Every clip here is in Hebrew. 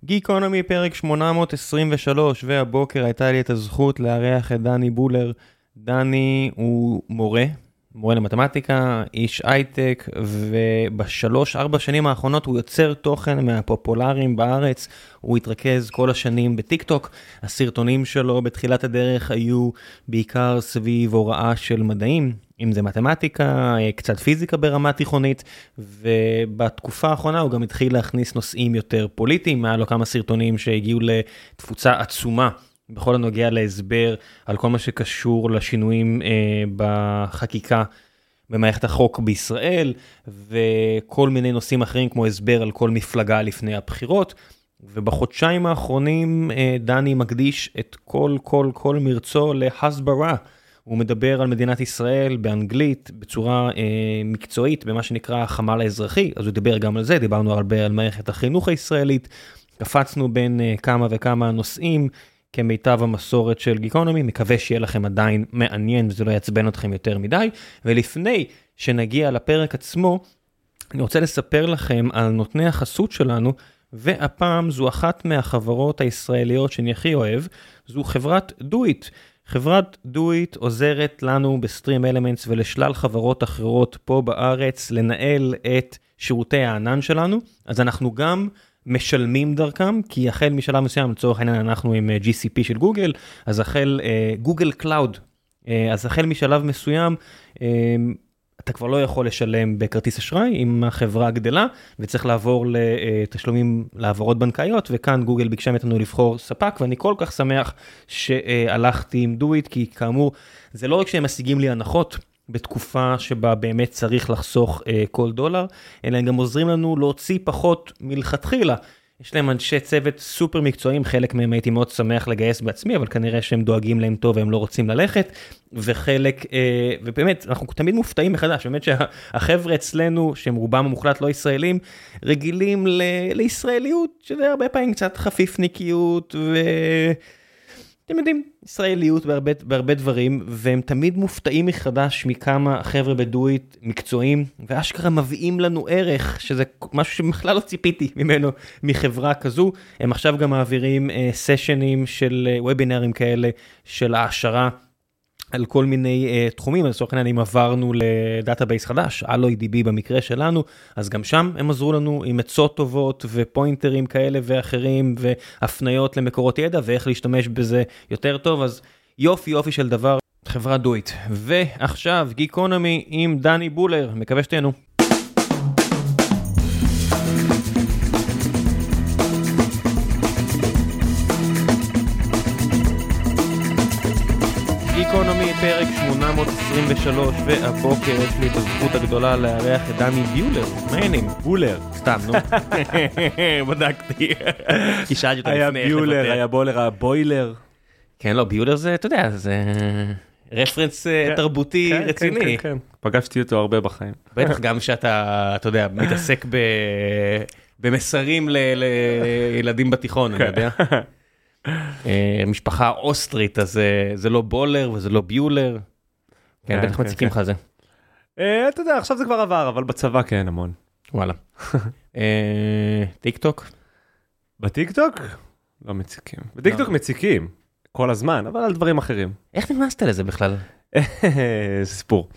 גיקונומי פרק 823, והבוקר הייתה לי את הזכות לארח את דני בולר. דני הוא מורה למתמטיקה, איש הייטק, וב3-4 שנים האחרונות הוא יוצר תוכן מהפופולריים בארץ. הוא התרכז כל השנים בטיק טוק. הסרטונים שלו בתחילת הדרך היו בעיקר סביב הוראה של מדעים, אם זה מתמטיקה, קצת פיזיקה ברמה תיכונית, ובתקופה האחרונה הוא גם התחיל להכניס נושאים יותר פוליטיים. היה לו כמה סרטונים שהגיעו לתפוצה עצומה בכל הנוגע להסבר על כל מה שקשור לשינויים בחקיקה במערכת החוק בישראל, וכל מיני נושאים אחרים כמו הסבר על כל מפלגה לפני הבחירות. ובחודשיים האחרונים דני מקדיש את כל מרצו להסברה. הוא מדבר על מדינת ישראל באנגלית בצורה מקצועית במה שנקרא החמ"ל האזרחי, אז הוא דיבר גם על זה, דיברנו הרבה על מערכת החינוך הישראלית, קפצנו בין כמה וכמה נושאים כמיטב המסורת של גיקונומי. מקווה שיהיה לכם עדיין מעניין וזה לא יעצבן אתכם יותר מדי. ולפני שנגיע לפרק עצמו, אני רוצה לספר לכם על נותני החסות שלנו, והפעם זו אחת מהחברות הישראליות שאני הכי אוהב, זו חברת דויט. חברת דויט עוזרת לנו בסטרים אלמנטס ולשלל חברות אחרות פה בארץ לנהל את שירותי הענן שלנו, אז אנחנו גם משלמים דרכם, כי החל משלב מסוים, לצורך העניין אנחנו עם GCP של גוגל, אז החל גוגל קלאוד, אז החל משלב מסוים, אתה כבר לא יכול לשלם בכרטיס אשראי, אם החברה גדלה, וצריך לעבור לתשלומים לעברות בנקאיות, וכאן גוגל ביקשה מאיתנו לבחור ספק, ואני כל כך שמח שהלכתי עם דויט, כי כאמור, זה לא רק שהם משיגים לי הנחות, בתקופה שבה באמת צריך לחסוך כל דולר, אלא הם גם עוזרים לנו להוציא פחות מלכתחילה. יש להם אנשי צוות סופר מקצועיים, חלק מהם הייתי מאוד שמח לגייס בעצמי, אבל כנראה שהם דואגים להם טוב והם לא רוצים ללכת, וחלק, ובאמת, אנחנו תמיד מופתעים מחדש, באמת שהחבר'ה אצלנו, שהם רובם המוחלט לא ישראלים, רגילים לישראליות, שזה הרבה פעמים קצת חפיפניקיות, אתם יודעים, ישראליות בהרבה דברים, והם תמיד מופתעים מחדש מכמה חבר'ה בדויט מקצועיים, ואשכרה מביאים לנו ערך, שזה משהו שבכלל לא ציפיתי ממנו, מחברה כזו. הם עכשיו גם מעבירים סשנים של וובינרים כאלה, של העשרה, על כל מיני תחומים. אז לצורך העניין, אם עברנו לדאטאבייס חדש, AlloyDB במקרה שלנו, אז גם שם הם עזרו לנו עם עצות טובות ופוינטרים כאלה ואחרים, והפניות למקורות ידע, ואיך להשתמש בזה יותר טוב. אז יופי של דבר, חברה דויט. ועכשיו, גיקונומי עם דני בולר, מקווה שתהנו. גיקונומי פרק 823, והבוקר יש לי את הזכות הגדולה לארח את דני ביולר. מה העניינים? בולר. סתם, נו. בדקתי. כי שאלתי אותה היה לפני. ביולר, היה בולר, היה בוילר. כן, לא, ביולר זה, אתה יודע, זה רפרנס תרבותי רציני. כן. פגשתי אותו הרבה בחיים. בטח גם שאתה, אתה יודע, מתעסק במסרים לילדים בתיכון, אני יודע. משפחה אוסטרית, אז זה לא בולר וזה לא ביולר. כן, בטח מציקים לך זה. אתה יודע, עכשיו זה כבר עבר, אבל בצבא כן, המון. וואלה. טיק טוק? בטיק טוק? לא מציקים. בטיק טוק מציקים, כל הזמן, אבל על דברים אחרים. איך נכנסת לזה בכלל? זה סיפור.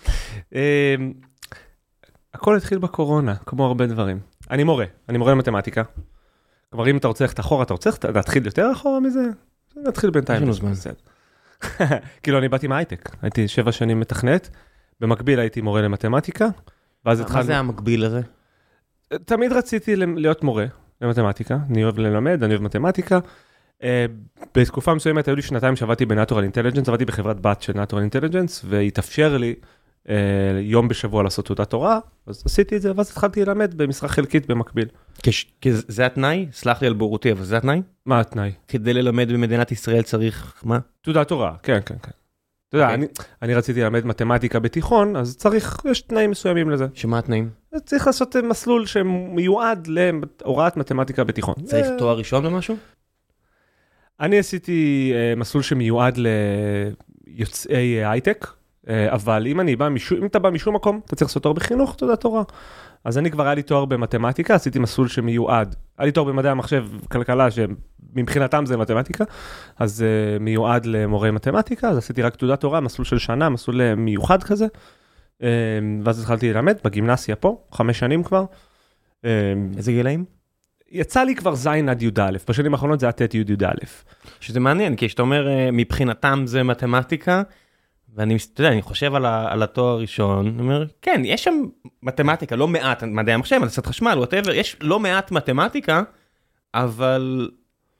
הכל התחיל בקורונה, כמו הרבה דברים. אני מורה למתמטיקה. כבר אם אתה רוצה ללכת אחורה, אתה רוצה להתחיל יותר אחורה מזה? נתחיל בינתיים. יש לנו זמן. כאילו אני באתי מהייטק, הייתי 7 שנים מתכנת, במקביל הייתי מורה למתמטיקה, ואז התחלנו... מה זה המקביל לזה? תמיד רציתי להיות מורה למתמטיקה, אני אוהב ללמד, אני אוהב מתמטיקה. בתקופה מסוימת היו לי 2 שעבדתי בנטורל אינטליג'נס, עבדתי בחברת בת של נטורל אינטליג'נס, והתאפשר לי יום בשבוע לעשות תעודת הוראה, אז עשיתי את זה, ואז התחלתי ללמד במשרה חלקית במקביל. כי זה התנאי? סלח לי על בורותי, אבל זה התנאי? מה התנאי? כדי ללמד במדינת ישראל צריך, מה? תעודת הוראה, כן. אתה יודע, אני רציתי ללמד מתמטיקה בתיכון, אז יש תנאים מסוימים לזה. שמה התנאים? צריך לעשות מסלול שמיועד להוראת מתמטיקה בתיכון. צריך תואר ראשון במשהו? אני עשיתי מסלול שמיועד ליוצאי הייטק, אבל אם אתה בא משום מקום, אתה צריך לעשות תואר בחינוך, תודה תורה. אז אני כבר היה לי תואר במתמטיקה, עשיתי מסלול שמיועד. היה לי תואר במדעי המחשב, כלכלה, שמבחינתם זה מתמטיקה, אז מיועד למורי מתמטיקה, אז עשיתי רק תעודת תורה, מסלול של שנה, מסלול מיוחד כזה. ואז התחלתי ללמד בגימנסיה פה, 5 שנים כבר. איזה גילאים? יצא לי כבר זין עד י"א, בשנים האחרונות זה היה ט' י"א. שזה מעניין, כי שאתה אומר, מבחינתם זה מתמטיקה, ואני חושב על התואר הראשון, אני אומר, כן, יש שם מתמטיקה, לא מעט, מדעי המחשב, הנדסת חשמל, whatever, יש לא מעט מתמטיקה, אבל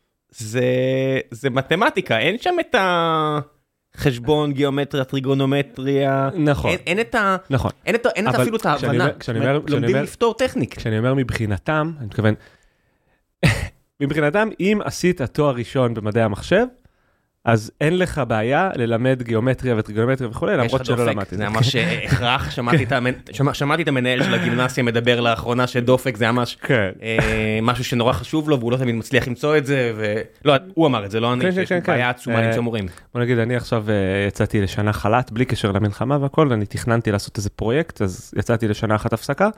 זה מתמטיקה, אין שם את החשבון, גיאומטריה, טריגונומטריה, נכון. אין אפילו את ההבנה, לומדים לפתור טכניק. כשאני אומר מבחינתם, אני מתכוון, מבחינתם, אם עשית תואר ראשון במדעי המחשב, אז אין לך בעיה ללמד גיאומטריה וטריגונומטריה וכו', למרות שלא למדתי. זה ממש הכרח, שמעתי את המנהל של הגימנסיה מדבר לאחרונה שדופק זה ממש משהו שנורא חשוב לו, והוא לא תמיד מצליח למצוא את זה, לא, הוא אמר את זה, לא אני, שיש בעיה עצומה למצוא מורים. בוא נגיד, אני עכשיו יצאתי לשנה חל"ת, בלי קשר למלחמה והכל, אני תכננתי לעשות איזה פרויקט, אז יצאתי לשנה אחת הפסקה,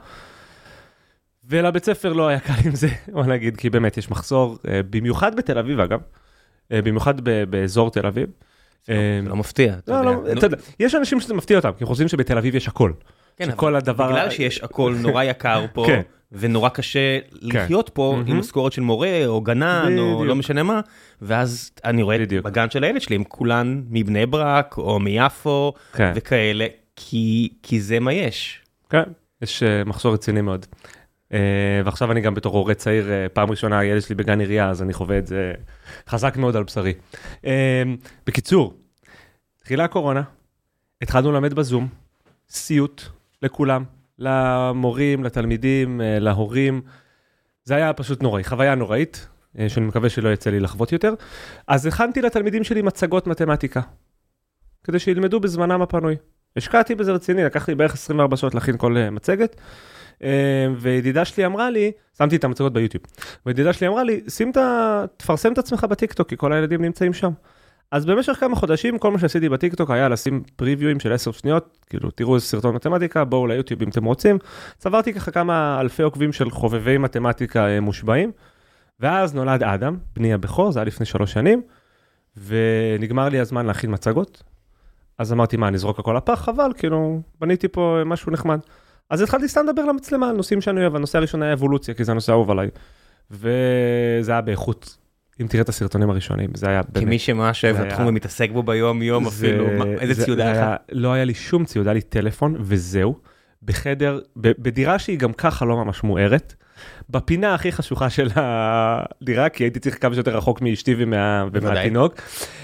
ולבית ספר לא היה קל עם זה, בוא נגיד, כי באמת יש מחסור, במיוחד בתל אביב אגב, במיוחד באזור תל אביב. זה לא מפתיע. יש אנשים שזה מפתיע אותם, כי הם חושבים שבתל אביב יש הכל. בגלל שיש הכל נורא יקר פה, ונורא קשה לחיות פה עם משכורת של מורה, או גנן, או לא משנה מה, ואז אני רואה בגן של הילד שלי, הם כולן מבני ברק, או מיפו, וכאלה, כי זה מה יש. כן, יש מחסור רציני מאוד. ועכשיו אני גם בתור הורה צעיר, פעם ראשונה הילד שלי בגן עירייה, אז אני חווה את זה חזק מאוד על בשרי. בקיצור, התחילה הקורונה, התחלנו ללמד בזום, סיוט לכולם, למורים, לתלמידים, להורים, זה היה פשוט נוראי, חוויה נוראית, שאני מקווה שלא יצא לי לחוות יותר, אז הכנתי לתלמידים שלי מצגות מתמטיקה, כדי שילמדו בזמנם הפנוי. השקעתי בזה רציני, לקחתי בערך 24 שעות להכין כל מצגת, וידידה שלי אמרה לי, שמתי את המצגות ביוטיוב, וידידה שלי אמרה לי, תפרסם את עצמך בטיקטוק, כי כל הילדים נמצאים שם. אז במשך כמה חודשים, כל מה שעשיתי בטיקטוק היה לשים פריוויואים של 10 שניות, כאילו, תראו איזה סרטון מתמטיקה, בואו ליוטיוב אם אתם רוצים. צברתי ככה כמה אלפי עוקבים של חובבי מתמטיקה מושבעים, ואז נולד אדם, בני הבכור, זה היה לפני 3 שנים, ונגמר לי הזמן להכין מצגות. אז אמרתי, מה, נזרוק הכל לפח, אבל כאילו, בניתי פה משהו נחמד. אז התחלתי סתם לדבר למצלמה על נושאים שאני אוהב, הנושא הראשון היה אבולוציה, כי זה הנושא האהוב עליי. וזה היה באיכות, אם תראה את הסרטונים הראשונים, זה היה באמת... כמי שממש אוהב את התחום ומתעסק בו ביום יום אפילו, איזה ציוד היה לך? לא היה לי שום ציוד, היה לי טלפון וזהו, בחדר, בדירה שהיא גם ככה לא ממש מוארת, בפינה הכי חשוכה של הדירה, כי הייתי צריך כמה שיותר רחוק מאשתי ומהתינוק,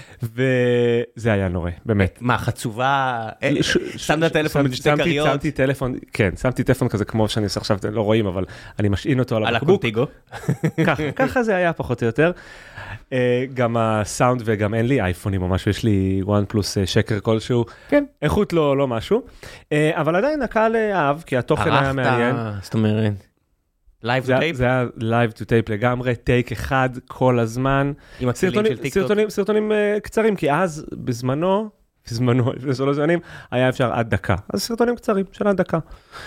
וזה היה נורא, באמת. מה, חצובה? שמת טלפון בשתי קריות? שמתי טלפון, כן, שמתי טלפון כזה כמו שאני עושה עכשיו, לא רואים, אבל אני משעין אותו על הבקבוק. על הקונטיגו. ככה זה היה פחות או יותר. גם הסאונד וגם אין לי אייפונים או משהו, יש לי וואן פלוס שקר כלשהו. כן. איכות לא משהו. אבל עדיין הקהל אהב, כי התוכן היה מעניין. זאת אומרת. Live to tape? זה היה live to tape לגמרי, טייק אחד כל הזמן. עם הכלים של טיקטוק? סרטונים קצרים, כי אז בזמנו, לפני 3 שנים, היה אפשר עד דקה. אז סרטונים קצרים של עד דקה.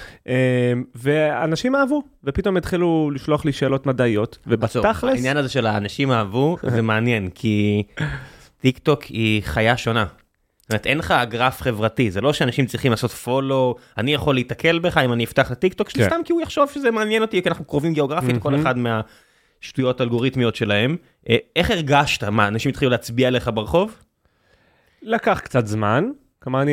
ואנשים אהבו, ופתאום התחילו לשלוח לי שאלות מדעיות, ובתכלס... העניין הזה של האנשים אהבו, זה מעניין, כי טיקטוק היא חיה שונה. זאת אומרת, אין לך גרף חברתי, זה לא שאנשים צריכים לעשות פולו, אני יכול להתקל בך אם אני אפתח את הטיקטוק שלי, סתם כי הוא יחשוב שזה מעניין אותי, כי אנחנו קרובים גיאוגרפית, כל אחד מהשטויות אלגוריתמיות שלהם. איך הרגשת? מה, אנשים התחילו להצביע עליך ברחוב? לקח קצת זמן, כלומר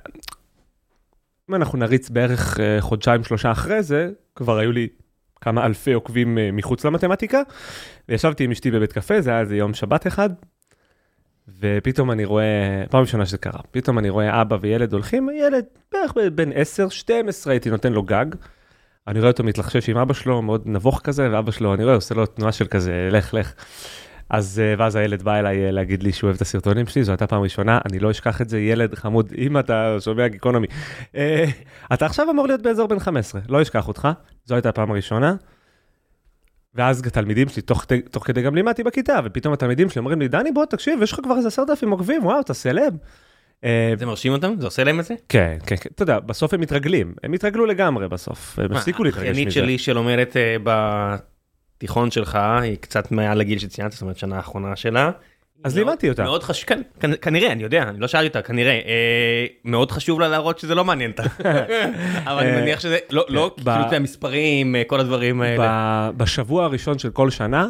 אם אנחנו נריץ בערך 1-2 3 אחרי זה, כבר היו לי כמה אלפי עוקבים מחוץ למתמטיקה, וישבתי עם אשתי בבית קפה, זה היה איזה יום שבת אחד, ופתאום אני רואה, פעם ראשונה שזה קרה, פתאום אני רואה אבא וילד הולכים, ילד בערך בין 10-12 הייתי נותן לו גג, אני רואה אותו מתלחשש עם אבא שלו, מאוד נבוך כזה, ואבא שלו, אני רואה, עושה לו תנועה של כזה, לך. אז ואז הילד בא אליי להגיד לי שהוא אוהב את הסרטונים שלי, זו הייתה פעם ראשונה, אני לא אשכח את זה, ילד חמוד, אם אתה שומע גיקונומי, אתה עכשיו אמור להיות באזור בן 15, לא אשכח אותך, זו הייתה הפעם הראשונה, ואז התלמידים שלי, תוך כדי גם לימדתי בכיתה, ופתאום התלמידים שלי אומרים לי, דני בוא תקשיב, יש לך כבר איזה 10,000 עוקבים, וואו, אתה סלב. זה מרשים אותם? זה עושה להם את זה? כן, כן, כן. אתה יודע, בסוף הם מתרגלים. הם התרגלו לגמרי בסוף. הם הפסיקו להתרגש מזה. האחיינית שלי שלומדת בתיכון שלך, היא קצת מעל לגיל שציינת, זאת אומרת, שנה האחרונה שלה. אז לימדתי אותה. מאוד חשוב, כנראה, אני יודע, אני לא שאלתי אותה, כנראה, מאוד חשוב לה להראות שזה לא מעניין אותה. אבל אני מניח שזה, לא כאילו את המספרים, כל הדברים האלה. בשבוע הראשון של כל שנה,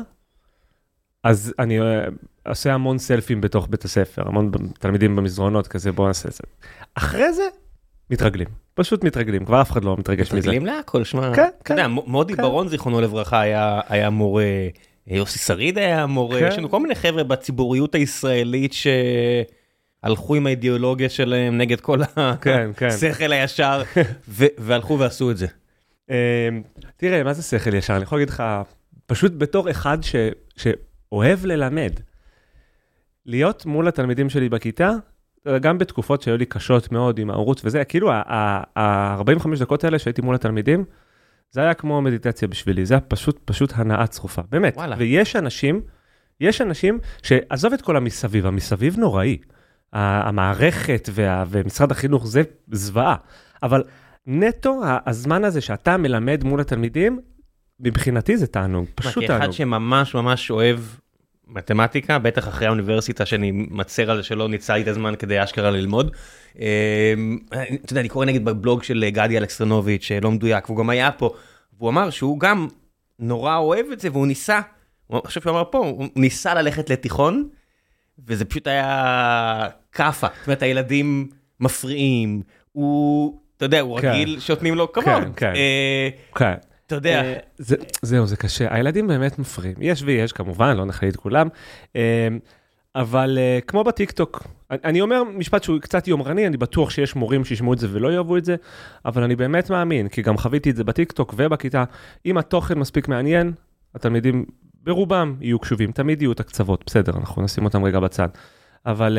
אז אני עושה המון סלפים בתוך בית הספר, המון תלמידים במסדרונות כזה, בוא נעשה את זה. אחרי זה, מתרגלים. פשוט מתרגלים, כבר אף אחד לא מתרגש מזה. מתרגלים להכל, שמע. כן, אתה יודע, מודי ברון, זיכרונו לברכה, היה מורה, יוסי שריד היה מורה, יש לנו כל מיני חבר'ה בציבוריות הישראלית שהלכו עם האידיאולוגיה שלהם נגד כל השכל הישר, והלכו ועשו את זה. תראה, מה זה שכל ישר? אני יכול להגיד לך, פשוט בתור אחד שאוהב ללמד, להיות מול התלמידים שלי בכיתה, גם בתקופות שהיו לי קשות מאוד עם הערוץ וזה, כאילו ה-45 דקות האלה שהייתי מול התלמידים, זה היה כמו מדיטציה בשבילי, זה היה פשוט הנאה צרופה, באמת. וואלה. ויש אנשים שעזוב את כל המסביב, המסביב נוראי. המערכת ומשרד החינוך זה זוועה, אבל נטו הזמן הזה שאתה מלמד מול התלמידים, מבחינתי זה תענוג, פשוט תענוג. כאחד שממש ממש אוהב מתמטיקה, בטח אחרי האוניברסיטה שאני מצר על זה שלא ניצלתי את הזמן כדי אשכרה ללמוד. אתה יודע, אני קורא נגיד בבלוג של גדי אלכסטרנוביץ' שלא מדויק, והוא גם היה פה, והוא אמר שהוא גם נורא אוהב את זה, והוא ניסה, אני חושב שהוא אמר פה, הוא ניסה ללכת לתיכון, וזה פשוט היה קאפה, זאת אומרת, הילדים מפריעים, הוא, אתה יודע, הוא רגיל שנותנים לו כבוד. כן. אתה יודע. זהו, זה קשה. הילדים באמת מפריעים. יש ויש, כמובן, לא נחליט כולם. אבל כמו בטיקטוק, אני אומר משפט שהוא קצת יומרני, אני בטוח שיש מורים שישמעו את זה ולא יאהבו את זה, אבל אני באמת מאמין, כי גם חוויתי את זה בטיקטוק ובכיתה, אם התוכן מספיק מעניין, התלמידים ברובם יהיו קשובים, תמיד יהיו את הקצוות, בסדר, אנחנו נשים אותם רגע בצד. אבל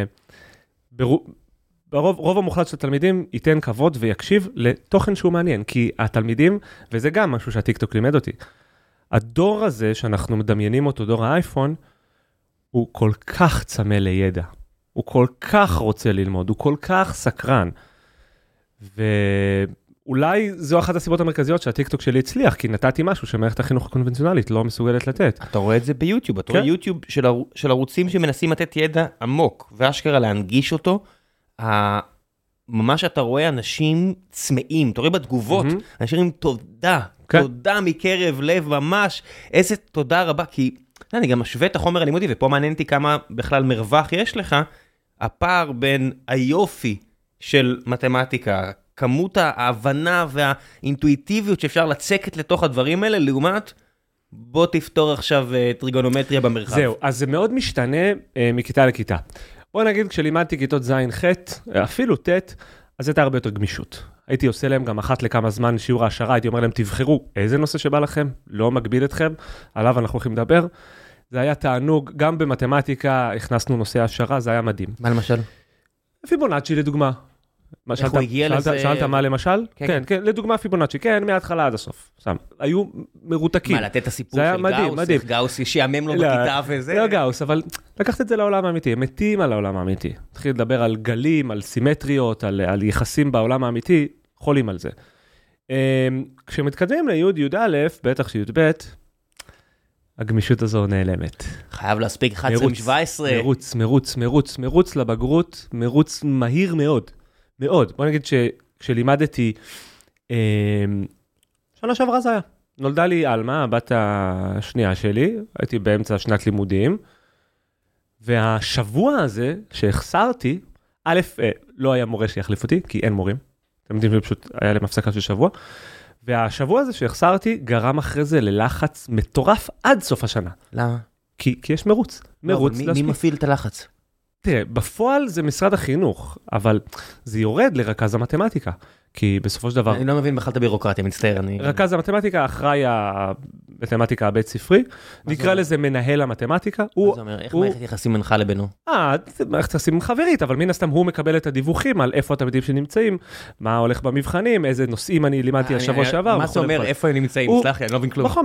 ברוב המוחלט של התלמידים ייתן כבוד ויקשיב לתוכן שהוא מעניין, כי התלמידים, וזה גם משהו שהטיקטוק לימד אותי, הדור הזה שאנחנו מדמיינים אותו, דור האייפון, הוא כל כך צמא לידע, הוא כל כך רוצה ללמוד, הוא כל כך סקרן, ואולי זו אחת הסיבות המרכזיות שהטיקטוק שלי הצליח, כי נתתי משהו שמערכת החינוך הקונבנציונלית לא מסוגלת לתת. אתה רואה את זה ביוטיוב, אתה רואה יוטיוב של ערוצים שמנסים לתת ידע עמוק, ואשכרה להנגיש אותו, ממש אתה רואה אנשים צמאים, אתה רואה בתגובות, אנשים אומרים תודה, תודה מקרב לב ממש, איזה תודה רבה, כי אני גם משווה את החומר הלימודי, ופה מעניין אותי כמה בכלל מרווח יש לך, הפער בין היופי של מתמטיקה, כמות ההבנה והאינטואיטיביות שאפשר לצקת לתוך הדברים האלה, לעומת בוא תפתור עכשיו טריגונומטריה במרחב. זהו, אז זה מאוד משתנה מכיתה לכיתה. בוא נגיד, כשלימדתי כיתות זין ח', אפילו ט', אז הייתה הרבה יותר גמישות. הייתי עושה להם גם אחת לכמה זמן שיעור העשרה, הייתי אומר להם, תבחרו איזה נושא שבא לכם, לא מגביל אתכם, עליו אנחנו הולכים לדבר. זה היה תענוג, גם במתמטיקה הכנסנו נושא העשרה, זה היה מדהים. מה למשל? פיבונאצ'י לדוגמה. איך הוא הגיע לזה? שאלת מה למשל? כן, כן, לדוגמה פיבונאצ'י, כן, מההתחלה עד הסוף. היו מרותקים. מה, לתת את הסיפור של גאוס, איך גאוס שיאמם לו בכיתה וזה? לא גאוס, אבל לקחת את זה לעולם האמיתי, הם מתים על העולם האמיתי. התחיל לדבר על גלים, על סימטריות, על יחסים בעולם האמיתי, חולים על זה. כשמתקדמים לי' א', בטח שי' ב', הגמישות הזו נעלמת. חייב להספיק 11 מ-17. מרוץ לבגרות, מרוץ מהיר מאוד. מאוד. בוא נגיד שכשלימדתי, שנה שעברה זה היה. נולדה לי אלמה, הבת השנייה שלי, הייתי באמצע שנת לימודים, והשבוע הזה שהחסרתי, א', לא היה מורה שיחליף אותי, כי אין מורים. אתם יודעים שפשוט היה להם הפסקה של שבוע, והשבוע הזה שהחסרתי גרם אחרי זה ללחץ מטורף עד סוף השנה. למה? כי יש מרוץ. מי מפעיל את הלחץ? תראה, בפועל זה משרד החינוך, אבל זה יורד לרכז המתמטיקה, כי בסופו של דבר... אני לא מבין בכלל את הבירוקרטיה, מצטער. רכז המתמטיקה אחראי המתמטיקה הבית ספרי, נקרא לזה מנהל המתמטיקה. מה זה אומר? איך מערכת יחסים מנחה לבינו? זה מערכת יחסים חברית, אבל מן הסתם הוא מקבל את הדיווחים על איפה התלמידים שנמצאים, מה הולך במבחנים, איזה נושאים אני לימדתי השבוע שעבר. מה זה אומר איפה הם נמצאים? סלח לי, אני לא מבין כלום. בחומר.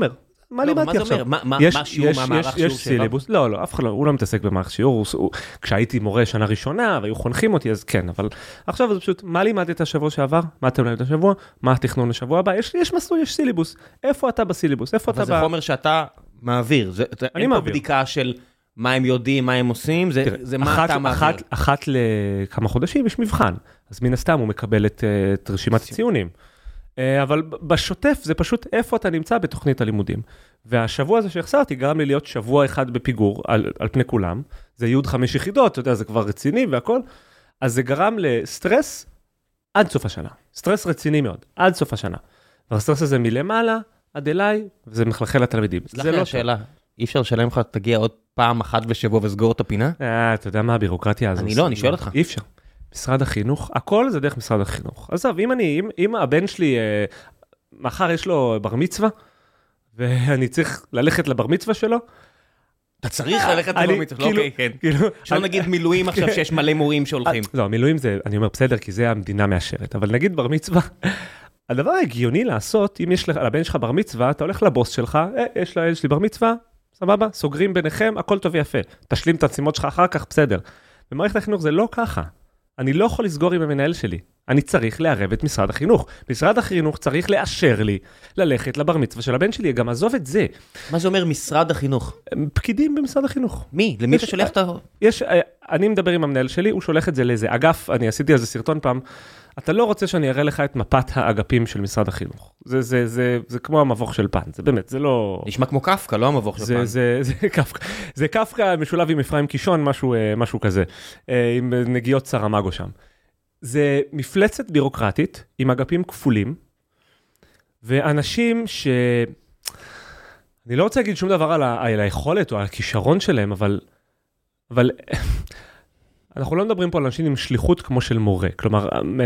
מה לימדתי עכשיו? מה זה אומר? מה השיעור, מה המערך שיעור יש סילבוס, לא, אף אחד לא, הוא לא מתעסק במערך שיעור, כשהייתי מורה שנה ראשונה, והיו חונכים אותי, אז כן, אבל עכשיו זה פשוט, מה לימדת השבוע שעבר? מה אתם לימדת השבוע? מה התכנון לשבוע הבא? יש מסלול, יש סילבוס. איפה אתה בסילבוס? איפה אתה אבל זה חומר שאתה מעביר. אין פה בדיקה של מה הם יודעים, מה הם עושים, זה מה אתה מעביר. אחת לכמה חודשים יש מבחן, אז מן הסתם הוא מקבל את רשימת הציונים. אבל בשוטף זה פשוט איפה אתה נמצא בתוכנית הלימודים. והשבוע הזה שהחסרתי גרם לי להיות שבוע אחד בפיגור על פני כולם. זה י' 5 יחידות, אתה יודע, זה כבר רציני והכל. אז זה גרם לסטרס עד סוף השנה. סטרס רציני מאוד, עד סוף השנה. והסטרס הזה מלמעלה עד אליי, וזה מחלחל לתלמידים. זה לא שאלה. אי אפשר לשלם לך, תגיע עוד פעם אחת בשבוע וסגור את הפינה? אתה יודע מה הבירוקרטיה הזו? אני שואל אותך. אי אפשר. משרד החינוך, הכל זה דרך משרד החינוך. עזוב, אם הבן שלי, מחר יש לו בר מצווה, ואני צריך ללכת לבר מצווה שלו, אתה צריך ללכת לבר מצווה, אוקיי, כן. שלא נגיד מילואים עכשיו שיש מלא מורים שהולכים. לא, מילואים זה, אני אומר, בסדר, כי זה המדינה מאשרת, אבל נגיד בר מצווה, הדבר ההגיוני לעשות, אם יש לבן שלך בר מצווה, אתה הולך לבוס שלך, יש לי בר מצווה, סבבה, סוגרים ביניכם, הכל טוב ויפה. תשלים את המשימות שלך אחר כך, בסדר. במערכת החינוך זה לא ככה. אני לא יכול לסגור עם המנהל שלי. אני צריך לערב את משרד החינוך. משרד החינוך צריך לאשר לי ללכת לבר מצווה של הבן שלי. גם עזוב את זה. מה זה אומר משרד החינוך? פקידים במשרד החינוך. מי? למי אתה שולח את ה... אני מדבר עם המנהל שלי, הוא שולח את זה לאיזה אגף, אני עשיתי איזה סרטון פעם, אתה לא רוצה שאני אראה לך את מפת האגפים של משרד החינוך. זה כמו המבוך של פן, זה באמת, זה לא... נשמע כמו קפקא, לא המבוך של פן. זה קפקא. זה קפקא משולב עם אפרים קישון, משהו כזה, עם נגיעות סרמגו שם. זה מפלצת בירוקרטית, עם אגפים כפולים, ואנשים אני לא רוצה להגיד שום דבר על היכולת או על הכישרון שלהם, אבל אנחנו לא מדברים פה על אנשים עם שליחות כמו של מורה. כלומר,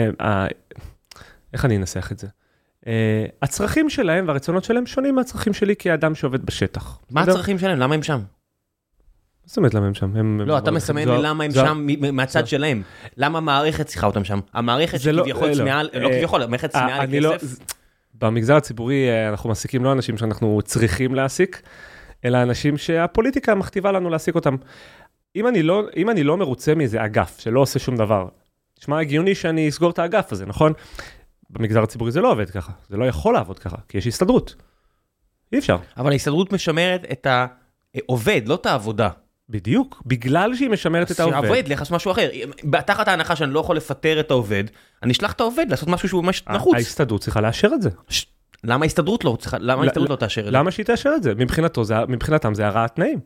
איך אני אנסח את זה? הצרכים שלהם והרצונות שלהם שונים מהצרכים שלי כאדם שעובד בשטח. מה הצרכים שלהם? למה הם שם? מה זאת אומרת למה הם שם? לא, אתה מסמן לי למה הם שם מהצד שלהם. למה המערכת צריכה אותם שם? המערכת שכביכול צמאה, לא כביכול, המערכת צמאה לכסף. במגזר הציבורי אנחנו מעסיקים לא אנשים שאנחנו צריכים להעסיק, אלא אנשים שהפוליטיקה מכתיבה לנו להעסיק אותם. אם אני לא מרוצה מאיזה אגף שלא עושה שום דבר, נשמע הגיוני שאני אסגור את האגף הזה, נכון? במגזר הציבורי זה לא עובד ככה, זה לא יכול לעבוד ככה, כי יש הסתדרות. אי אפשר. אבל ההסתדרות משמרת את העובד, לא את העבודה. בדיוק, בגלל שהיא משמרת את העובד. שהעובד לחס משהו אחר. תחת ההנחה שאני לא יכול לפטר את העובד, אני אשלח את העובד לעשות משהו שהוא ממש נחוץ. ההסתדרות צריכה לאשר את זה. למה ההסתדרות לא תאשר את זה? למה שהיא תאשר את זה? מבחינתם זה הרעת תנאים.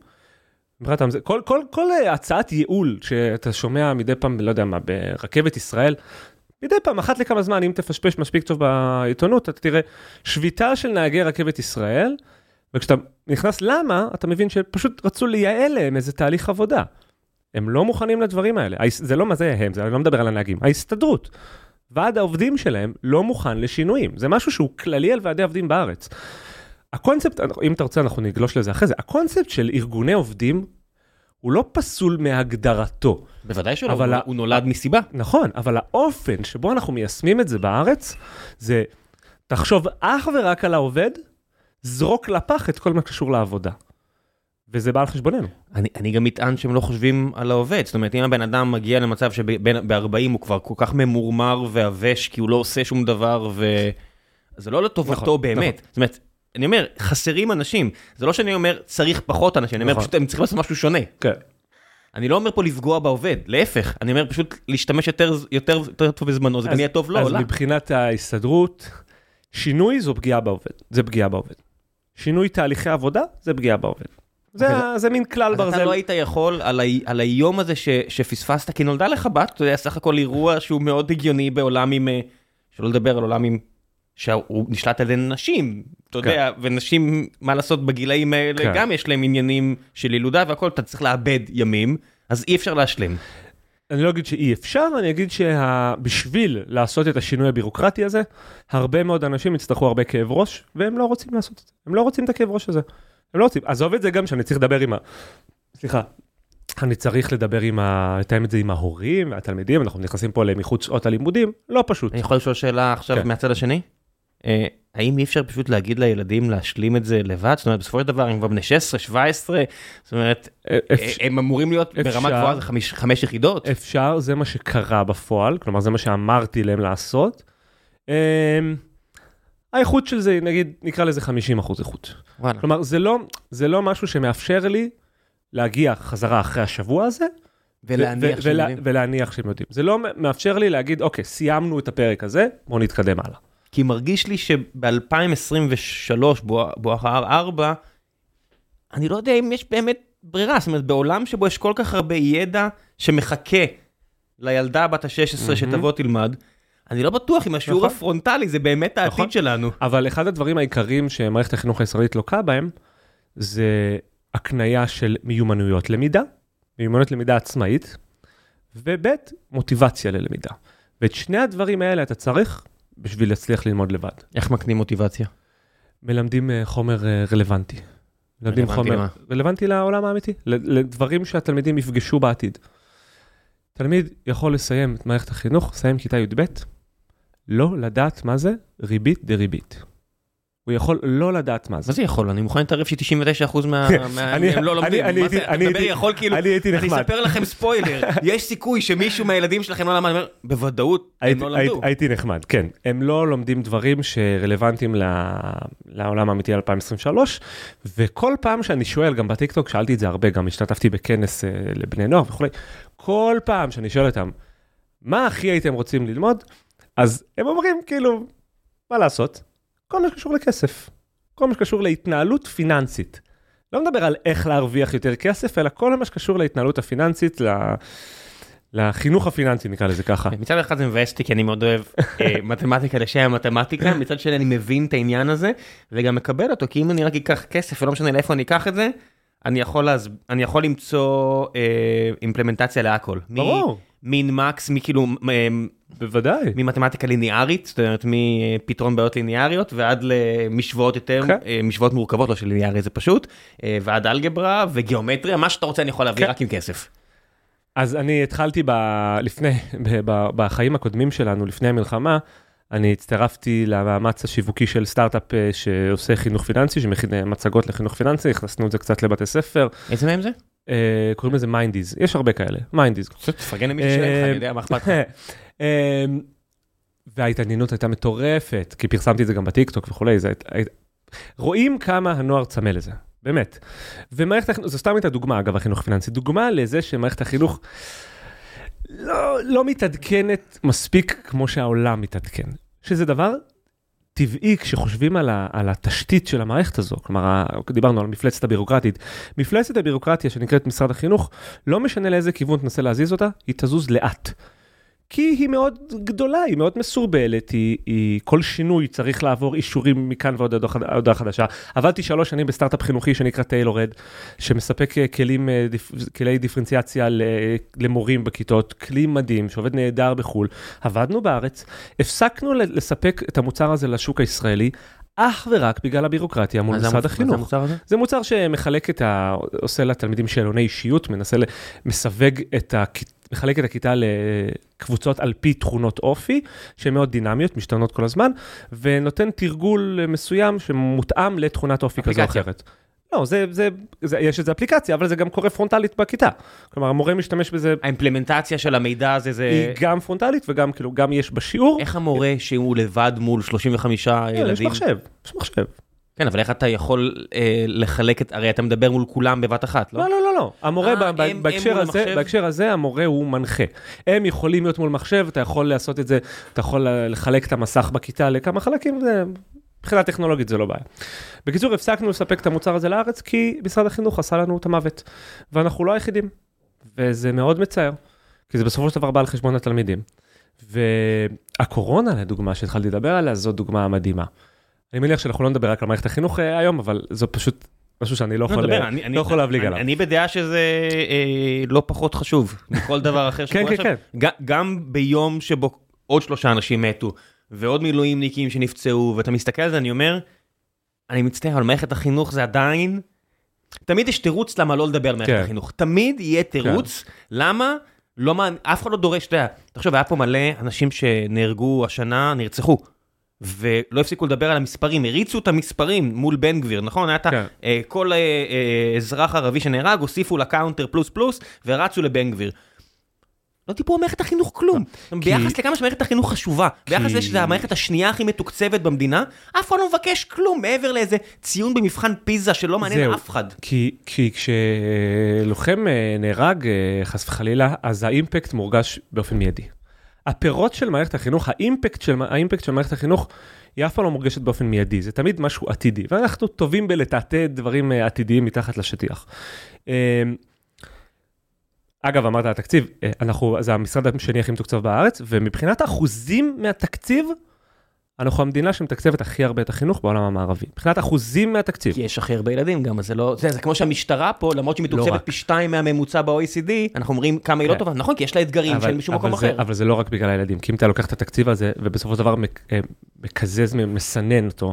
כל הצעת ייעול שאתה שומע מדי פעם, לא יודע מה, ברכבת ישראל, מדי פעם, אחת לכמה זמן, אם תפשפש מספיק טוב בעיתונות, אתה תראה שביתה של נהגי רכבת ישראל, וכשאתה נכנס למה, אתה מבין שפשוט רצו לייעל להם איזה תהליך עבודה. הם לא מוכנים לדברים האלה. זה לא מה זה הם, אני לא מדבר על הנהגים. ההסתדרות, ועד העובדים שלהם לא מוכן לשינויים. זה משהו שהוא כללי על ועדי עובדים בארץ. הקונספט, אם אתה רוצה, אנחנו נגלוש לזה אחרי זה, הקונספט של ארגוני עובדים, הוא לא פסול מהגדרתו. בוודאי שלא, הוא נולד מסיבה. נכון, אבל האופן שבו אנחנו מיישמים את זה בארץ, זה תחשוב אך ורק על העובד, זרוק לפח את כל מה קשור לעבודה. וזה בא על חשבוננו. אני גם מטען שהם לא חושבים על העובד. זאת אומרת, אם הבן אדם מגיע למצב שב-40 הוא כבר כל כך ממורמר ועבש, כי הוא לא עושה שום דבר, וזה לא לטובתו באמת. זאת אומרת, אני אומר, חסרים אנשים. זה לא שאני אומר, צריך פחות אנשים. אני אומר, פשוט הם צריכים לעשות משהו שונה. כן. אני לא אומר פה לפגוע בעובד, להפך. אני אומר פשוט להשתמש יותר טוב בזמנו, זה גם יהיה טוב לא, אז מבחינת ההסתדרות, שינוי זו פגיעה בעובד. זה פגיעה בעובד. שינוי תהליכי עבודה, זה פגיעה בעובד. זה מין כלל ברזל. אתה לא היית יכול על היום הזה שפספסת, כי נולדה לך בת, אתה יודע, סך הכל אירוע שהוא מאוד הגיוני בעולם עם, שלא לדבר על עולם עם, שהוא נשלט על נשים, אתה יודע, ונשים, מה לעשות בגילאים האלה, גם יש להם עניינים של ילודה והכל, אתה צריך לאבד ימים, אז אי אפשר להשלים. אני לא אגיד שאי אפשר, אני אגיד שבשביל לעשות את השינוי הבירוקרטי הזה, הרבה מאוד אנשים יצטרכו הרבה כאב ראש, והם לא רוצים לעשות את זה. הם לא רוצים את הכאב ראש הזה. הם לא רוצים. עזוב את זה גם שאני צריך לדבר עם אני צריך לדבר לתאם את זה עם ההורים והתלמידים, אנחנו נכנסים פה למחוץ שעות הלימודים, לא פשוט. אני יכול לשאול שאלה עכשיו מהצד השני? האם אי אפשר פשוט להגיד לילדים להשלים את זה לבד? זאת אומרת, בסופו של דבר, הם כבר בני 16, 17, זאת אומרת, הם אמורים להיות ברמה גבוהה, זה 5 יחידות. אפשר, זה מה שקרה בפועל, כלומר, זה מה שאמרתי להם לעשות. האיכות של זה, נגיד, נקרא לזה 50% איכות. כלומר, זה לא משהו שמאפשר לי להגיע חזרה אחרי השבוע הזה, ולהניח שהם יודעים. זה לא מאפשר לי להגיד, אוקיי, סיימנו את הפרק הזה, בואו נתקדם הלאה. כי מרגיש לי שב-2023, בואכה 4, אני לא יודע אם יש באמת ברירה, זאת אומרת, בעולם שבו יש כל כך הרבה ידע שמחכה לילדה בת ה-16 שתבוא תלמד, אני לא בטוח אם השיעור הפרונטלי זה באמת העתיד שלנו. אבל אחד הדברים העיקריים שמערכת החינוך הישראלית לוקה בהם, זה הקנייה של מיומנויות למידה, מיומנויות למידה עצמאית, ובית מוטיבציה ללמידה. ואת שני הדברים האלה אתה צריך בשביל להצליח ללמוד לבד. איך מקנים מוטיבציה? מלמדים חומר רלוונטי. מלמדים חומר רלוונטי לעולם האמיתי, לדברים שהתלמידים יפגשו בעתיד. תלמיד יכול לסיים את מערכת החינוך, לסיים כיתה י"ב, לא לדעת מה זה ריבית דריבית. הוא יכול לא לדעת מה זה. מה זה יכול? אני מוכן להתערב ש-99% הם לא לומדים. אני מדבר יכול כאילו, אני אספר לכם ספוילר, יש סיכוי שמישהו מהילדים שלכם לא למד, בוודאות הם לא למדו. הייתי נחמד, כן. הם לא לומדים דברים שרלוונטיים לעולם האמיתי 2023, וכל פעם שאני שואל, גם בטיקטוק, שאלתי את זה הרבה, גם השתתפתי בכנס לבני נוער וכו', כל פעם שאני שואל אותם, מה הכי הייתם רוצים ללמוד? אז הם אומרים, כאילו, מה לעשות? כל מה שקשור לכסף, כל מה שקשור להתנהלות פיננסית. לא מדבר על איך להרוויח יותר כסף, אלא כל מה שקשור להתנהלות הפיננסית, לחינוך הפיננסי, נקרא לזה ככה. מצד אחד זה מבאס אותי, כי אני מאוד אוהב מתמטיקה לשם מתמטיקה, מצד שני אני מבין את העניין הזה, וגם מקבל אותו, כי אם אני רק אקח כסף, ולא משנה לאיפה אני אקח את זה, אני יכול למצוא אימפלמנטציה להכל. ברור. מין מקס, מכאילו, בוודאי. ממתמטיקה ליניארית, זאת אומרת, מפתרון בעיות ליניאריות, ועד למשוואות יותר, משוואות מורכבות, לא של ליניארי, זה פשוט, ועד אלגברה וגיאומטריה, מה שאתה רוצה אני יכול להביא רק עם כסף. אז אני התחלתי בחיים הקודמים שלנו, לפני המלחמה, אני הצטרפתי למאמץ השיווקי של סטארט-אפ שעושה חינוך פיננסי, שמכין מצגות לחינוך פיננסי, הכנסנו את זה קצת לבתי ספר. איזה מהם זה? קוראים לזה מיינדיז, יש הרבה כאלה, מיינדיז. תפרגן למי ששלם לך, אני יודע מה אכפת לך. וההתעניינות הייתה מטורפת, כי פרסמתי את זה גם בטיקטוק וכולי, רואים כמה הנוער צמא לזה, באמת. ומערכת החינוך, זו סתם הייתה דוגמה, אגב, החינוך הפיננסי, דוגמה לזה שמערכת החינוך לא מתעדכנת מספיק כמו שהעולם מתעדכן. שזה דבר טבעי כשחושבים על התשתית של המערכת הזו, כלומר, דיברנו על מפלצת הבירוקרטית. מפלצת הבירוקרטיה שנקראת משרד החינוך, לא משנה לאיזה כיוון תנסה להזיז אותה, היא תזוז לאט. כי היא מאוד גדולה, היא מאוד מסורבלת, כל שינוי צריך לעבור אישורים מכאן ועוד הודעה חדשה. עבדתי 3 שנים בסטארט-אפ חינוכי שנקרא טיילורד, שמספק כלי דיפרנציאציה למורים בכיתות, כלי מדהים, שעובד נהדר בחול. עבדנו בארץ, הפסקנו לספק את המוצר הזה לשוק הישראלי, אך ורק בגלל הבירוקרטיה מול משרד החינוך. זה מוצר שמחלק עושה לתלמידים שאלוני אישיות, מסווג מחלק את הכיתה לקבוצות על פי תכונות אופי, שהן מאוד דינמיות, משתנות כל הזמן, ונותן תרגול מסוים שמותאם לתכונת אופי כזו או אחרת. לא, יש איזו אפליקציה, אבל זה גם קורה פרונטלית בכיתה. כלומר, המורה משתמש בזה. האימפלמנטציה של המידע הזה זה... היא גם פרונטלית וגם כאילו, גם יש בשיעור. איך המורה שהוא לבד מול 35 ילדים? יש מחשב. כן, אבל איך אתה יכול לחלק את... הרי אתה מדבר מול כולם בבת אחת, לא? לא. המורה, בהקשר הזה, המורה הוא מנחה. הם יכולים להיות מול מחשב, אתה יכול לעשות את זה, אתה יכול לחלק את המסך בכיתה לכמה חלקים, מבחינה טכנולוגית זה לא בעיה. בקיצור, הפסקנו לספק את המוצר הזה לארץ, כי משרד החינוך עשה לנו את המוות. ואנחנו לא היחידים. וזה מאוד מצער, כי זה בסופו של דבר בא על חשבון התלמידים. והקורונה, לדוגמה, שהתחלתי לדבר עליה, זו דוגמה מדהימה. אני מניח שאנחנו לא נדבר רק על מערכת החינוך היום, אבל זו פשוט משהו שאני לא יכול להבליג עליו. אני בדעה שזה לא פחות חשוב מכל דבר אחר שקורה עכשיו. גם ביום שבו עוד 3 אנשים מתו, ועוד מילואימניקים שנפצעו, ואתה מסתכל על זה, אני אומר, אני מצטער, על מערכת החינוך זה עדיין, תמיד יש תירוץ למה לא לדבר על מערכת החינוך. תמיד יהיה תירוץ, למה? אף אחד לא דורש, תחשוב, היה פה מלא אנשים שנהרגו השנה, נרצחו. ולא הפסיקו לדבר על המספרים, הריצו את המספרים מול בן גביר, נכון? כל אזרח ערבי שנהרג, הוסיפו לקאונטר פלוס פלוס, ורצו לבן גביר. לא דיברו על מערכת החינוך כלום. ביחס לכמה שמערכת החינוך חשובה, ביחס לזה שזו המערכת השנייה הכי מתוקצבת במדינה, אף אחד לא מבקש כלום, מעבר לאיזה ציון במבחן פיזה שלא מעניין אף אחד. כי כשלוחם נהרג, חס וחלילה, אז האימפקט מורגש באופן מיידי. הפירות של מערכת החינוך, האימפקט של מערכת החינוך, היא אף פעם לא מורגשת באופן מיידי, זה תמיד משהו עתידי, ואנחנו טובים בלתעתד דברים עתידיים מתחת לשטיח. אגב, אמרת התקציב, זה המשרד השני הכי מתוקצב בארץ, ומבחינת האחוזים מהתקציב, אנחנו המדינה שמתקצבת הכי הרבה את החינוך בעולם המערבי. מבחינת אחוזים מהתקציב. כי יש הכי הרבה ילדים גם, אז זה לא... זה כמו שהמשטרה פה, למרות שהיא מתוקצבת פי 2 מהממוצע ב-OECD, אנחנו אומרים כמה היא לא טובה. נכון, כי יש לה אתגרים של משום מקום אחר. אבל זה לא רק בגלל הילדים, כי אם אתה לוקח את התקציב הזה, ובסופו של דבר מקזז, מסנן אותו,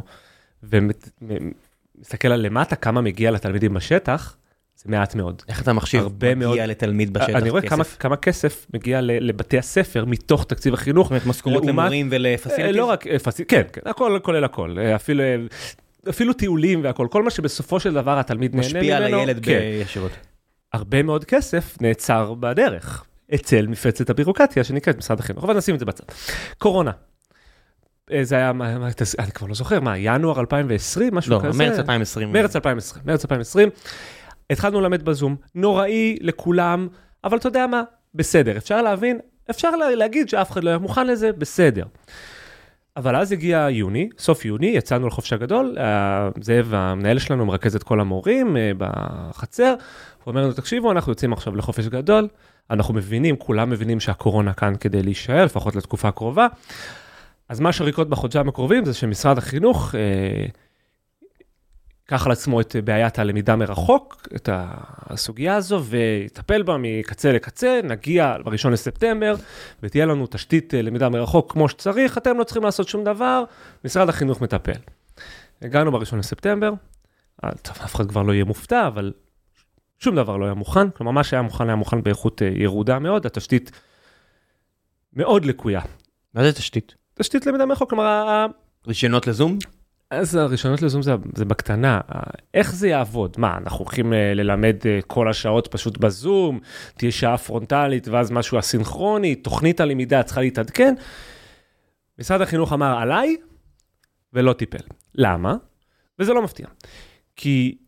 ומסתכל על למטה כמה מגיע לתלמידים בשטח, זה מעט מאוד. איך אתה מחשיב מגיע לתלמיל בשטח כסף? אני רואה כמה כסף מגיע לבתי הספר מתוך תקציב החינוך. זאת אומרת, משכורות למורים ולפסיליטיז? לא רק, כן, הכל כולל הכל. אפילו טיולים והכל. כל מה שבסופו של דבר התלמיד נהנה ממנו. משפיע על הילד בישירות. הרבה מאוד כסף נעצר בדרך. אצל מפלצת הבירוקרטיה שנקראת משרד החינוך. אבל נשים את זה בצד. קורונה. זה היה, אני כבר לא זוכר, מה, ינואר 2020? משהו כזה? לא, מרץ 2020. התחלנו ללמד בזום, נוראי לכולם, אבל אתה יודע מה? בסדר, אפשר להבין, אפשר להגיד שאף אחד לא היה מוכן לזה, בסדר. אבל אז הגיע יוני, סוף יוני, יצאנו לחופש הגדול, זאב, המנהל שלנו, מרכז את כל המורים בחצר, הוא אומר לנו, תקשיבו, אנחנו יוצאים עכשיו לחופש גדול, אנחנו מבינים, כולם מבינים שהקורונה כאן כדי להישאר, לפחות לתקופה הקרובה, אז מה שריקות בחודשיים הקרובים, זה שמשרד החינוך, קח על עצמו את בעיית הלמידה מרחוק, את הסוגיה הזו, ויטפל בה מקצה לקצה, נגיע ב1 לספטמבר, ותהיה לנו תשתית למידה מרחוק כמו שצריך, אתם לא צריכים לעשות שום דבר, משרד החינוך מטפל. הגענו ב1 לספטמבר, אף אחד כבר לא יהיה מופתע, אבל שום דבר לא היה מוכן, כלומר מה שהיה מוכן באיכות ירודה מאוד, התשתית מאוד לקויה. מה זה תשתית? תשתית למידה מרחוק, כלומר רישיונות לזום? אז הראשונות לזום זה בקטנה, איך זה יעבוד? מה, אנחנו הולכים ללמד כל השעות פשוט בזום, תהיה שעה פרונטלית ואז משהו הסינכרוני, תוכנית הלמידה צריכה להתעדכן. משרד החינוך אמר עליי ולא טיפל. למה? וזה לא מפתיע. כי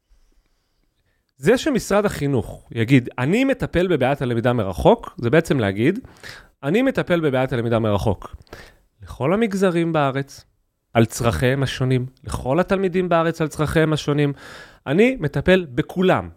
זה שמשרד החינוך יגיד, אני מטפל בבעיית הלמידה מרחוק, זה בעצם להגיד, אני מטפל בבעיית הלמידה מרחוק. לכל המגזרים בארץ, על צרכיהם השונים, לכל התלמידים בארץ על צרכיהם השונים, אני מטפל בכולם.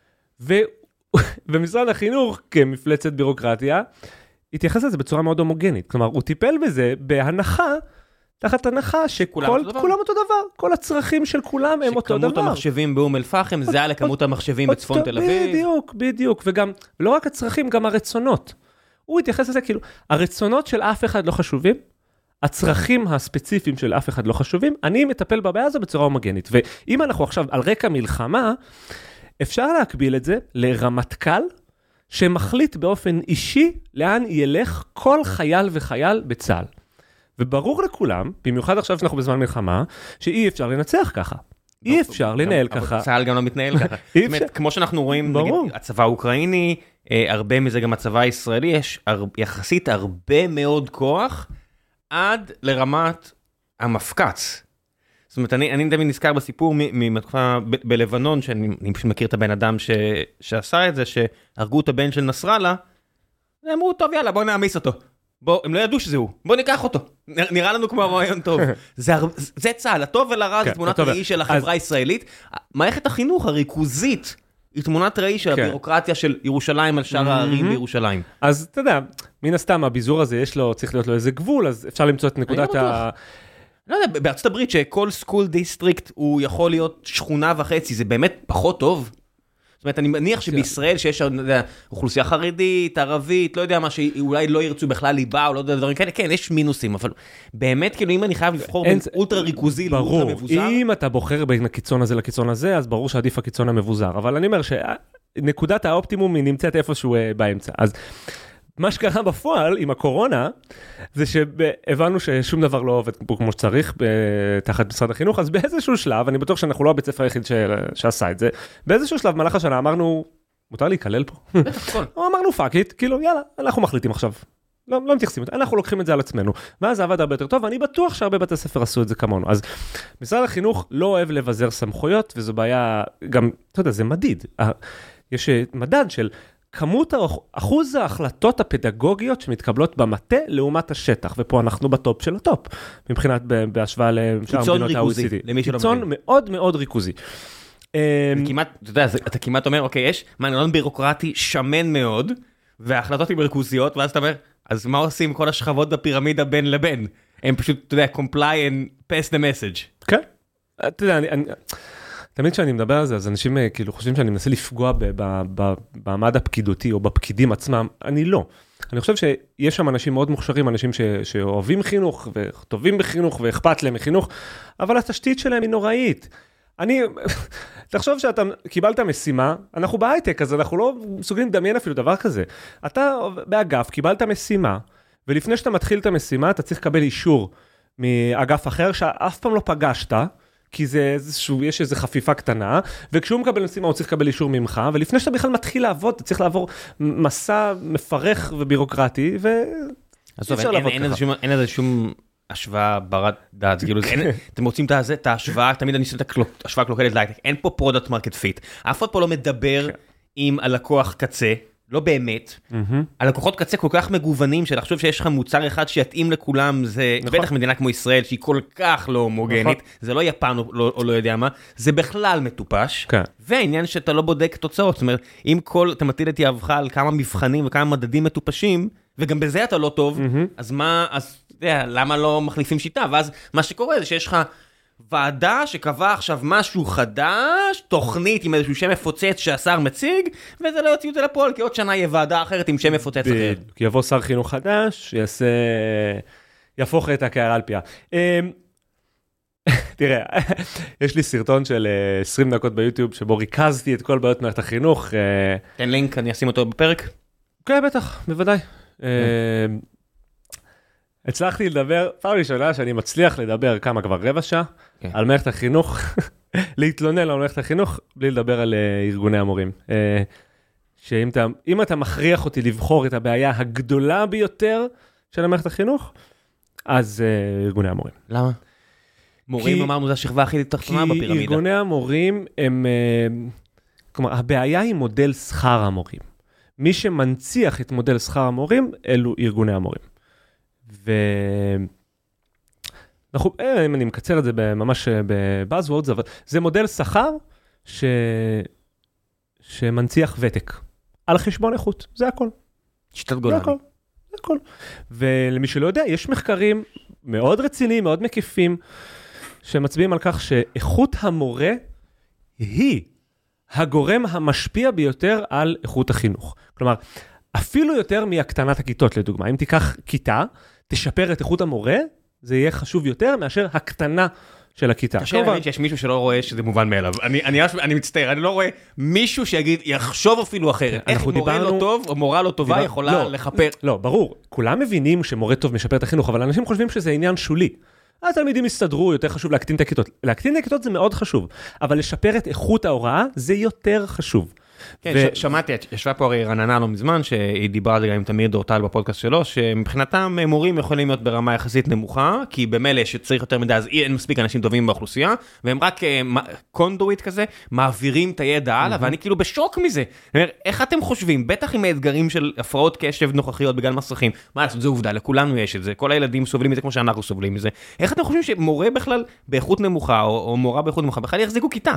ומשרד החינוך, כמפלצת בירוקרטיה, התייחס לזה בצורה מאוד הומוגנית. כלומר, הוא טיפל בזה בהנחה, תחת הנחה שכולם אותו דבר. כל הצרכים של כולם הם אותו דבר. שכמות המחשבים באום אל-פחם, זה היה לכמות המחשבים בצפון תל אביב. בדיוק. וגם, לא רק הצרכים, גם הרצונות. הוא התייחס לזה כאילו, הרצונות של אף אחד לא חשובים, הצרכים הספציפיים של אף אחד לא חשובים, אני מטפל בבעיה הזו בצורה הומוגנית. ואם אנחנו עכשיו על רקע מלחמה, אפשר להקביל את זה לרמטכ"ל, שמחליט באופן אישי לאן ילך כל חייל וחייל בצה"ל. וברור לכולם, במיוחד עכשיו שאנחנו בזמן מלחמה, שאי אפשר לנצח ככה. אי אפשר לנהל ככה. אבל צה"ל גם לא מתנהל ככה. זאת אומרת, כמו שאנחנו רואים, הצבא האוקראיני, הרבה מזה גם הצבא הישראלי, יש יחסית הרבה מאוד כוח, עד לרמת המפקץ. זאת אומרת, אני תמיד נזכר בסיפור מתקופה בלבנון, שאני פשוט מכיר את הבן אדם שעשה את זה, שהרגו את הבן של נסראללה, ואמרו, טוב, יאללה, בוא נעמיס אותו. הם לא ידעו שזה הוא, בוא ניקח אותו. נראה לנו כמו רעיון טוב. זה צה"ל, הטוב ולרע, זה תמונת ראי של החברה הישראלית. מערכת החינוך הריכוזית, היא תמונת ראי של הבירוקרטיה של ירושלים על שאר הערים בירושלים. אז אתה יודע, מן הסתם, הביזור הזה צריך להיות לו איזה גבול, אז אפשר למצוא את נקודת לא יודע, בארצות הברית שכל סקול דיסטריקט הוא יכול להיות שכונה וחצי, זה באמת פחות טוב. זאת אומרת, אני מניח שבישראל שיש אוכלוסייה חרדית, ערבית, לא יודע מה, שאולי לא ירצו בכלל ליבה, או לא יודע דברים כאלה, כן, יש מינוסים, אבל באמת, כאילו, אם אני חייב לבחור בין אולטרה ריכוזי לאולטרה מבוזר... ברור, אם אתה בוחר בין הקיצון הזה לקיצון הזה, אז ברור שעדיף הקיצון המבוזר, אבל אני אומר שנקודת האופטימום היא נמצאת איפשהו באמצע. אז מה שקרה בפועל עם הקורונה, זה שהבנו ששום דבר לא עובד כמו שצריך תחת משרד החינוך, אז באיזשהו שלב, אני בטוח שאנחנו לא הבית ספר היחיד שעשה את זה, באיזשהו שלב במהלך השנה אמרנו, מותר להיכלל פה? אמרנו פאק איט, כאילו יאללה, אנחנו מחליטים עכשיו. לא מתייחסים את זה, אנחנו לוקחים את זה על עצמנו, ואז זה עבד הרבה יותר טוב, ואני בטוח שהרבה בתי ספר עשו את זה כמונו. אז משרד החינוך לא אוהב לבזר סמכויות, וזו בעיה, גם, אתה יודע, זה מדיד. יש מדד של כמות אחוז ההחלטות הפדגוגיות שמתקבלות במטה לעומת השטח, ופה אנחנו בטופ של הטופ, מבחינת בהשוואה לשאר מדינות ה-OECD. קיצון מאוד מאוד ריכוזי. כמעט, אתה יודע, אתה כמעט אומר, אוקיי, יש מנגנון בירוקרטי שמן מאוד, וההחלטות הן ריכוזיות, ואז אתה אומר, אז מה עושים כל השכבות בפירמידה בין לבין? הם פשוט, אתה יודע, comply and pass the message. כן. אתה יודע, תמיד כשאני מדבר על זה, אז אנשים כאילו חושבים שאני מנסה לפגוע במעמד הפקידותי או בפקידים עצמם. אני לא. אני חושב שיש שם אנשים מאוד מוכשרים, אנשים שאוהבים חינוך וטובים בחינוך ואכפת להם מחינוך, אבל התשתית שלהם היא נוראית. תחשוב שאתה קיבלת משימה, אנחנו בהייטק, אז אנחנו לא מסוגלים לדמיין אפילו דבר כזה. אתה באגף קיבלת משימה, ולפני שאתה מתחיל את המשימה, אתה צריך לקבל אישור מאגף אחר שאף פעם לא פגשת, כי יש איזו חפיפה קטנה, וכשהוא מקבל משימה הוא צריך לקבל אישור ממך, ולפני שאתה בכלל מתחיל לעבוד, אתה צריך לעבור מסע מפרך ובירוקרטי, אין לזה שום השוואה ברת דעת, כאילו, אתם רוצים את ההשוואה, תמיד אני עושה את ההשוואה קלוקלת להייטק, אין פה פרודקט מרקט פיט, אף אחד פה לא מדבר עם הלקוח קצה, לא באמת, הלקוחות קצה כל כך מגוונים, שלחשוב שיש לך מוצר אחד שיתאים לכולם, זה בטח מדינה כמו ישראל, שהיא כל כך לא הומוגנית, זה לא יפן או לא יודע מה, זה בכלל מטופש, והעניין שאתה לא בודק תוצאות, זאת אומרת, אם אתה מטיל את יהבך על כמה מבחנים וכמה מדדים מטופשים, וגם בזה אתה לא טוב, אז מה, למה לא מחליפים שיטה? ואז מה שקורה זה שיש לך ועדה שקבעה עכשיו משהו חדש, תוכנית עם איזשהו שם מפוצץ שהשר מציג, וזה לא יוציא את זה לפועל, כי עוד שנה יהיה ועדה אחרת עם שם מפוצץ אחר. כי יבוא שר חינוך חדש, יהפוך את הקערה על פיה. תראה, יש לי סרטון של 20 דקות ביוטיוב, שבו ריכזתי את כל בעיות מערכת החינוך. תן לינק, אני אשים אותו בפרק? כן, בטח, בוודאי. הצלחתי לדבר, פעם ראשונה שאני מצליח לדבר כמה כבר רבע שעה, על מערכת החינוך, להתלונן על מערכת החינוך, בלי לדבר על ארגוני המורים. שאם אתה מכריח אותי לבחור את הבעיה הגדולה ביותר של מערכת החינוך, אז ארגוני המורים. למה? מורים אמרנו, זה השכבה הכי תחתונה בפירמידה. כי ארגוני המורים הם, כלומר, הבעיה היא מודל שכר המורים. מי שמנציח את מודל שכר המורים, אלו ארגוני המורים. אם אני מקצר את זה ממש בבאזוורדס, אבל זה מודל שכר שמנציח ותק. על חשבון איכות, זה הכל. שיטת גולני. זה הכל. ולמי שלא יודע, יש מחקרים מאוד רציניים, מאוד מקיפים, שמצביעים על כך שאיכות המורה היא הגורם המשפיע ביותר על איכות החינוך. כלומר, אפילו יותר מהקטנת הכיתות, לדוגמה. אם תיקח כיתה, תשפר את איכות המורה, זה יהיה חשוב יותר מאשר הקטנה של הכיתה. קשה להבין שיש מישהו שלא רואה שזה מובן מאליו. אני מצטער, אני לא רואה מישהו שיגיד, יחשוב אפילו אחרת. איך מורה לא טוב או מורה לא טובה יכולה לחפר. לא, ברור. כולם מבינים שמורה טוב משפר את החינוך, אבל אנשים חושבים שזה עניין שולי. התלמידים יסתדרו, יותר חשוב להקטין את הכיתות. להקטין את הכיתות זה מאוד חשוב, אבל לשפר את איכות ההוראה זה יותר חשוב. כן, שמעתי, ישבה פה הרי רננה לא מזמן, שהיא דיברה על זה גם עם תמיר דורטל בפודקאסט שלו, שמבחינתם מורים יכולים להיות ברמה יחסית נמוכה, כי במילא שצריך יותר מדי, אז אין מספיק אנשים טובים באוכלוסייה, והם רק קונדוויט כזה, מעבירים את הידע הלאה, ואני כאילו בשוק מזה. איך אתם חושבים, בטח עם האתגרים של הפרעות קשב נוכחיות בגלל מסכים, מה לעשות, זה עובדה, לכולנו יש את זה, כל הילדים סובלים מזה כמו שאנחנו סובלים מזה. איך אתם חושבים שמורה בכלל באיכות נמוכה, או מורה באיכות נמוכה, בכלל יחזיקו כיתה?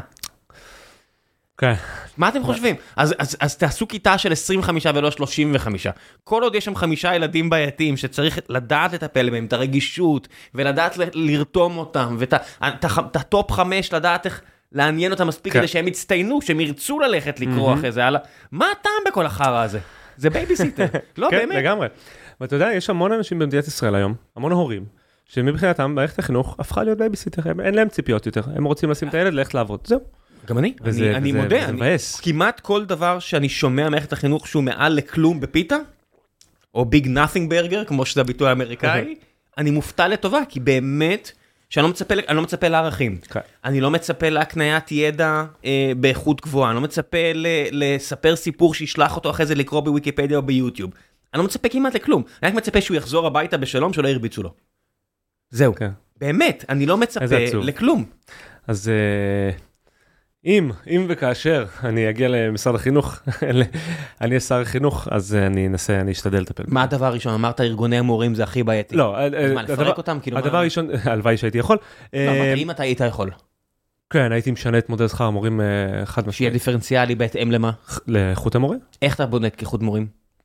מה אתם חושבים? אז תעשו כיתה של 25 ולא 35. כל עוד יש שם 5 ילדים בעייתיים שצריך לדעת לטפל בהם, את הרגישות, ולדעת לרתום אותם, ואת הטופ 5 לדעת איך לעניין אותם מספיק כדי שהם יצטיינו, שהם ירצו ללכת לקרוא אחרי זה הלאה. מה הטעם בכל החרא הזה? זה בייביסיטר. לא, באמת. כן, לגמרי. ואתה יודע, יש המון אנשים במדינת ישראל היום, המון הורים, שמבחינתם מערכת החינוך הפכה להיות בייביסיטר. אין להם ציפיות יותר. הם רוצים לשים את הילד, ללכת לעבוד. זהו. גם אני מודה, כמעט כל דבר שאני שומע מערכת החינוך שהוא מעל לכלום בפיתה, או ביג נאטינג ברגר, כמו שזה הביטוי האמריקאי, אני מופתע לטובה, כי באמת, שאני לא מצפה לערכים. אני לא מצפה להקניית ידע באיכות גבוהה, אני לא מצפה לספר סיפור שישלח אותו אחרי זה לקרוא בוויקיפדיה או ביוטיוב. אני לא מצפה כמעט לכלום. אני רק מצפה שהוא יחזור הביתה בשלום, שלא ירביצו לו. זהו. באמת, אני לא מצפה לכלום. אז אם וכאשר אני אגיע למשרד החינוך, אני אהיה שר החינוך, אז אני אשתדל לטפל. מה הדבר הראשון? אמרת ארגוני המורים זה הכי בעייתי. לא. מה, לפרק אותם? הדבר הראשון, הלוואי שהייתי יכול. לא, אם אתה היית יכול. כן, הייתי משנה את מודל שכר המורים חד משמעית. שיהיה דיפרנציאלי בהתאם למה? לאיכות המורה. איך אתה בודק איכות מורים?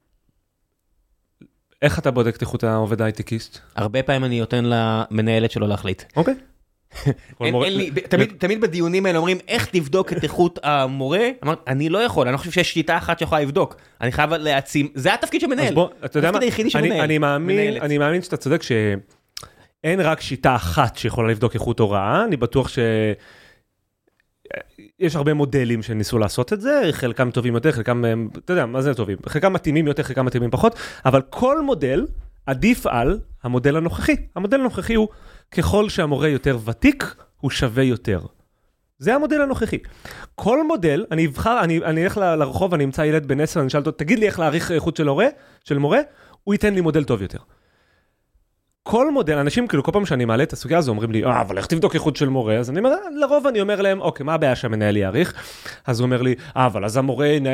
איך אתה בודק את איכות העובד הייטקיסט? הרבה פעמים אני נותן למנהלת שלו להחליט. אוקיי. תמיד בדיונים האלה אומרים, איך תבדוק את איכות המורה? אני לא יכול, אני לא חושב שיש שיטה אחת שיכולה לבדוק. אני חייב להעצים, זה התפקיד של מנהל. אתה יודע מה? אני מאמין שאתה צודק שאין רק שיטה אחת שיכולה לבדוק איכות הוראה, אני בטוח יש הרבה מודלים שניסו לעשות את זה, חלקם טובים יותר, חלקם, אתה יודע, מה זה טובים? חלקם מתאימים יותר, חלקם מתאימים פחות, אבל כל מודל עדיף על המודל הנוכחי. המודל הנוכחי הוא, ככל שהמורה יותר ותיק, הוא שווה יותר. זה המודל הנוכחי. כל מודל, אני אלך לרחוב, אני אמצא ילד בן 10, אני אשאל אותו, תגיד לי איך להעריך איכות של מורה, הוא ייתן לי מודל טוב יותר. כל מודל, אנשים כאילו כל פעם שאני מעלה את הסוגיה הזו, אומרים לי, אבל איך תבדוק איכות של מורה? אז אני אומר, לרוב אני אומר להם, אוקיי, מה הבעיה שהמנהל יעריך? אז הוא אומר לי, אבל אז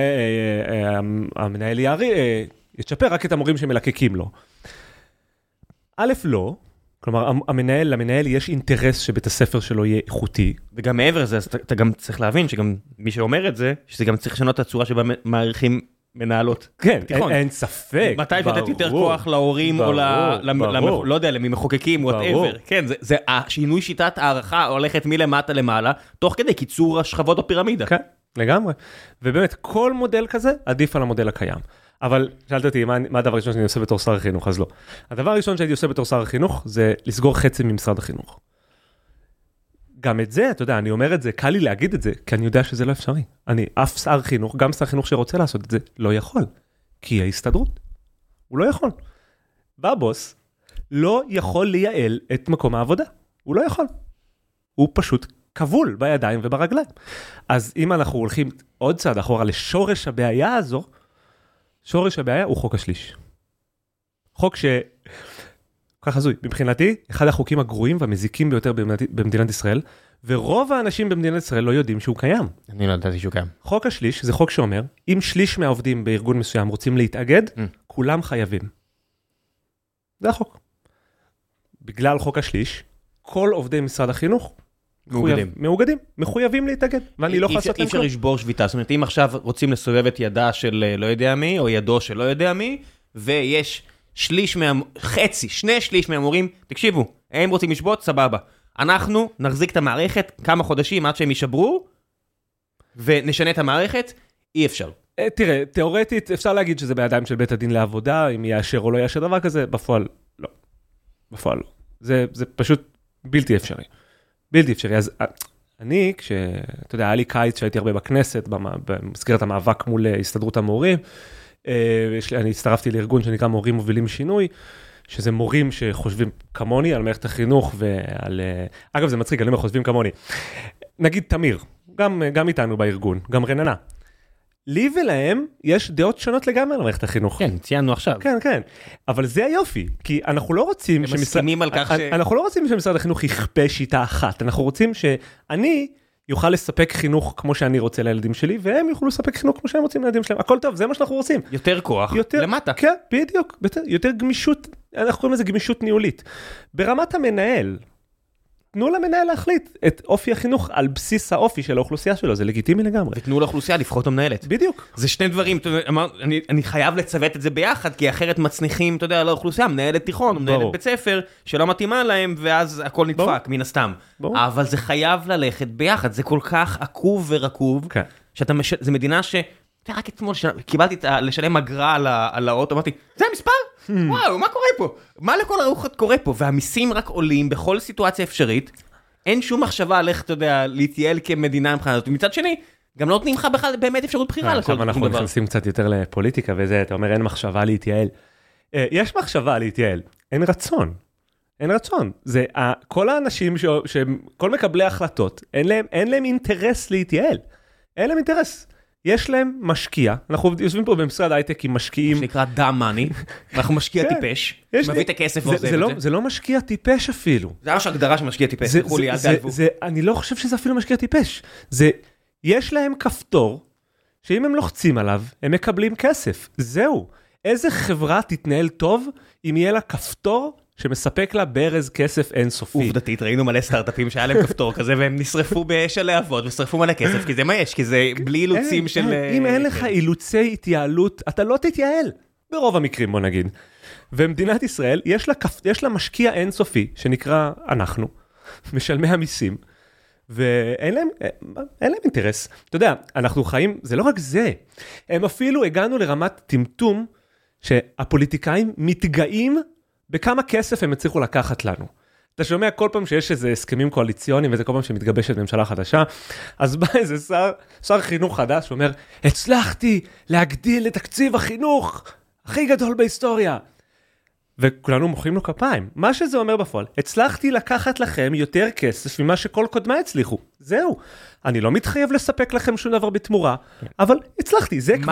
המנהל יצ'פר רק את המורים שמלקקים לו. א', לא, כלומר, למנהל יש אינטרס שבית הספר שלו יהיה איכותי. וגם מעבר לזה, אתה גם צריך להבין שגם מי שאומר את זה, שזה גם צריך לשנות את הצורה שבה מעריכים מנהלות. כן, אין ספק. מתי שתת יותר כוח להורים או לא יודע, למי מחוקקים, whatever. כן, זה השינוי שיטת הערכה הולכת מלמטה למעלה, תוך כדי קיצור השכבות בפירמידה. כן, לגמרי. ובאמת, כל מודל כזה עדיף על המודל הקיים. אבל שאלת אותי, מה הדבר הראשון שאני עושה בתור שר החינוך? אז לא. הדבר הראשון שהייתי עושה בתור שר החינוך, זה לסגור חצי ממשרד החינוך. גם את זה, אתה יודע, אני אומר את זה, קל לי להגיד את זה, כי אני יודע שזה לא אפשרי. אף שר חינוך, גם שר חינוך שרוצה לעשות את זה, לא יכול. כי ההסתדרות. הוא לא יכול. בבוס לא יכול לייעל את מקום העבודה. הוא לא יכול. הוא פשוט כבול בידיים וברגליים. אז אם אנחנו הולכים עוד צעד אחורה לשורש הבעיה הזו, שורש הבעיה הוא חוק השליש. חוק כך הזוי, מבחינתי, אחד החוקים הגרועים והמזיקים ביותר במדינת ישראל, ורוב האנשים במדינת ישראל לא יודעים שהוא קיים. אני לא ידעתי שהוא קיים. חוק השליש זה חוק שאומר, אם שליש מהעובדים בארגון מסוים רוצים להתאגד, כולם חייבים. זה החוק. בגלל חוק השליש, כל עובדי משרד החינוך מאוגדים, מחויבים להתאגד, ואני לא חסות להם אי אפשר לשבור שביתה, זאת אומרת, אם עכשיו רוצים לסובב את ידה של לא יודע מי, או ידו של לא יודע מי, ויש שני שליש מהמורים, תקשיבו, הם רוצים לשבות, סבבה. אנחנו נחזיק את המערכת כמה חודשים עד שהם יישברו, ונשנה את המערכת, אי אפשר. תראה, תיאורטית, אפשר להגיד שזה בידיים של בית הדין לעבודה, אם יאשר או לא יאשר דבר כזה, בפועל לא. בפועל לא. זה פשוט בלתי אפשרי. בלתי אפשרי. אז אני, אתה יודע, היה לי קיץ שהייתי הרבה בכנסת, במסגרת המאבק מול הסתדרות המורים, אני הצטרפתי לארגון שנקרא מורים מובילים שינוי, שזה מורים שחושבים כמוני על מערכת החינוך ועל... אגב, זה מצחיק, אני חושבים כמוני. נגיד תמיר, גם איתנו בארגון, גם רננה. לי ולהם יש דעות שונות לגמרי על מערכת החינוך. כן, ציינו עכשיו. כן, כן. אבל זה היופי, כי אנחנו לא רוצים... הם מסכימים על כך אנחנו לא רוצים שמשרד החינוך יכפה שיטה אחת. אנחנו רוצים שאני יוכל לספק חינוך כמו שאני רוצה לילדים שלי, והם יוכלו לספק חינוך כמו שהם רוצים לילדים שלהם. הכל טוב, זה מה שאנחנו רוצים. יותר כוח, למטה. כן, בדיוק. יותר גמישות, אנחנו קוראים לזה גמישות ניהולית. ברמת המנהל, תנו למנהל להחליט את אופי החינוך על בסיס האופי של האוכלוסייה שלו, זה לגיטימי לגמרי. ותנו לאוכלוסייה לבחור את המנהלת. בדיוק. זה שני דברים, אני חייב לצוות את זה ביחד, כי אחרת מצניחים, אתה יודע, לאוכלוסייה, מנהלת תיכון, מנהלת בית ספר, שלא מתאימה להם, ואז הכל נדפק, מן הסתם. אבל זה חייב ללכת ביחד, זה כל כך עקוב ורקוב, זה מדינה ש... רק אתמול קיבלתי לשלם אגרה על האוטו, אמרתי, זה המספר? וואו, מה קורה פה? מה לכל הרוחות קורה פה? והמיסים רק עולים בכל סיטואציה אפשרית, אין שום מחשבה על איך, אתה יודע, להתייעל כמדינה מבחינת. ומצד שני, גם לא נותנים לך בכלל באמת אפשרות בחירה לכל דבר. אנחנו נכנסים קצת יותר לפוליטיקה וזה, אתה אומר, אין מחשבה להתייעל. יש מחשבה להתייעל, אין רצון. אין רצון. זה כל האנשים כל מקבלי ההחלטות, אין להם אינטרס להתייעל. אין להם אינטרס. יש להם משקיע, אנחנו יושבים פה במשרד הייטק עם משקיעים. שנקרא dumb money, אנחנו משקיע טיפש, מביא את הכסף ועוזב את זה. זה לא משקיע טיפש אפילו. זה ממש הגדרה של משקיע טיפש, חולי, אל תעלבו. אני לא חושב שזה אפילו משקיע טיפש. יש להם כפתור, שאם הם לוחצים עליו, הם מקבלים כסף. זהו. איזה חברה תתנהל טוב, אם יהיה לה כפתור, שמספק לה ברז כסף אינסופי. עובדתית, ראינו מלא סטארט-אפים שהיה להם כפתור כזה, והם נשרפו באש הלהבות, ושרפו מלא כסף, כי זה מה יש, כי זה בלי אילוצים של... אם אין לך אילוצי התייעלות, אתה לא תתייעל. ברוב המקרים, בוא נגיד. ומדינת ישראל, יש לה משקיע אינסופי, שנקרא אנחנו, משלמי המיסים, ואין להם אינטרס. אתה יודע, אנחנו חיים, זה לא רק זה, הם אפילו הגענו לרמת טמטום, שהפוליטיקאים מתגאים בכמה כסף הם הצליחו לקחת לנו. אתה שומע כל פעם שיש איזה הסכמים קואליציוניים, וזה כל פעם שמתגבשת ממשלה חדשה, אז בא איזה שר חינוך חדש, שאומר, הצלחתי להגדיל את תקציב החינוך הכי גדול בהיסטוריה. וכולנו מוחאים לו כפיים. מה שזה אומר בפועל, הצלחתי לקחת לכם יותר כסף ממה שכל קודמי הצליחו. זהו. אני לא מתחייב לספק לכם שום דבר בתמורה, אבל הצלחתי. זה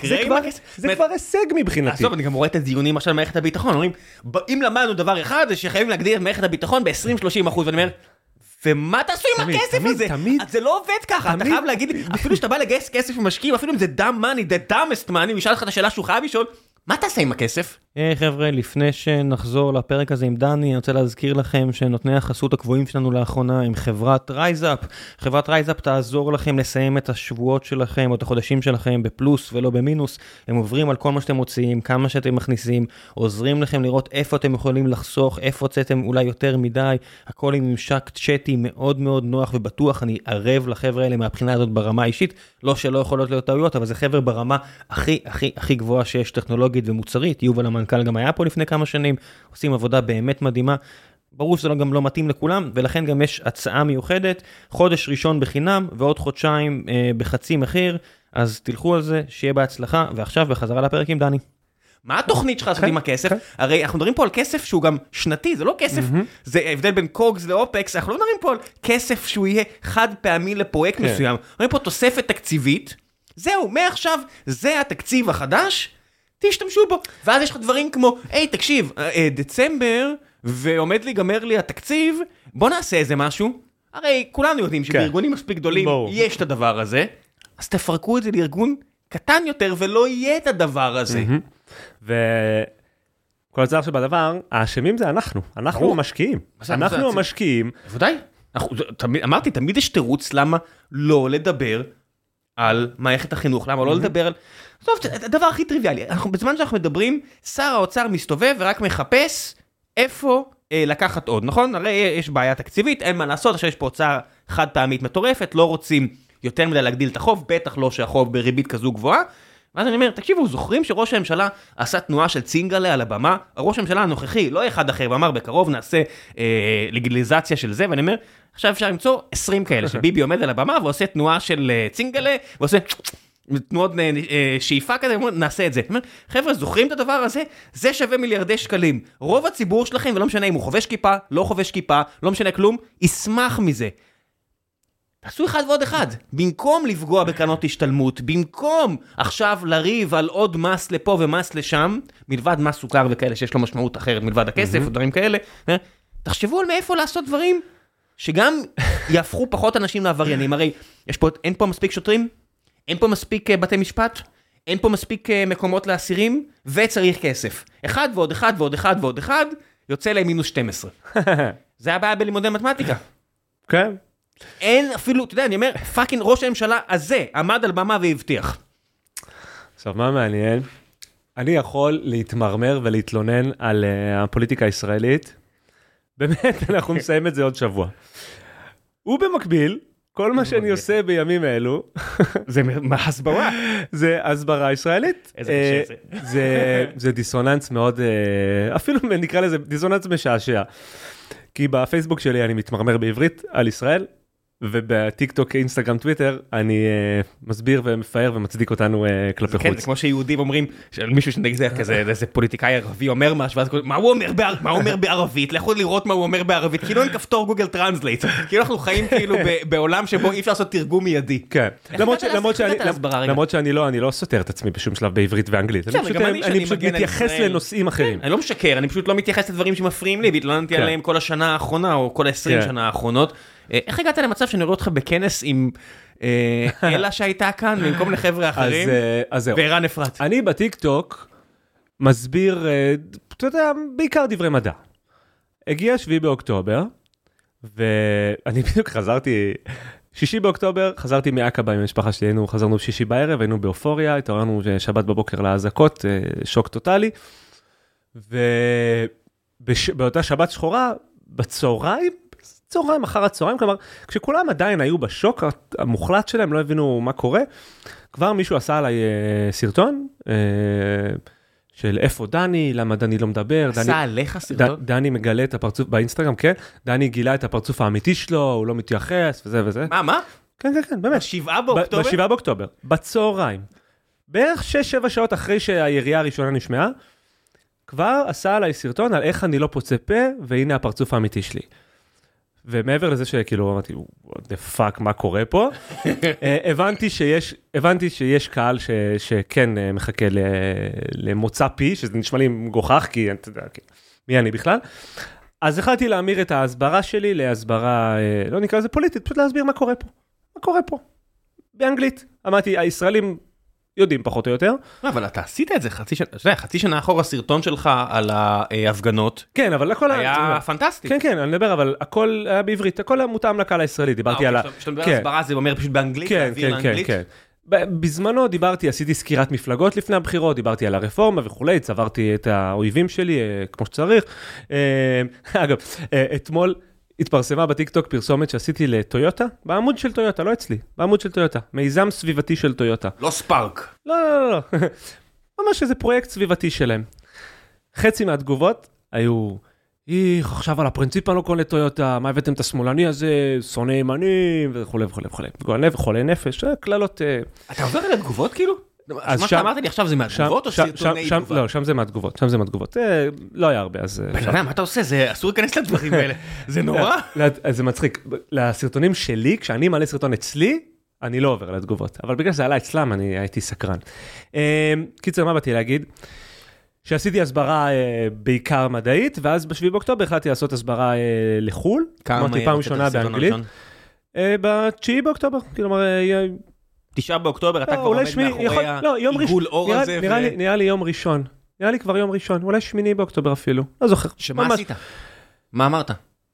כבר הישג מבחינתי. עזוב, אני גם רואה את הדיונים עכשיו למערכת הביטחון, אומרים, אם למדנו דבר אחד, זה שחייבים להגדיל את מערכת הביטחון ב-20-30%, ואני אומר, ומה תעשו עם הכסף הזה? זה לא עובד ככה, אתה חייב להגיד, אפילו שאתה בא לגייס כסף ומשקיעים, אפילו אם זה dumb money, the dumbest money, משאל לך את השאלה שהוא חייב לשאול, מה תעשה עם הכסף? חבר'ה, לפני שנחזור לפרק הזה עם דני, אני רוצה להזכיר לכם שנותני החסות הקבועים שלנו לאחרונה עם חברת רייזאפ. חברת רייזאפ תעזור לכם לסיים את השבועות שלכם או את החודשים שלכם בפלוס ולא במינוס. הם עוברים על כל מה שאתם מוציאים, כמה שאתם מכניסים, עוזרים לכם לראות איפה אתם יכולים לחסוך, איפה הוצאתם אולי יותר מדי, הכל עם ממשק צ'אטי מאוד מאוד נוח ובטוח. אני ערב לחבר'ה האלה מהבחינה הזאת ברמה האישית, לא שלא יכולות להיות טעויות, אבל זה חבר'ה ברמה הכי גבוהה שיש טכנולוגית ומוצרית. יובל המנכ"ל גם היה פה לפני כמה שנים, עושים עבודה באמת מדהימה, ברור שזה גם לא מתאים לכולם, ולכן גם יש הצעה מיוחדת, חודש ראשון בחינם, ועוד חודשיים בחצי מחיר, אז תלכו על זה, שיהיה בהצלחה, ועכשיו בחזרה לפרק עם דני. מה התוכנית שלך לעשות עם הכסף? הרי אנחנו מדברים פה על כסף שהוא גם שנתי, זה לא כסף, זה הבדל בין קוגס לאופקס, אנחנו לא מדברים פה על כסף שהוא יהיה חד פעמי לפרויקט מסוים, מדברים פה תוספת תקציבית, זהו, מעכשיו זה התקציב החדש, תשתמשו בו. ואז יש לך דברים כמו, היי, תקשיב, דצמבר, ועומד להיגמר לי התקציב, בוא נעשה איזה משהו. הרי כולנו יודעים שבארגונים מספיק גדולים יש את הדבר הזה, אז תפרקו את זה לארגון קטן יותר, ולא יהיה את הדבר הזה. וכל הצער שבדבר, האשמים זה אנחנו המשקיעים. אנחנו המשקיעים. בוודאי. אמרתי, תמיד יש תירוץ למה לא לדבר על מערכת החינוך, למה לא לדבר על... טוב, הדבר הכי טריוויאלי, בזמן שאנחנו מדברים, שר האוצר מסתובב ורק מחפש איפה לקחת עוד, נכון? הרי יש בעיה תקציבית, אין מה לעשות, עכשיו יש פה הוצאה חד פעמית מטורפת, לא רוצים יותר מדי להגדיל את החוב, בטח לא שהחוב בריבית כזו גבוהה, ואז אני אומר, תקשיבו, זוכרים שראש הממשלה עשה תנועה של צינגלה על הבמה? הראש הממשלה הנוכחי, לא אחד אחר, ואמר, בקרוב נעשה לגיליזציה של זה, ואני אומר, עכשיו אפשר למצוא 20 כאלה, שביבי עומד על הבמה ועושה תנועה של צינגלה, ועושה תנועות שאיפה כזה, נעשה את זה. חבר'ה, זוכרים את הדבר הזה? זה שווה מיליארדי שקלים. רוב הציבור שלכם, ולא משנה אם הוא חובש כיפה, לא חובש כיפה, לא משנה כלום, ישמח מזה. תעשו אחד ועוד אחד. במקום לפגוע בקרנות השתלמות, במקום עכשיו לריב על עוד מס לפה ומס לשם, מלבד מס סוכר וכאלה שיש לו משמעות אחרת מלבד הכסף, או דברים כאלה, תחשבו על מאיפה לעשות דברים שגם יהפכו פחות אנשים לעבריינים. הרי אין פה מספיק שוטרים, אין פה מספיק בתי משפט, אין פה מספיק מקומות לאסירים, וצריך כסף. אחד ועוד אחד ועוד אחד ועוד אחד, יוצא להם מינוס 12. זה הבעיה בלימודי מתמטיקה. כן. אין אפילו, אתה יודע, אני אומר, פאקינג ראש הממשלה הזה עמד על במה והבטיח. עכשיו, מה מעניין? אני יכול להתמרמר ולהתלונן על הפוליטיקה הישראלית. באמת, אנחנו נסיים את זה עוד שבוע. ובמקביל, כל מה שאני עושה בימים האלו, זה הסברה. זה הסברה ישראלית. איזה קשה זה. זה דיסוננס מאוד, אפילו נקרא לזה דיסוננס משעשע. כי בפייסבוק שלי אני מתמרמר בעברית על ישראל, ובטיק טוק, אינסטגרם, טוויטר, אני מסביר ומפאר ומצדיק אותנו כלפי חוץ. כן, זה כמו שיהודים אומרים, מישהו שנגזר כזה, איזה פוליטיקאי ערבי אומר משהו, ואז מה הוא אומר בערבית? לכו לראות מה הוא אומר בערבית, כאילו אין כפתור גוגל טרנסלייט, כאילו אנחנו חיים כאילו בעולם שבו אי אפשר לעשות תרגום מיידי. כן, למרות שאני לא סותר את עצמי בשום שלב בעברית ואנגלית, אני פשוט מתייחס לנושאים אחרים. אני לא משקר, אני פשוט לא מתייחס לדברים שמפריעים לי, והתלוננתי עליהם כל השנה האחרונה, או כל 20 שנה האחרונות. איך הגעת למצב שאני רואה אותך בכנס עם אלה שהייתה כאן, במקום לחבר'ה אחרים, וערן אפרת? אני בטיק טוק מסביר, אתה יודע, בעיקר דברי מדע. הגיע 7 באוקטובר, ואני בדיוק חזרתי, 6 באוקטובר, חזרתי מעקבה עם המשפחה שלי, חזרנו ב6 בערב, היינו באופוריה, התעוררנו שבת בבוקר להזעקות, שוק טוטלי, ובאותה שבת שחורה, בצהריים, אחר הצהריים, כלומר, כשכולם עדיין היו בשוק המוחלט שלהם, לא הבינו מה קורה, כבר מישהו עשה עליי סרטון, של איפה דני, למה דני לא מדבר. עשה עליך סרטון? דני מגלה את הפרצוף, באינסטגרם, כן, דני גילה את הפרצוף האמיתי שלו, הוא לא מתייחס, וזה וזה. מה? כן, באמת. ב7 באוקטובר? ב7 באוקטובר, בצהריים. בערך 6-7 שעות אחרי שהירייה הראשונה נשמעה, כבר עשה עליי סרטון על איך אני לא פוצה פה, והנה הפרצוף האמיתי שלי. ומעבר לזה שכאילו אמרתי, what the fuck, מה קורה פה? הבנתי שיש קהל שכן מחכה למוצא פי, שזה נשמע לי מגוחך, כי אתה יודע, מי אני בכלל? אז החלטתי להמיר את ההסברה שלי להסברה, לא נקרא לזה פוליטית, פשוט להסביר מה קורה פה. מה קורה פה? באנגלית. אמרתי, הישראלים יודעים פחות או יותר. אבל אתה עשית את זה חצי שנה אחורה סרטון שלך על ההפגנות. כן, אבל הכל היה פנטסטי. כן, אני מדבר, אבל הכל היה בעברית, הכל היה מותאם לקהל הישראלי, דיברתי על כשאתה מדבר על הסברה זה אומר פשוט באנגלית, להעביר לאנגלית. כן. בזמנו עשיתי סקירת מפלגות לפני הבחירות, דיברתי על הרפורמה וכולי, צברתי את האויבים שלי כמו שצריך. אגב, אתמול התפרסמה בטיקטוק פרסומת שעשיתי לטויוטה, בעמוד של טויוטה, לא אצלי, בעמוד של טויוטה, מיזם סביבתי של טויוטה. לא ספארק. לא. ממש איזה פרויקט סביבתי שלהם. חצי מהתגובות היו, עכשיו על הפרינציפ אני לא קונה טויוטה, מה הבאתם את השמאלני הזה, שונא ימנים, וכולי. חולי נפש, כללות. אתה עובר על התגובות כאילו? אז מה שאמרת לי עכשיו זה מהתגובות או סרטוני תגובה? לא, שם זה מהתגובות. לא היה הרבה, אז... מה אתה עושה? זה אסור להיכנס לדברים האלה. זה נורא. זה מצחיק. לסרטונים שלי, כשאני מעלה סרטון אצלי, אני לא עובר על התגובות. אבל בגלל שזה עלה אצלם, אני הייתי סקרן. קיצר, מה באתי להגיד? שעשיתי הסברה בעיקר מדעית, ואז ב7 באוקטובר החלטתי לעשות הסברה לחול. כמה פעם ראשונה באנגלית. ב9 באוקטובר. כלומר, 9 באוקטובר, אתה כבר עומד מאחורי העיגול אור הזה. נראה לי יום ראשון. נראה לי כבר יום ראשון. אולי 8 באוקטובר אפילו. לא זוכר. שמה עשית? מה אמרת?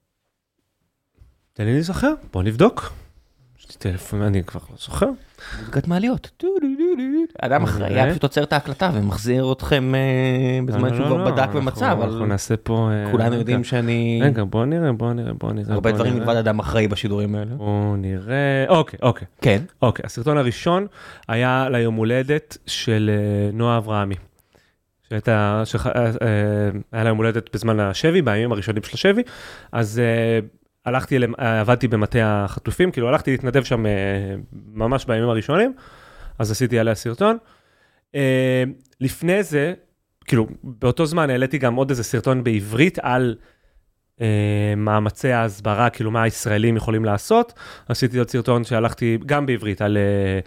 תן לי לזכר. בוא נבדוק. יש לי טלפון, אני כבר לא זוכר. מוזגת מעליות. אדם אחראי, היה פשוט עוצר את ההקלטה ומחזיר אתכם בזמן שהוא כבר בדק במצב. אנחנו נעשה פה... כולנו יודעים שאני... רגע, בוא נראה. הרבה דברים מלבד אדם אחראי בשידורים האלה. בוא נראה... אוקיי. כן. אוקיי, הסרטון הראשון היה ליום הולדת של נועה אברהמי. היה לה יום הולדת בזמן השבי, בימים הראשונים של השבי, אז... עבדתי במטה החטופים, כאילו הלכתי להתנדב שם ממש בימים הראשונים, אז עשיתי עליה סרטון. לפני זה, כאילו באותו זמן העליתי גם עוד איזה סרטון בעברית על מאמצי ההסברה, כאילו מה הישראלים יכולים לעשות. עשיתי עוד סרטון שהלכתי גם בעברית על...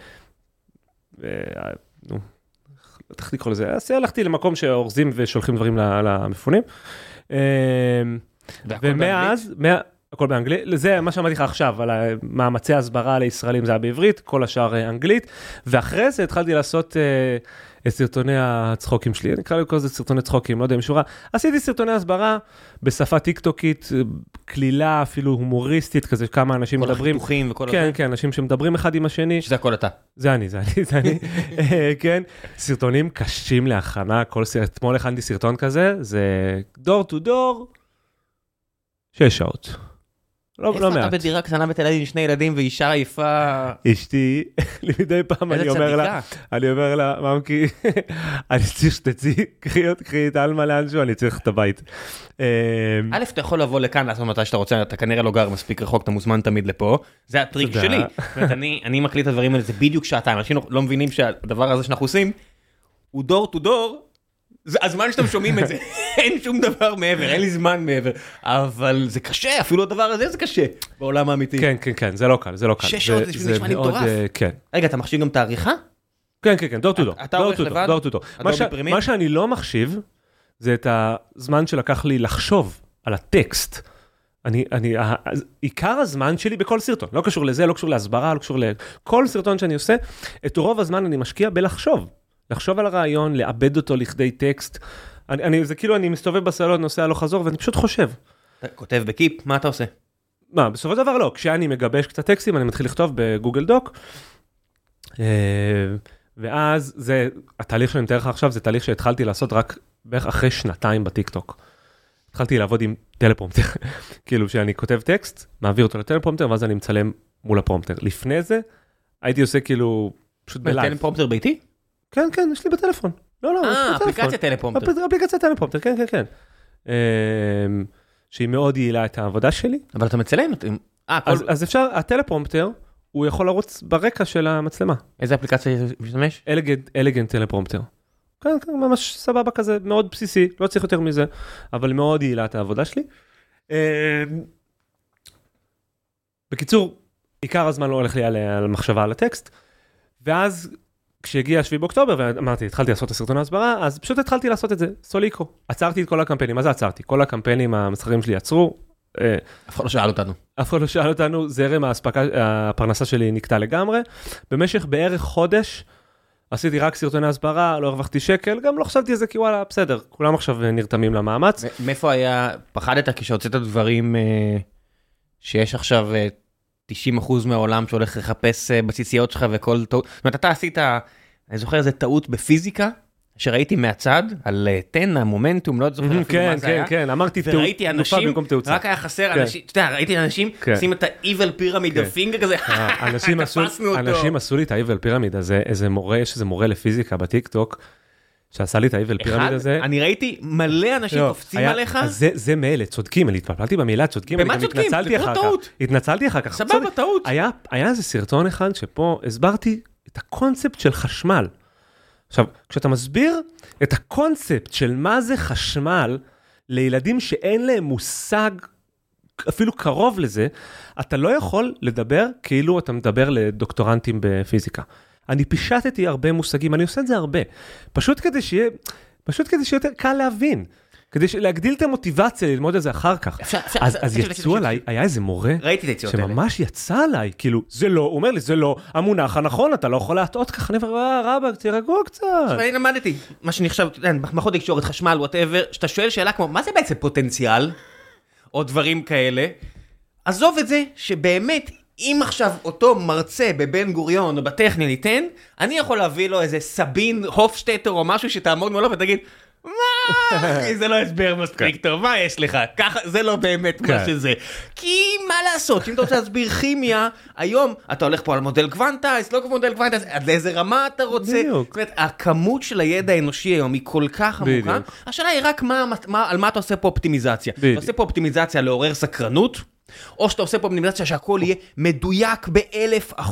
איך לקרוא לזה? אז הלכתי למקום שאורזים ושולחים דברים למפונים. ומאז... הכל באנגלית, זה מה שאמרתי לך עכשיו, על מאמצי ההסברה לישראלים זה היה בעברית, כל השאר אנגלית, ואחרי זה התחלתי לעשות את סרטוני הצחוקים שלי, אני אקרא לי כל זה סרטוני צחוקים, לא יודע אם שורה, עשיתי סרטוני הסברה בשפה טיקטוקית, כלילה, אפילו הומוריסטית, כזה כמה אנשים מדברים, כל החיתוכים וכל כן, כן, אנשים שמדברים אחד עם השני, שזה הכל אתה. זה אני, כן, סרטונים קשים להכנה, אתמול הכנתי סרטון כזה, זה door to door, 6 שעות. לא מעט. איפה אתה בדירה קטנה בתל אביב עם 2 ילדים ואישה עייפה? אשתי, מדי פעם אני אומר לה, ממקי, אני צריך שתצאי, קחי את אלמה לאנשהו, אני צריך את הבית. א', אתה יכול לבוא לכאן לעשות מתי שאתה רוצה, אתה כנראה לא גר מספיק רחוק, אתה מוזמן תמיד לפה, זה הטריק שלי. אני מקליט את הדברים האלה, זה בדיוק שעתיים, אנשים לא מבינים שהדבר הזה שאנחנו עושים, הוא דור טו דור, זה הזמן שאתם שומעים את זה, אין שום דבר מעבר, אין לי זמן מעבר, אבל זה קשה, אפילו הדבר הזה זה קשה, בעולם האמיתי. כן, כן, כן, זה לא קל, זה לא קל. 6 שעות, זה נשמע לי מטורף. כן. רגע, אתה מחשיב גם את העריכה? כן, כן, כן, דור טו דור. אתה עורך לבד? דור טו דור. מה שאני לא מחשיב, זה את הזמן שלקח לי לחשוב על הטקסט. עיקר הזמן שלי בכל סרטון, לא קשור לזה, לא קשור להסברה, לא קשור לכל סרטון שאני עושה, את רוב הזמן אני משקיע בלחשוב. לחשוב על הרעיון, לאבד אותו לכדי טקסט. זה כאילו אני מסתובב בסלון, נוסע לא חזור, ואני פשוט חושב. אתה כותב בקיפ, מה אתה עושה? מה, בסופו של דבר לא. כשאני מגבש קצת טקסטים, אני מתחיל לכתוב בגוגל דוק, ואז זה, התהליך שאני מתאר לך עכשיו, זה תהליך שהתחלתי לעשות רק בערך אחרי 2 בטיקטוק. התחלתי לעבוד עם טלפרומפטר. כאילו שאני כותב טקסט, מעביר אותו לטלפרומפטר, ואז אני מצלם מול הפרומפטר. לפני זה, הייתי עושה כאילו, פשוט בלייב. טלפרומפטר ביתי? כן, כן, יש לי בטלפון. לא, יש לי בטלפון. אפליקציה טלפרומפטר. אפליקציה טלפרומפטר, כן, כן, כן. שהיא מאוד יעילה את העבודה שלי. אבל אתה מצלם. אז אפשר, הטלפרומפטר, הוא יכול לרוץ ברקע של המצלמה. איזה אפליקציה משתמש? אלגנט טלפרומפטר. כן, כן, ממש סבבה כזה, מאוד בסיסי, לא צריך יותר מזה, אבל מאוד יעילה את העבודה שלי. בקיצור, עיקר הזמן לא הולך לי על מחשבה על הטקסט, ואז כשהגיע 7 באוקטובר, ואמרתי, התחלתי לעשות את הסרטון ההסברה, אז פשוט התחלתי לעשות את זה, סוליקו. עצרתי את כל הקמפיינים, מה זה עצרתי? כל הקמפיינים המסחרים שלי עצרו. אף אחד לא שאל אותנו. אף אחד לא שאל אותנו, זרם הפרנסה שלי נקטע לגמרי. במשך בערך חודש, עשיתי רק סרטוני הסברה, לא הרווחתי שקל, גם לא חשבתי על זה, כי וואלה, בסדר, כולם עכשיו נרתמים למאמץ. מאיפה היה, פחדת כשהוצאת דברים שיש עכשיו 90% מהעולם שהולך לחפש בסיסיות שלך וכל טעות, זאת אומרת, אתה עשית, אני זוכר איזה טעות בפיזיקה, שראיתי מהצד, על תנע, מומנטום, לא זוכר אפילו מה זה היה. כן, כן, אמרתי תנופה במקום תאוצה. רק היה חסר אנשים, אתה יודע, ראיתי אנשים, שים את ה-Evil Pyramid Finger כזה, תפסנו אותו. אנשים עשו לי את ה-Evil Pyramid הזה, יש איזה מורה לפיזיקה בטיקטוק, שעשה לי את ה-Evil Pyramid הזה. אני ראיתי מלא אנשים קופצים עליך. זה מאלה, צודקים, אני התפלפלתי במילה, צודקים. במה צודקים? זה כמו טעות. התנצלתי אחר כך. סבבה, טעות. היה איזה סרטון אחד שפה הסברתי את הקונספט של חשמל. עכשיו, כשאתה מסביר את הקונספט של מה זה חשמל לילדים שאין להם מושג אפילו קרוב לזה, אתה לא יכול לדבר כאילו אתה מדבר לדוקטורנטים בפיזיקה. אני פישטתי הרבה מושגים, אני עושה את זה הרבה. פשוט כדי שיהיה יותר קל להבין. כדי להגדיל את המוטיבציה ללמוד את זה אחר כך. אז יצאו עליי, היה איזה מורה, שממש יצא עליי, כאילו, זה לא, הוא אומר לי, זה לא המונח הנכון, אתה לא יכול להטעות ככה, אני אומר, רבא, תירגעו קצת. אני למדתי, מה שנחשב, מחמחות תקשורת, חשמל, whatever, שאתה שואל שאלה כמו, מה זה בעצם פוטנציאל? או דברים כאלה. עזוב את זה, שבאמת, אם עכשיו אותו מרצה בבן גוריון או בטכניון ייתן, אני יכול להביא לו איזה סבין הופשטטר או משהו שתעמוד מולו ותגיד, מה? זה לא הסבר מספיק טוב, מה יש לך? ככה, זה לא באמת מה שזה. כי מה לעשות, אם אתה רוצה להסביר כימיה, היום אתה הולך פה על מודל קוונטייס, לא מודל קוונטייס, עד לאיזה רמה אתה רוצה? זאת אומרת, הכמות של הידע האנושי היום היא כל כך עמוקה, השאלה היא רק על מה אתה עושה פה אופטימיזציה. אתה עושה פה אופטימיזציה לעורר סקרנות, או שאתה עושה פה אופטימיזציה שהכל יהיה מדויק ב1000%,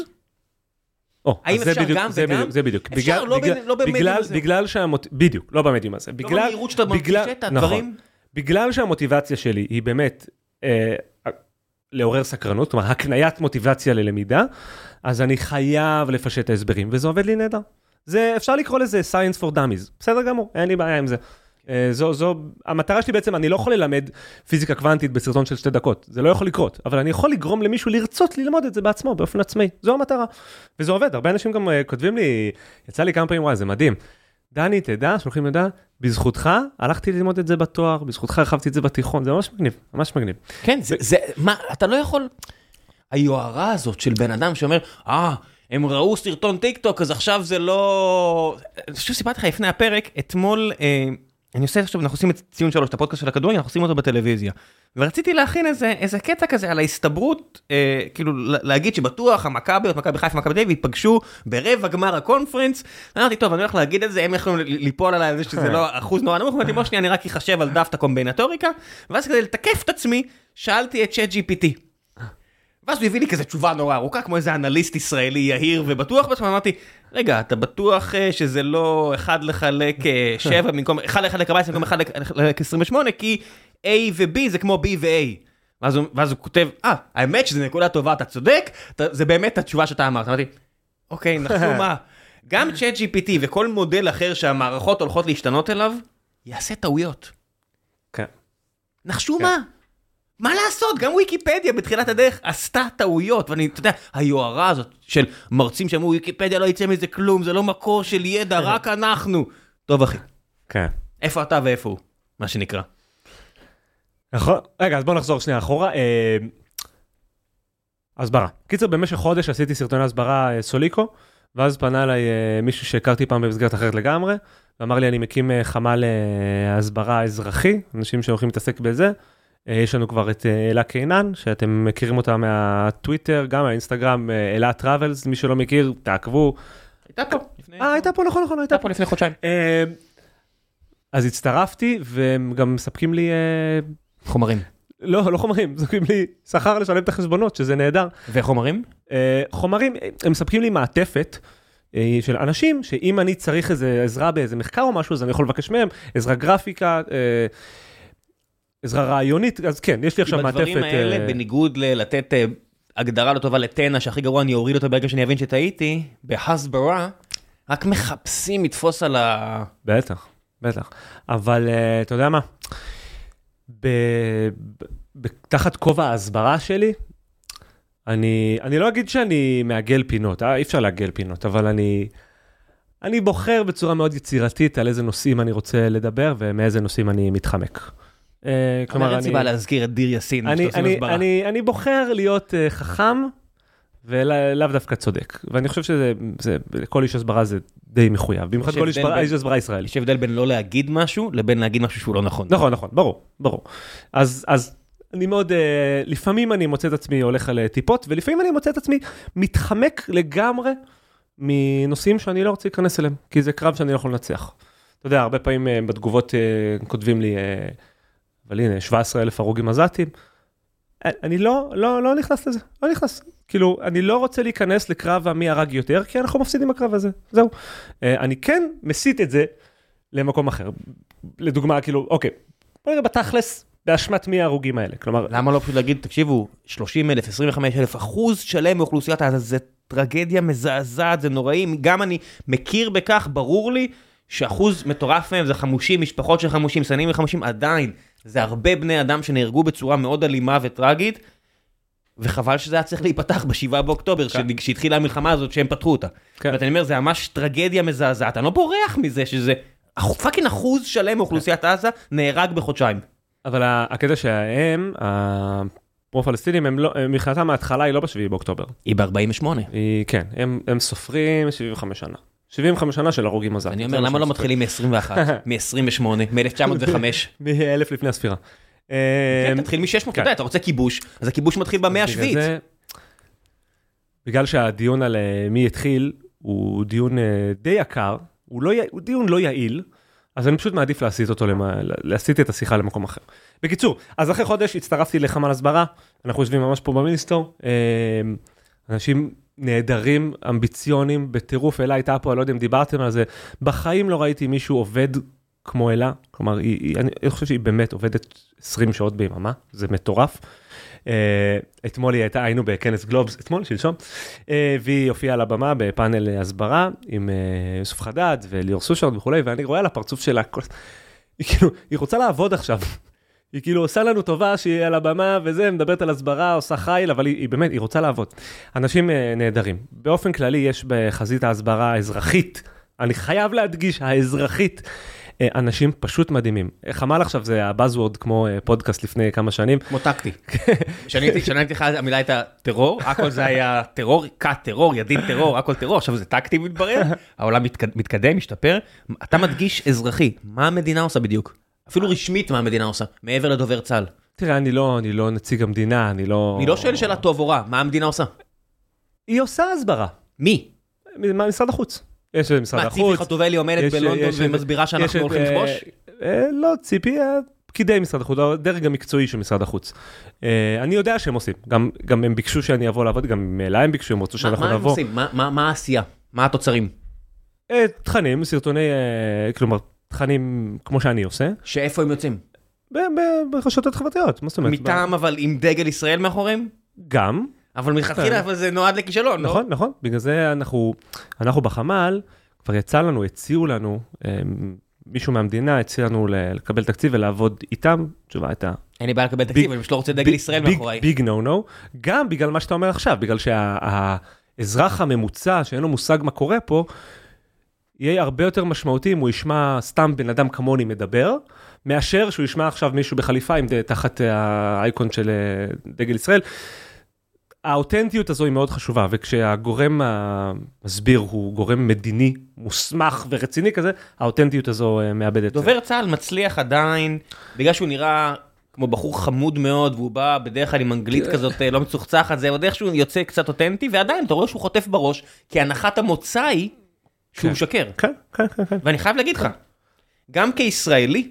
האם אפשר גם וגם? זה בדיוק. אפשר, לא במדיום הזה. בגלל בדיוק, לא במדיום הזה. לא במהירות שאתה מרגיש את הדברים. בגלל שהמוטיבציה שלי היא באמת לעורר סקרנות, זאת אומרת, הקניית מוטיבציה ללמידה, אז אני חייב לפשט את ההסברים, וזה עובד לי נהדר. אפשר לקרוא לזה science for dummies. בסדר גמור, אין לי בעיה עם זה. המטרה שלי בעצם, אני לא יכול ללמד פיזיקה קוונטית בסרטון של 2 דקות, זה לא יכול לקרות, אבל אני יכול לגרום למישהו לרצות ללמוד את זה בעצמו, באופן עצמאי, זו המטרה, וזה עובד, הרבה אנשים גם כותבים לי, יצא לי כמה פעמים, וואי, זה מדהים, דני, תדע, שולחים לדע, בזכותך, הלכתי ללמוד את זה בתואר, בזכותך הרחבתי את זה בתיכון, זה ממש מגניב, ממש מגניב. כן, מה, אתה לא יכול, היוהרה הזאת של בן אדם שאומר, הם ראו סרטון טיק טוק, אז עכשיו זה לא, אני חושב סיפרתי לך לפני הפרק, אתמול, אני עושה עכשיו, אנחנו עושים את ציון 3, את הפודקאסט של הכדורגל, אנחנו עושים אותו בטלוויזיה. ורציתי להכין איזה קטע כזה על ההסתברות, כאילו להגיד שבטוח המכבי, מכבי חיפה, מכבי תל אביב, ייפגשו ברבע גמר הקונפרנס. אמרתי, טוב, אני הולך להגיד את זה, הם יכולים ליפול עליי על זה שזה לא אחוז נורא נמוך, אמרתי, בוא שנייה, אני רק אחשב על דף את הקומבינטוריקה, ואז כדי לתקף את עצמי, שאלתי את ChatGPT. ואז הוא הביא לי כזה תשובה נורא ארוכה, כמו איזה אנליסט ישראלי יהיר ובטוח בעצם, אמרתי, רגע, אתה בטוח שזה לא 1 לחלק 7 במקום, 1 לחלק 14 במקום 1 לחלק 28, כי A ו-B זה כמו B ו-A. ואז הוא כותב, האמת שזה נקודה טובה, אתה צודק, זה באמת התשובה שאתה אמרת. אמרתי, אוקיי, נחשו מה, גם ChatGPT וכל מודל אחר שהמערכות הולכות להשתנות אליו, יעשה טעויות. כן. נחשו מה? מה לעשות? גם ויקיפדיה בתחילת הדרך עשתה טעויות, ואני, אתה יודע, היוערה הזאת של מרצים שאמרו, ויקיפדיה לא יצא מזה כלום, זה לא מקור של ידע, רק אנחנו. טוב אחי. כן. איפה אתה ואיפה הוא? מה שנקרא. נכון. רגע, אז בואו נחזור שנייה אחורה. הסברה. קיצר, במשך חודש עשיתי סרטוני הסברה סוליקו, ואז פנה אליי מישהו שהכרתי פעם במסגרת אחרת לגמרי, ואמר לי, אני מקים חמ"ל הסברה אזרחי, אנשים שהולכים להתעסק בזה. יש לנו כבר את אלה קינן, שאתם מכירים אותה מהטוויטר, גם מהאינסטגרם, אלה טראבלס, מי שלא מכיר, תעקבו. הייתה פה. הייתה פה, נכון, הייתה פה לפני חודשיים. אז הצטרפתי, והם גם מספקים לי... חומרים. לא חומרים, מספקים לי שכר לשלם את החשבונות, שזה נהדר. וחומרים? חומרים, הם מספקים לי מעטפת של אנשים, שאם אני צריך איזה עזרה באיזה מחקר או משהו, אז אני יכול לבקש מהם, עזרה גרפיקה, עזרה רעיונית, אז כן, יש לי עכשיו מעטפת... בדברים האלה, בניגוד לתת הגדרה לא טובה לטנה, שהכי גרוע אני אוריד אותה ברגע שאני אבין שטעיתי, בהסברה, רק מחפשים לתפוס על ה... בטח. אבל אתה יודע מה? תחת כובע ההסברה שלי, אני לא אגיד שאני מעגל פינות, אי אפשר לעגל פינות, אבל אני בוחר בצורה מאוד יצירתית על איזה נושאים אני רוצה לדבר, ומאיזה נושאים אני מתחמק. כלומר, אני בא להזכיר את דיר יאסין, אני בוחר להיות חכם, ולאו דווקא צודק. ואני חושב שזה, לכל איש הסברה זה די מחויב. במיוחד כל איש הסברה ישראלי. יש הבדל בין לא להגיד משהו, לבין להגיד משהו שהוא לא נכון. נכון, ברור. אז אני מאוד, לפעמים אני מוצא את עצמי הולך על טיפות, ולפעמים אני מוצא את עצמי מתחמק לגמרי מנושאים שאני לא רוצה להיכנס אליהם, כי זה קרב שאני לא יכול לנצח. אתה יודע, הרבה פעמים בתגובות כותבים לי, אבל הנה, 17,000 הרוגים עזתים. אני לא נכנס לזה, לא נכנס. כאילו, אני לא רוצה להיכנס לקרב מי הרג יותר, כי אנחנו מפסידים בקרב הזה, זהו. אני כן מסית את זה למקום אחר. לדוגמה, כאילו, אוקיי, בוא נראה בתכלס, באשמת מי ההרוגים האלה. כלומר... למה לא פשוט להגיד, תקשיבו, 30,000, 25,000, אחוז שלם מאוכלוסיית, זה טרגדיה מזעזעת, זה נוראים. גם אני מכיר בכך, ברור לי, שאחוז מטורף מהם זה חמושים, משפחות של חמושים, סנים וחמושים, עדיין. זה הרבה בני אדם שנהרגו בצורה מאוד אלימה וטרגית, וחבל שזה היה צריך להיפתח ב7 באוקטובר, כשהתחילה המלחמה הזאת שהם פתחו אותה. ואני אומר, זה ממש טרגדיה מזעזעת, אני לא בורח מזה שזה, פאקינג אחוז שלם מאוכלוסיית עזה, נהרג בחודשיים. אבל הקטע שהם, הפרו-פלסטינים, מבחינתם מההתחלה היא לא ב7 באוקטובר. היא ב-48. כן, הם סופרים 75 שנה. 75 שנה של הרוגים עזתים. אני אומר, למה לא מתחילים מ-21, מ-28, מ-1905? מ-1000 לפני הספירה. כן, תתחיל מ-600, אתה רוצה כיבוש, אז הכיבוש מתחיל במאה השביעית. בגלל שהדיון על מי התחיל, הוא דיון די יקר, הוא דיון לא יעיל, אז אני פשוט מעדיף להסיט את השיחה למקום אחר. בקיצור, אז אחרי חודש הצטרפתי לחמ"ל הסברה, אנחנו יושבים ממש פה במיניסטור, אנשים נהדרים, אמביציונים, בטירוף, אלה הייתה פה, אני לא יודע אם דיברתם על זה, בחיים לא ראיתי מישהו עובד כמו אלה, כלומר, אני חושב שהיא באמת עובדת 20 שעות ביממה, זה מטורף. אתמול היינו בכנס גלובס, אתמול, שלשום, והיא הופיעה על הבמה בפאנל הסברה, עם יוסף חדד וליאור סושרד וכו', ואני רואה על הפרצוף שלה, היא רוצה לעבוד עכשיו, היא כאילו עושה לנו טובה שהיא על הבמה וזה, מדברת על הסברה, עושה חייל, אבל היא באמת, היא רוצה לעבוד. אנשים נהדרים. באופן כללי יש בחזית ההסברה האזרחית, אני חייב להדגיש, האזרחית, אנשים פשוט מדהימים. חמ"ל עכשיו זה הבאזוורד כמו פודקאסט לפני כמה שנים. כמו טקטי. כשאני לך, המילה הייתה טרור, הכל זה היה טרור, טרור, ידין טרור, הכל טרור, עכשיו זה טקטי מתברר, העולם מתקדם, משתפר. אתה מדגיש אזרחי, מה המדינה עושה בדיוק? אפילו רשמית מה המדינה עושה, מעבר לדובר צה"ל. תראה, אני לא נציג המדינה, אני לא שואל שאלה טוב או רע, מה המדינה עושה? היא עושה הסברה. מי? משרד החוץ. יש משרד החוץ. ציפי חוטובלי עומדת בלונדון ומסבירה שאנחנו הולכים לכבוש? לא, ציפי, פקידי משרד החוץ, הדרג המקצועי של משרד החוץ. אני יודע שהם עושים, גם הם ביקשו שאני אבוא לעבוד, גם אליי הם ביקשו, הם רצו שאנחנו נבוא. מה הם עושים? מה העשייה? מה התוצרים? תכנים, סרטוני, כלומר, תכנים כמו שאני עושה. שאיפה הם יוצאים? ברשתות חברתיות, מה זאת אומרת? מטעם אבל עם דגל ישראל מאחוריהם? גם. אבל מלכתחילה, אבל זה נועד לכישלון, לא? נכון, נכון. בגלל זה אנחנו בחמ"ל, כבר הציעו לנו, מישהו מהמדינה הציע לנו לקבל תקציב ולעבוד איתם, תשובה הייתה... אין לי בעיה לקבל תקציב, אני פשוט לא רוצה דגל ישראל מאחוריי. ביג נו נו, גם בגלל מה שאתה אומר עכשיו, בגלל שהאזרח הממוצע, שאין לו מושג מה קורה פה, יהיה הרבה יותר משמעותי אם הוא ישמע סתם בן אדם כמוני מדבר, מאשר שהוא ישמע עכשיו מישהו בחליפה תחת האייקון של דגל ישראל. האותנטיות הזו היא מאוד חשובה, וכשהגורם המסביר הוא גורם מדיני, מוסמך ורציני כזה, האותנטיות הזו מאבדת. דובר צה"ל מצליח עדיין, בגלל שהוא נראה כמו בחור חמוד מאוד, והוא בא בדרך כלל עם אנגלית כזאת לא מצוחצחת, זה עוד איך שהוא יוצא קצת אותנטי, ועדיין אתה רואה שהוא חוטף בראש, כי הנחת המוצא היא שהוא משקר. כן, כן, כן. ואני חייב להגיד לך, גם כישראלי,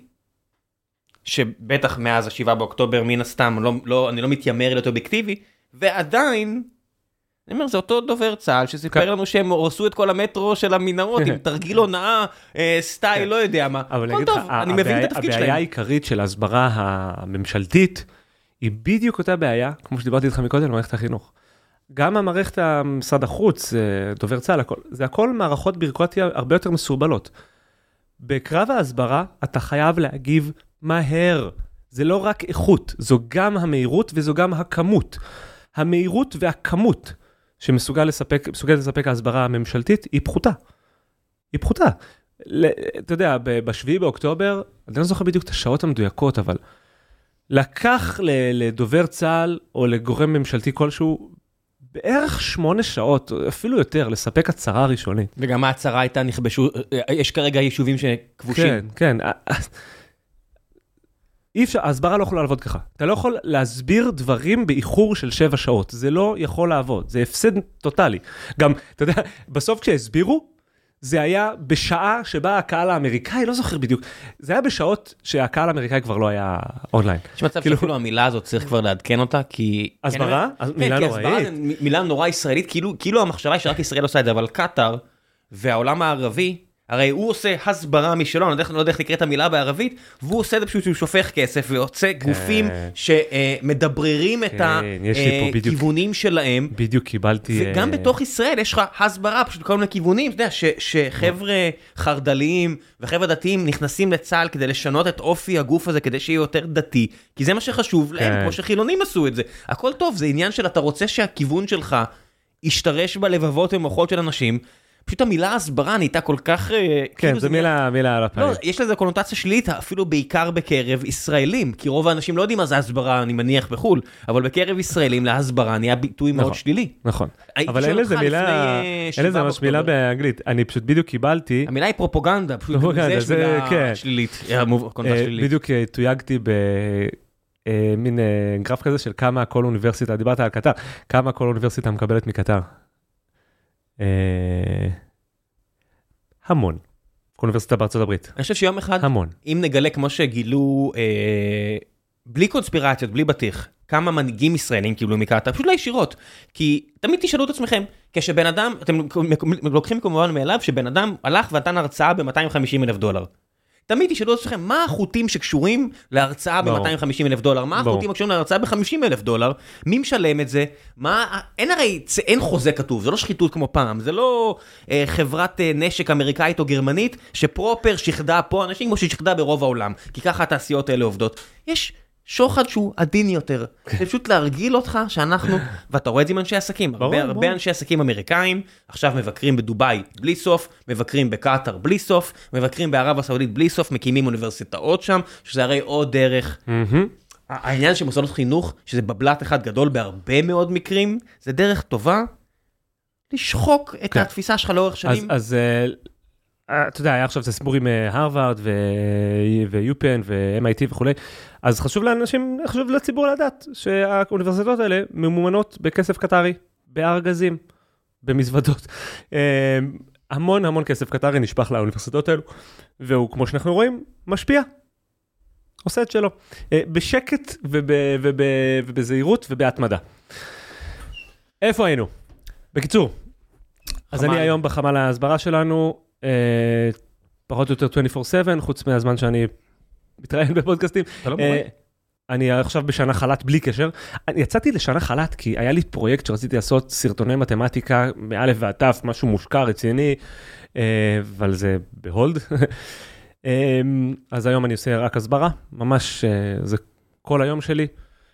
שבטח מאז ה7 באוקטובר, מן הסתם, אני לא מתיימר להיות אובייקטיבי, ועדיין, אני אומר, זה אותו דובר צה"ל, שסיפר לנו שהם הורסו את כל המטרו של המנהרות, עם תרגיל הונאה, סטייל, לא יודע מה. אבל אני אגיד לך, הבעיה העיקרית של ההסברה הממשלתית, היא בדיוק אותה בעיה, כמו שדיברתי איתך מקודם, למערכת החינוך. גם המערכת המשרד החוץ, דובר צה"ל, זה הכל מערכות בירוקרטיה הרבה יותר מסורבלות. בקרב ההסברה, אתה חייב להגיב מהר. זה לא רק איכות, זו גם המהירות וזו גם הכמות. המהירות והכמות שמסוגל לספק ההסברה הממשלתית היא פחותה. היא פחותה. אתה יודע, ב7 באוקטובר, אני לא זוכר בדיוק את השעות המדויקות, אבל לקח לדובר צה"ל או לגורם ממשלתי כלשהו, בערך 8 שעות, אפילו יותר, לספק הצהרה ראשונית. וגם ההצהרה הייתה נכבשו, יש כרגע יישובים שכבושים. כן, כן. אי אפשר, ההסברה לא יכולה לעבוד ככה. אתה לא יכול להסביר דברים באיחור של 7 שעות. זה לא יכול לעבוד. זה הפסד טוטלי. גם, אתה יודע, בסוף כשהסבירו, זה היה בשעה שבה הקהל האמריקאי, לא זוכר בדיוק, זה היה בשעות שהקהל האמריקאי כבר לא היה אונליין. יש מצב שאפילו המילה הזאת צריך כבר לעדכן אותה, כי... הסברה? מילה נוראית. מילה נורא ישראלית, כאילו המחשבה היא שרק ישראל עושה את זה, אבל קטר והעולם הערבי, הרי הוא עושה הסברה משלו, אני לא יודע איך לקרוא את המילה בערבית, והוא עושה את זה פשוט שהוא שופך כסף, ויוצא גופים שמדבררים את הכיוונים שלהם. בדיוק קיבלתי... וגם בתוך ישראל יש לך הסברה, פשוט כל מיני כיוונים, אתה יודע, שחבר'ה חרדליים וחבר'ה דתיים נכנסים לצה"ל כדי לשנות את אופי הגוף הזה, כדי שיהיה יותר דתי, כי זה מה שחשוב להם, כמו שחילונים עשו את זה. הכל טוב, זה עניין של אתה רוצה שהכיוון שלך ישתרש בלבבות ומוחות של אנשים, פשוט המילה הסברה נהייתה כל כך... כן, זו מילה על הפעמים. לא, יש לזה קונוטציה שלילית, אפילו בעיקר בקרב ישראלים, כי רוב האנשים לא יודעים מה זה הסברה, אני מניח בחול, אבל בקרב ישראלים להסברה נהיה ביטוי מאוד שלילי. נכון. אבל אין לזה ממש מילה באנגלית. אני פשוט בדיוק קיבלתי... המילה היא פרופוגנדה, פשוט זה יש מילה שלילית. בדיוק תויגתי במין גרף כזה של כמה כל אוניברסיטה, דיברת על קטר, כמה כל אוניברסיטה מקבלת מקטר. המון. אוניברסיטה בארצות הברית. אני חושב שיום אחד, המון. אם נגלה כמו שגילו, בלי קונספירציות, בלי בטיח, כמה מנהיגים ישראלים קיבלו מקטר, פשוט לא ישירות. כי תמיד תשאלו את עצמכם, כשבן אדם, אתם לוקחים כמובן מאליו, שבן אדם הלך ונתן הרצאה $250,000. תמיד תשאלו את עצמכם, מה החוטים שקשורים להרצאה $250,000? מה החוטים שקשורים להרצאה $50,000? מי משלם את זה? אין חוזה כתוב, זה לא שחיתות כמו פעם, זה לא חברת נשק אמריקאית או גרמנית, שפרופר שכדה פה אנשים כמו ששכדה ברוב העולם, כי ככה התעשיות האלה עובדות. יש שוחד שהוא עדין יותר. זה פשוט להרגיל אותך שאנחנו, ואתה רואה את זה עם אנשי עסקים, הרבה אנשי עסקים אמריקאים, עכשיו מבקרים בדוביי בלי סוף, מבקרים בקטר בלי סוף, מבקרים בערב הסעודית בלי סוף, מקימים אוניברסיטאות שם, שזה הרי עוד דרך. העניין של מוסדות חינוך, שזה בבלת אחד גדול בהרבה מאוד מקרים, זה דרך טובה לשחוק את התפיסה שלך לאורך שנים. אז אתה יודע, היה עכשיו זה סיפור עם הרווארד ויופן ו-MIT וכו'. אז חשוב לאנשים, חשוב לציבור לדעת שהאוניברסיטאות האלה ממומנות בכסף קטרי, בארגזים, במזוודות. המון כסף קטרי נשפך לאוניברסיטאות האלו, והוא, כמו שאנחנו רואים, משפיע. עושה את שלו. בשקט ובזהירות ובהתמדה. איפה היינו? בקיצור, אז אני היום בחמ"ל ההסברה שלנו, פחות או יותר 24/7, חוץ מהזמן שאני מתראיין בפודקאסטים. אתה לא מורה? אני עכשיו בשנה חל"ת בלי קשר. אני יצאתי לשנה חל"ת כי היה לי פרויקט שרציתי לעשות סרטוני מתמטיקה מאלף ועד תף, משהו מושקע, רציני, אבל זה בהולד. אז היום אני עושה רק הסברה, ממש זה כל היום שלי.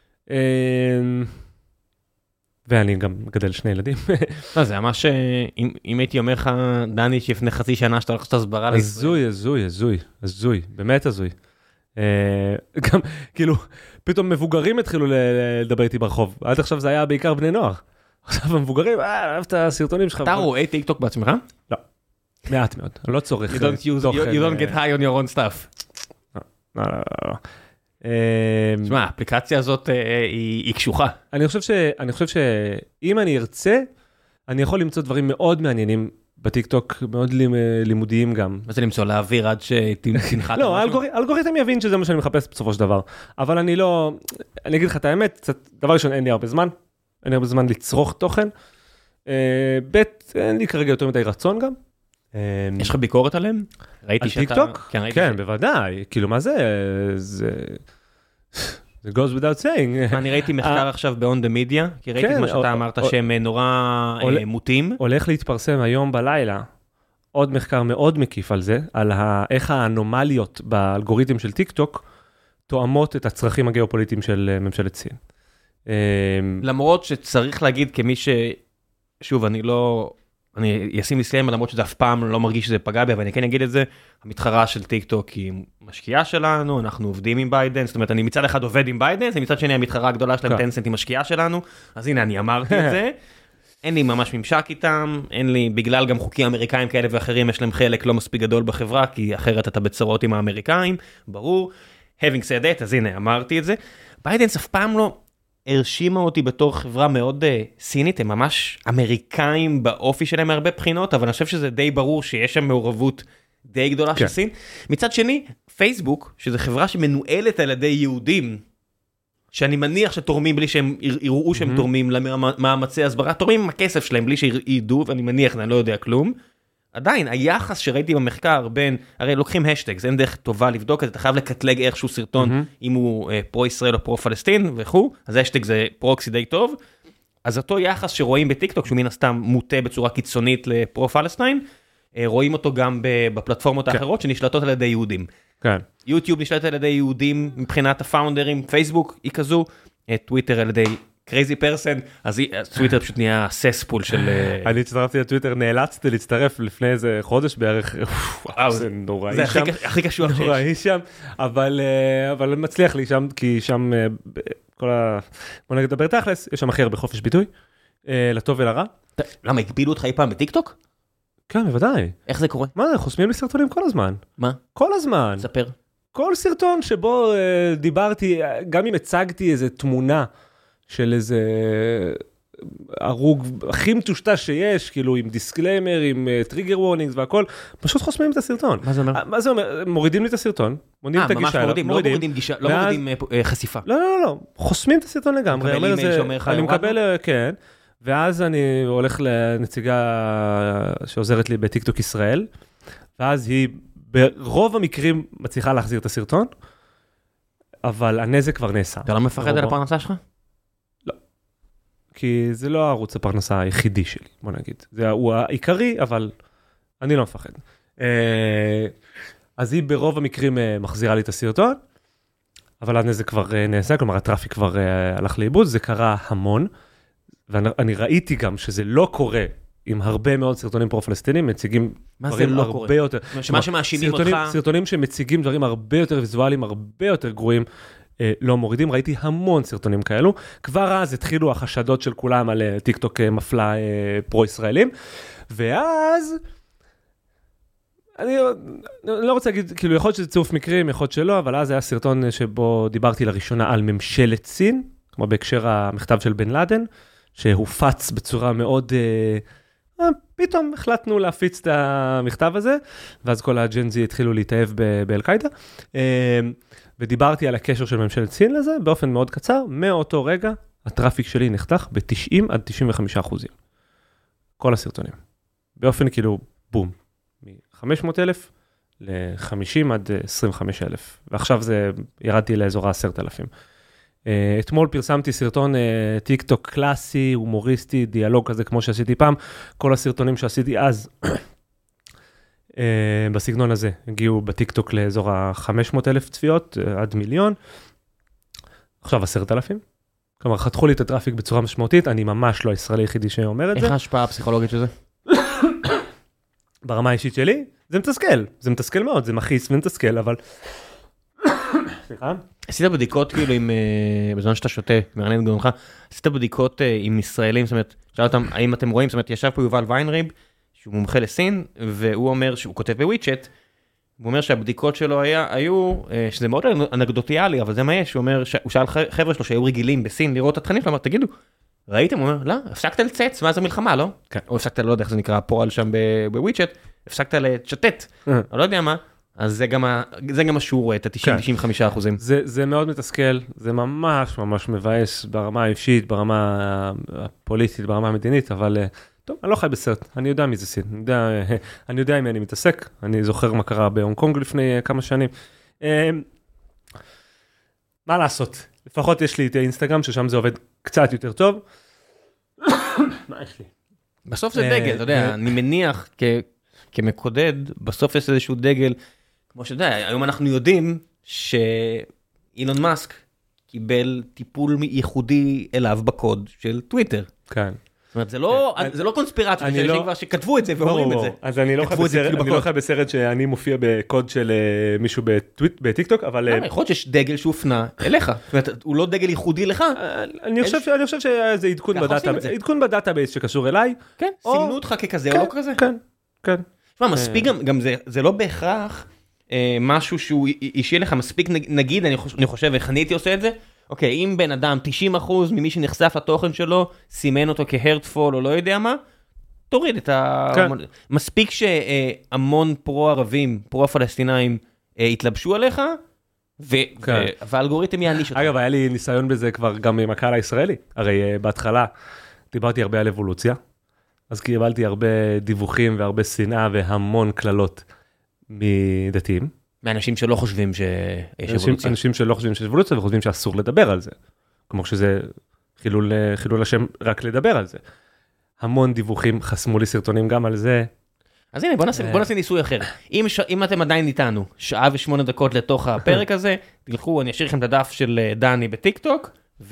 ואני גם מגדל 2 ילדים. לא, זה ממש, אם הייתי אומר לך, דני, שלפני חצי שנה שאתה הולך לעשות הסברה לישראל. הזוי, באמת הזוי. גם, כאילו, פתאום מבוגרים התחילו לדבר איתי ברחוב. עד עכשיו זה היה בעיקר בני נוער. עכשיו המבוגרים, אהבת הסרטונים שלך. אתה רואה טיק טוק בעצמך? לא. מעט מאוד. אני לא צורך. You don't get high on your own stuff. לא. תשמע, האפליקציה הזאת היא קשוחה. אני חושב שאם אני ארצה, אני יכול למצוא דברים מאוד מעניינים בטיקטוק, מאוד לימודיים גם. מה זה למצוא? להעביר עד שתנחת? לא, האלגוריתם יבין שזה מה שאני מחפש בסופו של דבר. אבל אני לא, אני אגיד לך את האמת, דבר ראשון, אין לי הרבה זמן. אין לי הרבה זמן לצרוך תוכן. ב', אין לי כרגע יותר מדי רצון גם. יש לך ביקורת עליהם? על טיקטוק? כן, בוודאי. כאילו, מה זה? זה goes without saying. אני ראיתי מחקר עכשיו ב-On the Media, כי ראיתי מה שאתה אמרת שהם נורא מוטים. הולך להתפרסם היום בלילה עוד מחקר מאוד מקיף על זה, על איך האנומליות באלגוריתם של טיקטוק תואמות את הצרכים הגיאופוליטיים של ממשלת סין. למרות שצריך להגיד כמי שוב, אני אשים לסיים, למרות שזה אף פעם לא מרגיש שזה פגע בי, אבל אני כן אגיד את זה, המתחרה של טיק טוק היא משקיעה שלנו, אנחנו עובדים עם ביידן, זאת אומרת, אני מצד אחד עובד עם ביידן, ומצד שני המתחרה הגדולה שלהם, טנסנט, היא משקיעה שלנו, אז הנה, אני אמרתי את זה, אין לי ממש ממשק איתם, אין לי, בגלל גם חוקים אמריקאים כאלה ואחרים, יש להם חלק לא מספיק גדול בחברה, כי אחרת אתה בצרות עם האמריקאים, ברור, having said that, אז הנה, אמרתי את זה, ביידן אף פעם לא הרשימה אותי בתור חברה מאוד סינית, הם ממש אמריקאים באופי שלהם מהרבה בחינות, אבל אני חושב שזה די ברור שיש שם מעורבות די גדולה של סין. מצד שני, פייסבוק, שזו חברה שמנוהלת על ידי יהודים, שאני מניח שתורמים בלי שהם יראו שהם תורמים למאמצי הסברה, תורמים עם הכסף שלהם בלי שידעו, ואני מניח, אני לא יודע כלום. עדיין, היחס שראיתי במחקר בין, הרי לוקחים השטג, זה אין דרך טובה לבדוק את זה, אתה חייב לקטלג איכשהו סרטון, אם הוא פרו-ישראל או פרו-פלסטין וכו', אז השטג זה פרוקסי די טוב, אז אותו יחס שרואים בטיקטוק, שהוא מן הסתם מוטה בצורה קיצונית לפרו-פלסטין, רואים אותו גם בפלטפורמות האחרות שנשלטות על ידי יהודים. יוטיוב נשלט על ידי יהודים מבחינת הפאונדרים, פייסבוק היא כזו, טוויטר על ידי קרייזי פרסן, אז טוויטר פשוט נהיה סספול של... אני הצטרפתי לטוויטר, נאלצתי להצטרף לפני איזה חודש בערך, זה נוראי שם. זה הכי קשוח שיש. נוראי שם, אבל מצליח לי שם, כי שם בוא נדבר תכלס, יש שם הכי הרבה חופש ביטוי, לטוב ולרע. למה, הגבילו אותך אי פעם בטיקטוק? כן, בוודאי. איך זה קורה? מה, חוסמים לי סרטונים כל הזמן. מה? כל הזמן. ספר. כל סרטון שבו דיברתי, גם אם הצגתי איזו תמונה, של איזה הרוג הכי מטושטש שיש, כאילו עם דיסקליימר, עם טריגר וורנינגס והכל, פשוט חוסמים את הסרטון. מה זה אומר? מה זה אומר? מורידים לי את הסרטון, מורידים את הגישה אליו. ממש מורידים גישה, לא מורידים חשיפה. לא, חוסמים את הסרטון לגמרי. אני מקבל, כן, ואז אני הולך לנציגה שעוזרת לי בטיקטוק ישראל, ואז היא ברוב המקרים מצליחה להחזיר את הסרטון, אבל הנזק כבר נעשה. אתה לא מפחד על הפרנסה שלך? כי זה לא הערוץ הפרנסה היחידי שלי, בוא נגיד. הוא העיקרי, אבל אני לא מפחד. אז היא ברוב המקרים מחזירה לי את הסרטון, אבל הנזק כבר נעשה, כלומר הטראפיק כבר הלך לאיבוד, זה קרה המון, ואני ראיתי גם שזה לא קורה עם הרבה מאוד סרטונים פרו-פלסטינים, מציגים דברים הרבה יותר... מה שמאשימים אותך... סרטונים שמציגים דברים הרבה יותר ויזואליים, הרבה יותר גרועים, לא מורידים, ראיתי המון סרטונים כאלו, כבר אז התחילו החשדות של כולם על טיק טוק מפלה פרו-ישראלים, ואז... אני לא רוצה להגיד, כאילו יכול להיות שזה צירוף מקרים, יכול להיות שלא, אבל אז היה סרטון שבו דיברתי לראשונה על ממשלת סין, כמו בהקשר המכתב של בן לאדן, שהופץ בצורה מאוד, פתאום החלטנו להפיץ את המכתב הזה, ואז כל הג'נזי התחילו להתאהב באל-קאידה, ודיברתי על הקשר של ממשלת סין לזה, באופן מאוד קצר, מאותו רגע, הטראפיק שלי נחתך ב-90 עד 95%. כל הסרטונים. באופן כאילו, בום. מ-500,000 ל-50 עד 25,000, ועכשיו זה ירדתי לאזור ה-10,000. אתמול פרסמתי סרטון טיק טוק קלאסי, הומוריסטי, דיאלוג כזה כמו שעשיתי פעם, כל הסרטונים שעשיתי אז, בסגנון הזה, הגיעו בטיק טוק לאזור ה-500,000 צפיות, עד מיליון, עכשיו 10,000, כלומר חתכו לי את הטראפיק בצורה משמעותית, אני ממש לא הישראלי היחידי שאומר את זה. איך ההשפעה הפסיכולוגית של זה? ברמה האישית שלי, זה מתסכל מאוד, זה מכעיס ומתסכל, אבל... סליחה? עשית בדיקות כאילו עם, בזמן שאתה שותה, מעניין גדולך, עשית בדיקות עם ישראלים, זאת אומרת, שאל אותם, האם אתם רואים, זאת אומרת, ישב פה יובל ויינריב, שהוא מומחה לסין, והוא אומר, שהוא כותב בוויצ'ט, הוא אומר שהבדיקות שלו היו, שזה מאוד אנקדוטיאלי, אבל זה מה יש, הוא אומר, הוא שאל חבר'ה שלו שהיו רגילים בסין לראות את התכנים שלו, אמר, תגידו, ראיתם? הוא אומר, לא, הפסקת לצץ, מה זה מלחמה, לא? כן. או הפסקת, לא יודע איך זה נקרא, פועל שם בוויצ'ט, הפסקת לצ'טט, אני לא יודע מה, אז זה גם השיעור רואה, את ה-90-95%. זה מאוד מתסכל, זה ממש ממש מבאס ברמה האישית, ברמה הפוליטית, ברמה המדינית, אבל טוב, אני לא חי בסרט, אני יודע מי זה סין, אני יודע עם מי אני מתעסק, אני זוכר מה קרה בהונג קונג לפני כמה שנים. מה לעשות? לפחות יש לי את האינסטגרם, ששם זה עובד קצת יותר טוב. מה יש לי? בסוף זה דגל, אתה יודע, אני מניח כמקודד, בסוף יש איזשהו דגל, כמו שאתה יודע, היום אנחנו יודעים שאילון מאסק קיבל טיפול ייחודי אליו בקוד של טוויטר. כן. זאת אומרת, זה לא קונספירציה, יש אנשים כבר שכתבו את זה ואומרים את זה. אז אני לא חי בסרט שאני מופיע בקוד של מישהו בטיקטוק, אבל... יכול להיות שיש דגל שהופנה אליך, זאת אומרת, הוא לא דגל ייחודי לך. אני חושב שזה עדכון בדאטאבייס שקשור אליי. כן, סימנו אותך ככזה או לא כזה. כן, כן. תשמע, מספיק גם זה לא בהכרח משהו שהוא אישי לך, מספיק נגיד, אני חושב, איך אני הייתי עושה את זה, אוקיי, אם בן אדם 90% ממי שנחשף לתוכן שלו, סימן אותו כהרטפול או לא יודע מה, תוריד את כן. מספיק שהמון פרו-ערבים, פרו-פלסטינאים התלבשו עליך, והאלגוריתם יעניש אותך. אגב, היה לי ניסיון בזה כבר גם עם הקהל הישראלי. הרי בהתחלה דיברתי הרבה על אבולוציה, אז קיבלתי הרבה דיווחים והרבה שנאה והמון כללות מדתיים. מאנשים שלא חושבים שיש אבולוציה. אנשים שלא חושבים שיש אבולוציה וחושבים שאסור לדבר על זה. כמו שזה חילול השם רק לדבר על זה. המון דיווחים, חסמו לי סרטונים גם על זה. אז הנה, בוא נעשה ניסוי אחר. אם אתם עדיין איתנו, 1:08 לתוך הפרק הזה, תלכו, אני אשאיר לכם את הדף של דני בטיקטוק,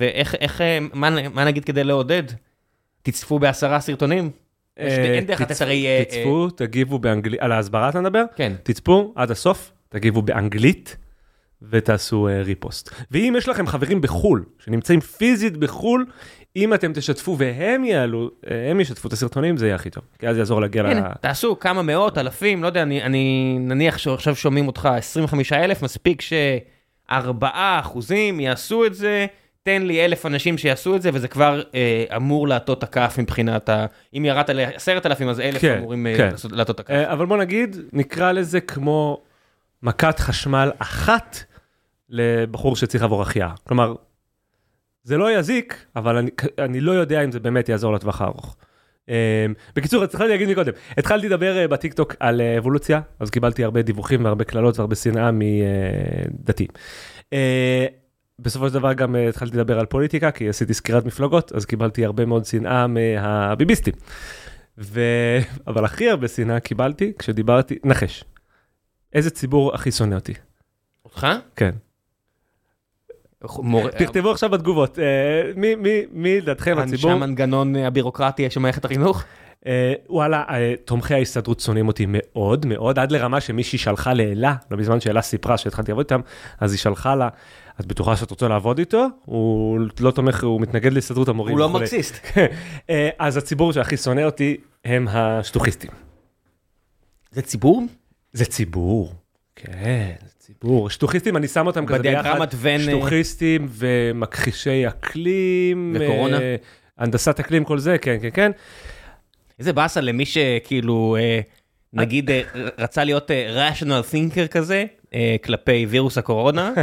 מה נגיד כדי לעודד? תצפו ב10 סרטונים? אין דרך לתת הרי... תצפו, תגיבו באנגלית, על ההסברה אתה מדבר? כן. תצפו עד הסוף, תגיבו באנגלית, ותעשו ריפוסט. ואם יש לכם חברים בחול, שנמצאים פיזית בחול, אם אתם תשתפו והם יעלו, הם ישתפו את הסרטונים, זה יהיה הכי טוב. כי אז יעזור להגיע הנה, תעשו כמה מאות, אלפים, לא יודע, אני נניח שעכשיו שומעים אותך 25,000, מספיק ש4% יעשו את זה, תן לי 1,000 אנשים שיעשו את זה, וזה כבר אמור להטות הכף מבחינת אם ירדת ל10,000, אז 1,000 אמורים להטות הכף. אבל בוא נגיד, נקרא לזה כמו מכת חשמל אחת לבחור שצריך לעבור החייאה. כלומר, זה לא יזיק, אבל אני לא יודע אם זה באמת יעזור לטווח הארוך. בקיצור, התחלתי להגיד מקודם, התחלתי לדבר בטיקטוק על אבולוציה, אז קיבלתי הרבה דיווחים והרבה כללות והרבה שנאה מדתיים. בסופו של דבר גם התחלתי לדבר על פוליטיקה, כי עשיתי סקירת מפלגות, אז קיבלתי הרבה מאוד שנאה מהביביסטים. אבל הכי הרבה שנאה קיבלתי כשדיברתי, נחש, איזה ציבור הכי שונא אותי? אותך? כן. תכתבו עכשיו בתגובות, מי לדעתכם הציבור? אנשי המנגנון הבירוקרטי של מערכת החינוך? וואלה, תומכי ההסתדרות שונאים אותי מאוד מאוד, עד לרמה שמישהי שלחה לאלה, לא בזמן שאלה סיפרה שהתחלתי לעבוד איתם, אז היא שלחה לה, את בטוחה שאת רוצה לעבוד איתו? הוא לא תומך, הוא מתנגד להסתדרות המורים. הוא לא מרקסיסט. אז הציבור שהכי שונא אותי הם השטוחיסטים. זה ציבור? זה ציבור, כן, זה ציבור. שטוחיסטים, אני שם אותם כזה בדיאגרמת ון... שטוחיסטים ומכחישי אקלים. וקורונה. הנדסת אקלים, כל זה, כן, כן, כן. איזה באסה למי שכאילו, נגיד, רצה להיות rational thinker כזה, כלפי וירוס הקורונה,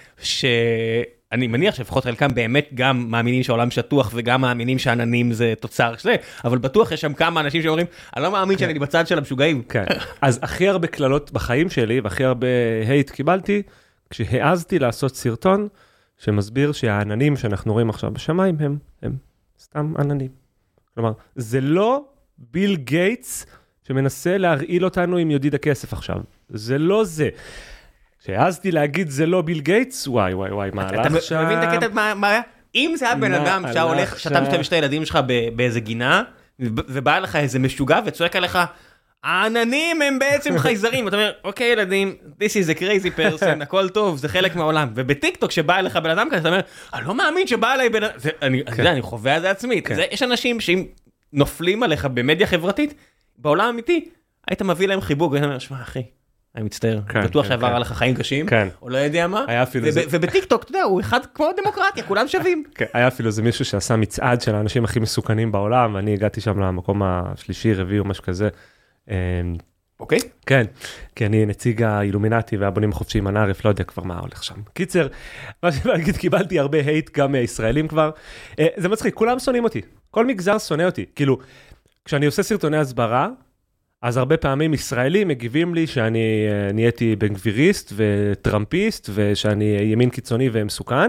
שאני מניח שלפחות חלקם באמת גם מאמינים שהעולם שטוח, וגם מאמינים שעננים זה תוצר של זה, אבל בטוח יש שם כמה אנשים שאומרים, אני לא מאמין שאני בצד של המשוגעים. כן, אז הכי הרבה כללות בחיים שלי, והכי הרבה הייט קיבלתי, כשהעזתי לעשות סרטון, שמסביר שהעננים שאנחנו רואים עכשיו בשמיים, הם סתם עננים. כלומר, זה לא ביל גייטס שמנסה להרעיל אותנו עם יודיד הכסף עכשיו. זה לא זה. כשהעזתי להגיד זה לא ביל גייטס, וואי, מה הלך שם? אתה מבין את הקטע מה היה? אם זה היה בן אדם שהולך, שאתה מסתובב שתי ילדים שלך באיזה גינה, ובא לך איזה משוגע וצועק עליך, העננים הם בעצם חייזרים. אתה אומר, אוקיי ילדים, this is a crazy person, הכל טוב, זה חלק מהעולם. ובטיקטוק שבא אליך בן אדם כזה, אתה אומר, אני לא מאמין שבא אליי בן אדם, אני חווה את זה עצמית. יש אנשים שאם נופלים עליך במדיה חברתית, בעולם אמיתי, היית מביא להם חיבוק, ואתה אומר, שמע אחי, אני מצטער, בטוח שעבר עליך חיים קשים, או לא יודע מה, ובטיקטוק, אתה יודע, הוא אחד כמו דמוקרטיה, כולם שווים. היה אפילו זה מישהו שעשה מצעד של האנשים הכי מסוכנים בעולם, ואני הגעתי שם למקום השלישי, רביעי או משהו כזה. אוקיי? כן, כי אני נציג האילומינטי והבונים החופשיים הנערף, לא יודע כבר מה הולך שם. קיצר, מה שאני קיבלתי הרבה הייט גם מישראלים כבר. זה מצחיק, כולם שונאים אותי. כל מגזר שונא אותי. כאילו, כשאני עושה סרטוני הסברה, אז הרבה פעמים ישראלים מגיבים לי שאני נהייתי בן גביריסט וטראמפיסט, ושאני ימין קיצוני ומסוכן.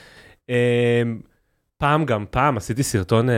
פעם עשיתי סרטון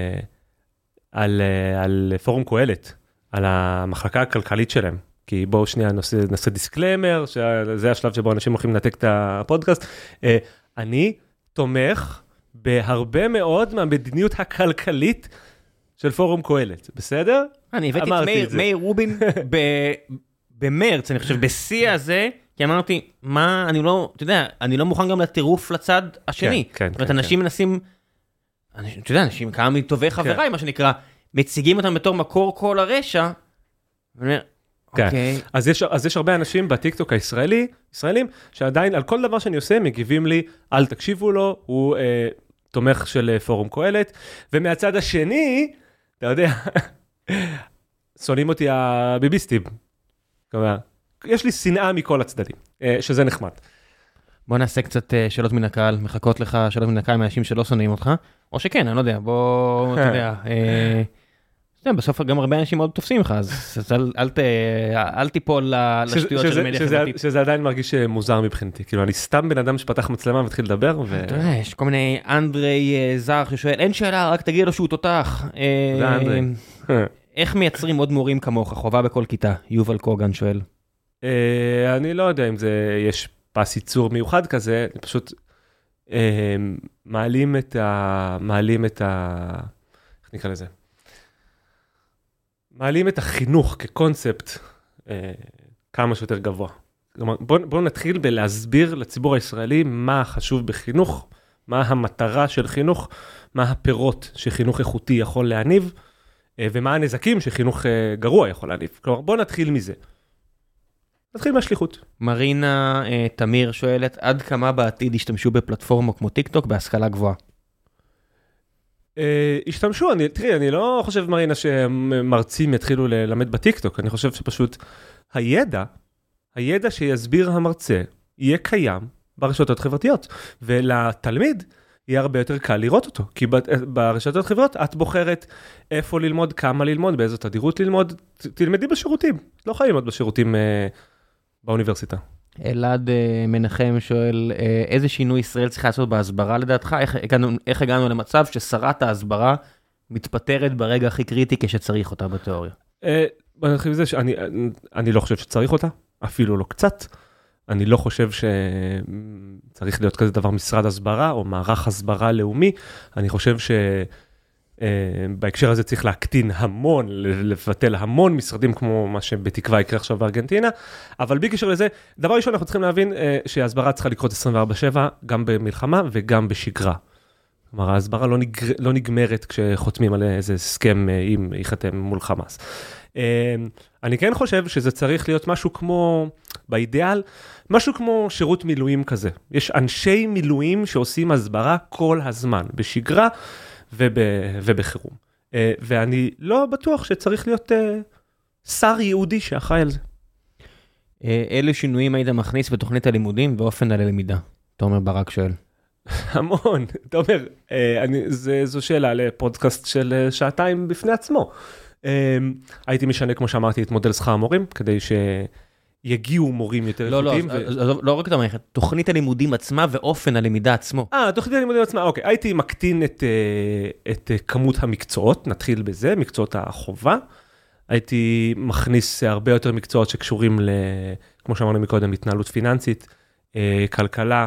על פורום קהלת, על המחלקה הכלכלית שלהם. כי בואו שנייה נעשה דיסקליימר, שזה השלב שבו אנשים הולכים לנתק את הפודקאסט. אני תומך בהרבה מאוד מהמדיניות הכלכלית של פורום קהלת, בסדר? אני הבאתי את מאיר רובין במרץ, אני חושב, בשיא הזה, כי אמרתי, מה, אני לא, אתה יודע, אני לא מוכן גם לטירוף לצד השני. זאת אומרת, אנשים מנסים, אתה יודע, אנשים כמה מטובי חבריי, מה שנקרא, מציגים אותם בתור מקור כל הרשע, ואני אומר, אוקיי. אז יש הרבה אנשים בטיקטוק ישראלים, שעדיין על כל דבר שאני עושה, מגיבים לי, אל תקשיבו לו, הוא תומך של פורום קהלת, ומהצד השני, אתה יודע, שונאים אותי הביביסטים. כלומר, יש לי שנאה מכל הצדדים, שזה נחמד. בוא נעשה קצת שאלות מן הקהל, מחכות לך שאלות מן הקהל מאנשים שלא שונאים אותך, או שכן, אני לא יודע, בוא, אתה יודע, בסוף גם הרבה אנשים מאוד תופסים לך, אז אל תיפול לשטויות של מדיה חברתית. שזה עדיין מרגיש מוזר מבחינתי, כאילו אני סתם בן אדם שפתח מצלמה ומתחיל לדבר. אתה יודע, יש כל מיני אנדרי זר ששואל, אין שאלה, רק תגיד לו שהוא תותח. זה אנדרי. איך מייצרים עוד מורים כמוך, חובה בכל כיתה? יובל קוגן שואל. אני לא יודע אם יש פס ייצור מיוחד כזה, פשוט מעלים את איך נקרא לזה? מעלים את החינוך כקונספט כמה שיותר גבוה. בואו נתחיל בלהסביר לציבור הישראלי מה חשוב בחינוך, מה המטרה של חינוך, מה הפירות שחינוך איכותי יכול להניב, ומה הנזקים שחינוך גרוע יכול להניב. כלומר, בואו נתחיל מזה. נתחיל מהשליחות. מרינה תמיר שואלת, עד כמה בעתיד ישתמשו בפלטפורמה כמו טיקטוק בהשכלה גבוהה? השתמשו, תראי, אני לא חושב, מרינה, שמרצים יתחילו ללמד בטיקטוק, אני חושב שפשוט הידע שיסביר המרצה יהיה קיים ברשתות חברתיות, ולתלמיד יהיה הרבה יותר קל לראות אותו, כי ברשתות חברתיות את בוחרת איפה ללמוד, כמה ללמוד, באיזו תדירות ללמוד, תלמדי בשירותים, לא חייבים ללמוד בשירותים באוניברסיטה. אלעד מנחם שואל, איזה שינוי ישראל צריכה לעשות בהסברה לדעתך? איך הגענו למצב ששרת ההסברה מתפטרת ברגע הכי קריטי כשצריך אותה בתיאוריה? אני לא חושב שצריך אותה, אפילו לא קצת. אני לא חושב שצריך להיות כזה דבר משרד הסברה, או מערך הסברה לאומי. אני חושב שבהקשר הזה צריך להקטין המון, לבטל המון משרדים, כמו מה שבתקווה יקרה עכשיו בארגנטינה, אבל בקשר לזה, דבר ראשון, אנחנו צריכים להבין שהסברה צריכה לקרות 24/7, גם במלחמה וגם בשגרה. כלומר, ההסברה לא נגמרת כשחותמים על איזה הסכם אם ייחתם מול חמאס. אני כן חושב שזה צריך להיות משהו כמו, באידיאל, משהו כמו שירות מילואים כזה. יש אנשי מילואים שעושים הסברה כל הזמן, בשגרה ובחירום. ואני לא בטוח שצריך להיות שר יהודי שאחראי על זה. אילו שינויים היית מכניס בתוכנית הלימודים ואופן הלמידה? תומר ברק שואל. המון. תומר, זו שאלה לפודקאסט של שעתיים בפני עצמו. הייתי משנה, כמו שאמרתי, את מודל שכר המורים, כדי שיגיעו מורים יותר איכותיים. לא רק את המערכת, תוכנית הלימודים עצמה ואופן הלמידה עצמו. תוכנית הלימודים עצמה, אוקיי. הייתי מקטין את כמות המקצועות, נתחיל בזה, מקצועות החובה. הייתי מכניס הרבה יותר מקצועות שקשורים כמו שאמרנו מקודם, התנהלות פיננסית, כלכלה,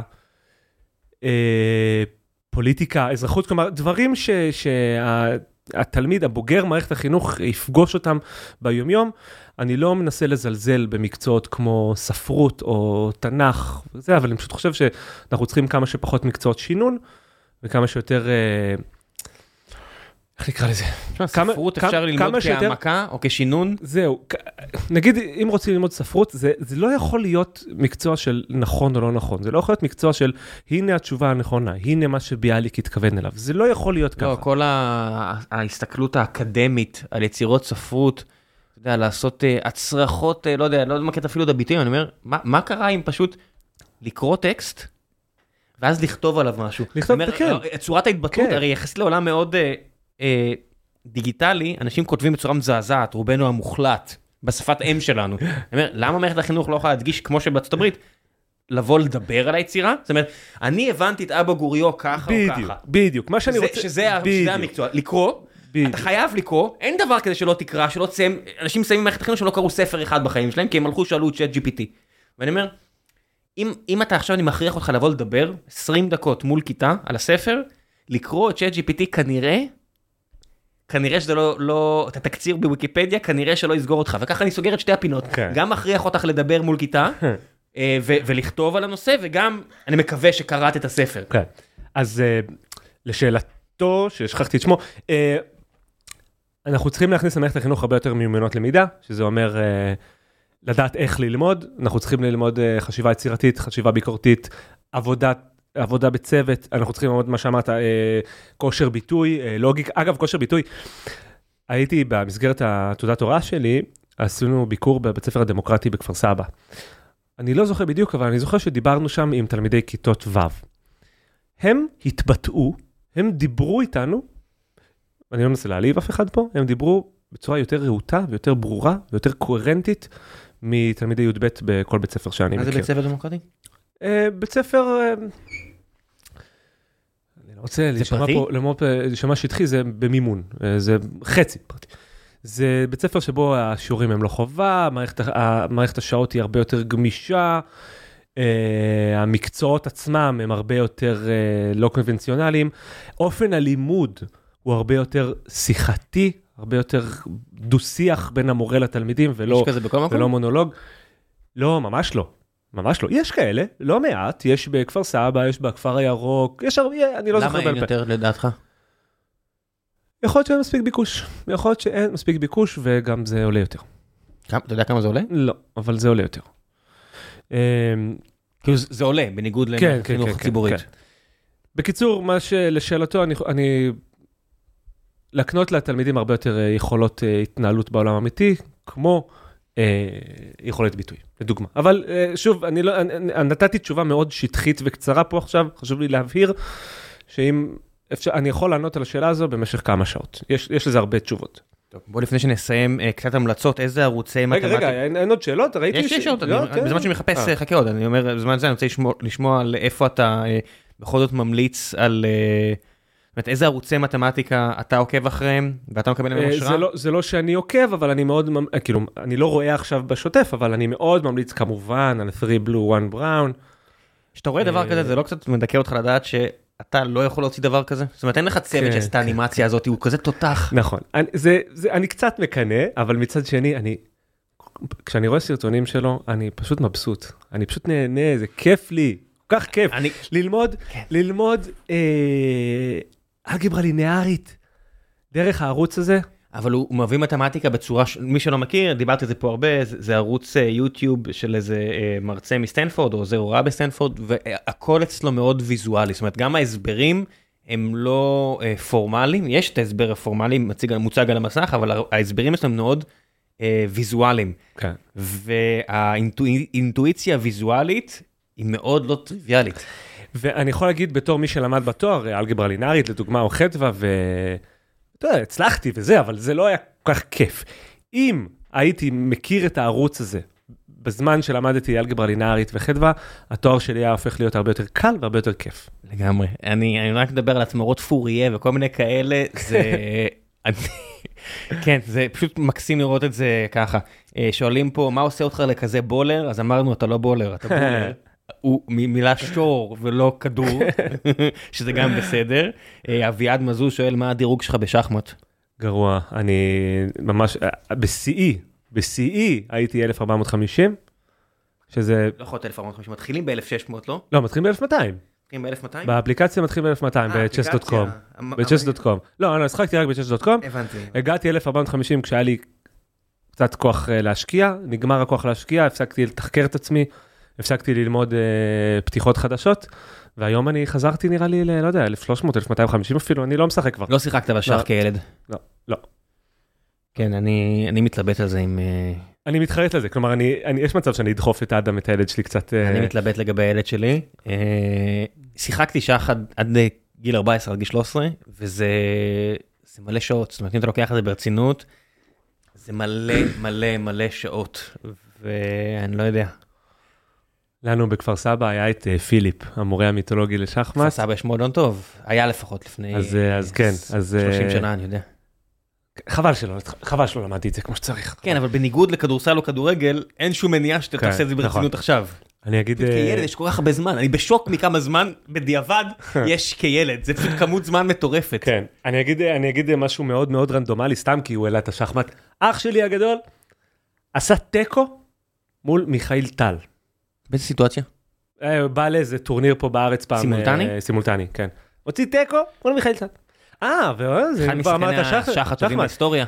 פוליטיקה, אזרחות, כלומר, דברים שהתלמיד, הבוגר מערכת החינוך, יפגוש אותם ביומיום. אני לא מנסה לזלזל במקצועות כמו ספרות או תנ"ך, וזה, אבל אני פשוט חושב שאנחנו צריכים כמה שפחות מקצועות שינון, וכמה שיותר, איך נקרא לזה? ספרות אפשר ללמוד כהעמקה או כשינון? זהו, נגיד, אם רוצים ללמוד ספרות, זה לא יכול להיות מקצוע של נכון או לא נכון, זה לא יכול להיות מקצוע של, הנה התשובה הנכונה, הנה מה שביאליק התכוון אליו, זה לא יכול להיות ככה. לא, כל ההסתכלות האקדמית על יצירות ספרות, אתה יודע, לעשות הצרחות, לא יודע, לא מכיר אפילו את הביטויים, אני אומר, מה קרה אם פשוט לקרוא טקסט, ואז לכתוב עליו משהו? לכתוב, כן. צורת ההתבטאות, הרי יחסית לעולם מאוד דיגיטלי, אנשים כותבים בצורה מזעזעת, רובנו המוחלט, בשפת אם שלנו. אני אומר, למה מערכת החינוך לא יכולה להדגיש, כמו שבארצות הברית, לבוא לדבר על היצירה? זאת אומרת, אני הבנתי את אבא גוריו ככה או ככה. בדיוק, מה שאני רוצה... שזה המקצוע, לקרוא, אתה חייב לקרוא, אין דבר כזה שלא תקרא, שלא תסיים, אנשים מסיימים במערכת החינוך שלא קראו ספר אחד בחיים שלהם, כי הם הלכו שאלו את ChatGPT. ואני אומר, אם אתה עכשיו, אני מכריח אותך לבוא לדבר 20 דקות מול כיתה על הספר, לקרוא את ChatGPT כנראה שזה לא, אתה תקציר בוויקיפדיה, כנראה שלא יסגור אותך, וככה אני סוגר את שתי הפינות, גם מכריח אותך לדבר מול כיתה, ולכתוב על הנושא, וגם אני מקווה שקראת את הספר. אז לשאלתו, ששכחתי את שמו, אנחנו צריכים להכניס למערכת החינוך הרבה יותר מיומנות למידה, שזה אומר לדעת איך ללמוד, אנחנו צריכים ללמוד חשיבה יצירתית, חשיבה ביקורתית, עבודה בצוות, אנחנו צריכים ללמוד מה שאמרת, כושר ביטוי, לוגיקה, אגב, כושר ביטוי, הייתי במסגרת התעודת הוראה שלי, עשינו ביקור בבית ספר הדמוקרטי בכפר סבא. אני לא זוכר בדיוק, אבל אני זוכר שדיברנו שם עם תלמידי כיתות ו'. הם התבטאו, הם דיברו איתנו, אני לא מנסה להעליב אף אחד פה, הם דיברו בצורה יותר רהוטה ויותר ברורה ויותר קוהרנטית מתלמידי י"ב בכל בית ספר שאני מכיר. מה זה בית ספר דמוקרטי? בית ספר, אני לא רוצה לשמוע שטחי, זה במימון, זה חצי פרטי. זה בית ספר שבו השיעורים הם לא חובה, מערכת השעות היא הרבה יותר גמישה, המקצועות עצמם הם הרבה יותר לא קונבנציונליים, אופן הלימוד הוא הרבה יותר שיחתי, הרבה יותר דו-שיח בין המורה לתלמידים, ולא מונולוג. לא, ממש לא. ממש לא. יש כאלה, לא מעט, יש בכפר סבא, יש בכפר הירוק, יש הרבה, אני לא זוכר. למה אין יותר לדעתך? יכול להיות שאין מספיק ביקוש. יכול להיות שאין מספיק ביקוש, וגם זה עולה יותר. אתה יודע כמה זה עולה? לא, אבל זה עולה יותר. כאילו זה עולה, בניגוד לחינוך הציבורית. בקיצור, מה שלשאלתו, אני להקנות לתלמידים הרבה יותר יכולות התנהלות בעולם האמיתי, כמו יכולת ביטוי, לדוגמה. אבל שוב, אני נתתי תשובה מאוד שטחית וקצרה פה עכשיו, חשוב לי להבהיר, שאם אני יכול לענות על השאלה הזו במשך כמה שעות. יש לזה הרבה תשובות. טוב, בוא לפני שנסיים קצת המלצות, איזה ערוצי מתמטיקה... רגע, אין עוד שאלות? יש שאלות, בזמן שאני מחפש חכה עוד, אני אומר, בזמן הזה אני רוצה לשמוע על איפה אתה בכל זאת ממליץ על... אומרת, איזה ערוצי מתמטיקה אתה עוקב אחריהם, ואתה מקבל להם השראה? זה לא שאני עוקב, אבל אני מאוד, כאילו, אני לא רואה עכשיו בשוטף, אבל אני מאוד ממליץ כמובן על 3 blue 1 brown. כשאתה רואה דבר כזה, זה לא קצת מדכא אותך לדעת שאתה לא יכול להוציא דבר כזה? זאת אומרת, אין לך צוות שעשת האנימציה הזאת, הוא כזה תותח. נכון, אני קצת מקנא, אבל מצד שני, כשאני רואה סרטונים שלו, אני פשוט מבסוט. אני פשוט נהנה, זה כיף לי. כל כך כיף. ללמוד אלגברה לינארית דרך הערוץ הזה. אבל הוא מביא מתמטיקה בצורה, מי שלא מכיר, דיברתי על זה פה הרבה, זה ערוץ יוטיוב של איזה מרצה מסטנפורד, או עוזר הוראה בסטנפורד, והכל אצלו מאוד ויזואלי. זאת אומרת, גם ההסברים הם לא פורמליים, יש את ההסבר הפורמלי, מוצג על המסך, אבל ההסברים אצלם מאוד ויזואליים. כן. והאינטואיציה הוויזואלית היא מאוד לא טריוויאלית. ואני יכול להגיד בתור מי שלמד בתואר, אלגברה לינארית, לדוגמה, או חדווה, אתה יודע, הצלחתי וזה, אבל זה לא היה כל כך כיף. אם הייתי מכיר את הערוץ הזה, בזמן שלמדתי אלגברה לינארית וחדווה, התואר שלי היה הופך להיות הרבה יותר קל והרבה יותר כיף. לגמרי. אני רק מדבר על עצמרות פוריה וכל מיני כאלה, זה... כן, זה פשוט מקסים לראות את זה ככה. שואלים פה, מה עושה אותך לכזה בולר? אז אמרנו, אתה לא בולר, אתה בולר. הוא מילה שור ולא כדור, שזה גם בסדר. אביעד מזוז שואל, מה הדירוג שלך בשחמט? גרוע, אני ממש, בשיאי הייתי 1450, שזה... לא יכול להיות 1450, מתחילים ב-1600, לא? לא, מתחילים ב-1200. מתחילים ב-1200? באפליקציה מתחילים ב-1200, ב-chess.com. ב-chess.com. לא, אני שחקתי רק ב-chess.com. הבנתי. הגעתי 1450 כשהיה לי קצת כוח להשקיע, נגמר הכוח להשקיע, הפסקתי לתחקר את עצמי, הפסקתי ללמוד פתיחות חדשות, והיום אני חזרתי נראה לי, לא יודע, 1300, 1250 אפילו, אני לא משחק כבר. לא שיחקת בשח כילד? לא. כן, אני מתלבט על זה עם... אני מתחרט על זה, כלומר, יש מצב שאני אדחוף את האדם, את הילד שלי קצת... אני מתלבט לגבי הילד שלי. שיחקתי שח עד גיל 14, עד גיל 13, וזה מלא שעות. זאת אומרת, אם אתה לוקח את זה ברצינות, זה מלא שעות, ואני לא יודע. לנו בכפר סבא היה את פיליפ, המורה המיתולוגי לשחמט. כפר סבא יש מועדון טוב, היה לפחות לפני 30 שנה, אני יודע. חבל שלא למדתי את זה כמו שצריך. כן, אבל בניגוד לכדורסל או כדורגל, אין שום מניעה שאתה תעשה את זה ברצינות עכשיו. אני אגיד... כילד יש כל כך הרבה זמן, אני בשוק מכמה זמן, בדיעבד יש כילד, זה פשוט כמות זמן מטורפת. כן, אני אגיד משהו מאוד מאוד רנדומלי, סתם כי הוא העלה את השחמט. אח שלי הגדול עשה טקו מול מיכאל טל. באיזה סיטואציה? בא לאיזה טורניר פה בארץ פעם. סימולטני? סימולטני, כן. הוציא טקו מול מיכאל טל. זה כבר אמרת שח הטובים בהיסטוריה.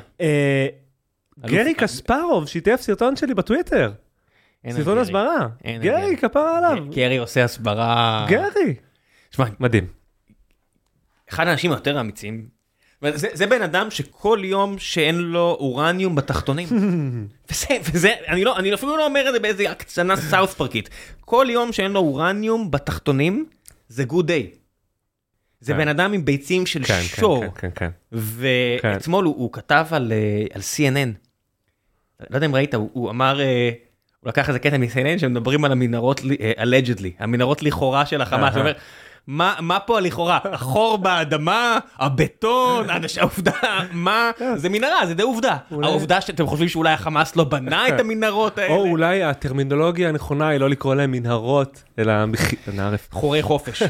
גרי קספרוב שיתף סרטון שלי בטוויטר. סרטון הסברה. גרי, כפרה עליו. גרי עושה הסברה. גרי. מדהים. אחד האנשים היותר אמיצים, זה בן אדם שכל יום שאין לו אורניום בתחתונים. וזה, אני אפילו לא אומר את זה באיזה הקצנה סאוף פרקית. כל יום שאין לו אורניום בתחתונים, זה good day. זה בן אדם עם ביצים של שור. ואתמול הוא כתב על CNN. לא יודע אם ראית, הוא אמר, הוא לקח איזה קטע מ-CNN שמדברים על המנהרות, allegedly, המנהרות לכאורה של החמאס. הוא אומר, מה פה לכאורה? החור באדמה, הבטון, העובדה, מה? זה מנהרה, זה די עובדה. העובדה שאתם חושבים שאולי החמאס לא בנה את המנהרות האלה. או אולי הטרמינולוגיה הנכונה היא לא לקרוא להם מנהרות, אלא חורי חופש.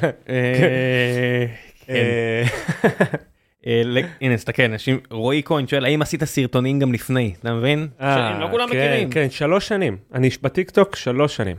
הנה, תסתכל, רועי כהן שואל, האם עשית סרטונים גם לפני? אתה מבין? לא כולם מכירים. כן, 3 שנים. אני בטיקטוק 3 שנים.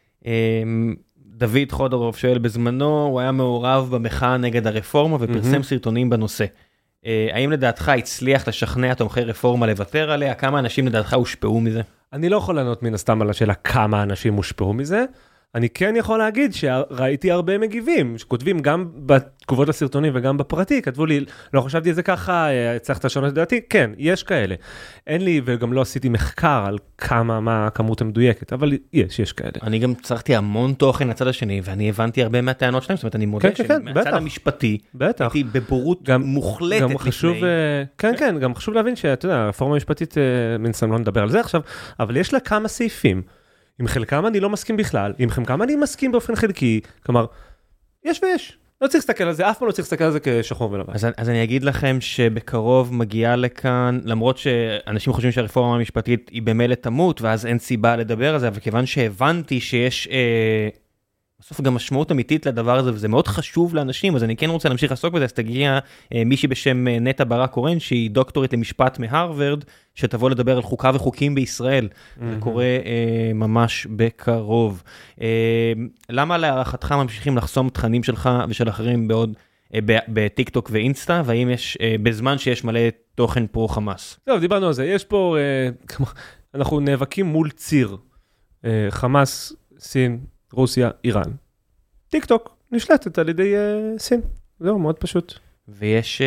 דוד חודרוב שואל, בזמנו הוא היה מעורב במחאה נגד הרפורמה ופרסם סרטונים בנושא. האם לדעתך הצליח לשכנע תומכי רפורמה לוותר עליה? כמה אנשים לדעתך הושפעו מזה? אני לא יכול לענות מן הסתם על השאלה כמה אנשים הושפעו מזה. אני כן יכול להגיד שראיתי הרבה מגיבים, שכותבים גם בתגובות לסרטונים וגם בפרטי, כתבו לי, לא חשבתי את זה ככה, הצלחת לשנות את דעתי, כן, יש כאלה. אין לי, וגם לא עשיתי מחקר על מה הכמות המדויקת, אבל יש כאלה. אני גם צריכתי המון תוכן לצד השני, ואני הבנתי הרבה מהטענות שלהם, זאת אומרת, אני מודה שמהצד המשפטי, הייתי בבורות מוחלטת לפני. כן, גם חשוב להבין שאתה יודע, הרפורמה המשפטית, מן סתם לא נדבר על זה עכשיו, אבל יש לה כמה סעיפים. עם חלקם אני לא מסכים בכלל, עם חלקם אני מסכים באופן חלקי, כלומר, יש ויש. לא צריך להסתכל על זה, אף פעם לא צריך להסתכל על זה כשחור ולבן. אז אני אגיד לכם שבקרוב מגיעה לכאן, למרות שאנשים חושבים שהרפורמה המשפטית היא במילא תמות, ואז אין סיבה לדבר על זה, אבל כיוון שהבנתי שיש בסוף גם משמעות אמיתית לדבר הזה, וזה מאוד חשוב לאנשים, אז אני כן רוצה להמשיך לעסוק בזה, אז תגיע מישהי בשם נטע ברק קורן, שהיא דוקטורית למשפט מהרווארד, שתבוא לדבר על חוקה וחוקים בישראל. זה קורה ממש בקרוב. למה להערכתך ממשיכים לחסום תכנים שלך ושל אחרים בעוד בטיק טוק ואינסטה, והאם יש, בזמן שיש מלא תוכן פרו חמאס? טוב, דיברנו על זה. יש פה, אנחנו נאבקים מול ציר. חמאס, סין, רוסיה, איראן. טיק טוק נשלטת על ידי סין. זהו, מאוד פשוט. ויש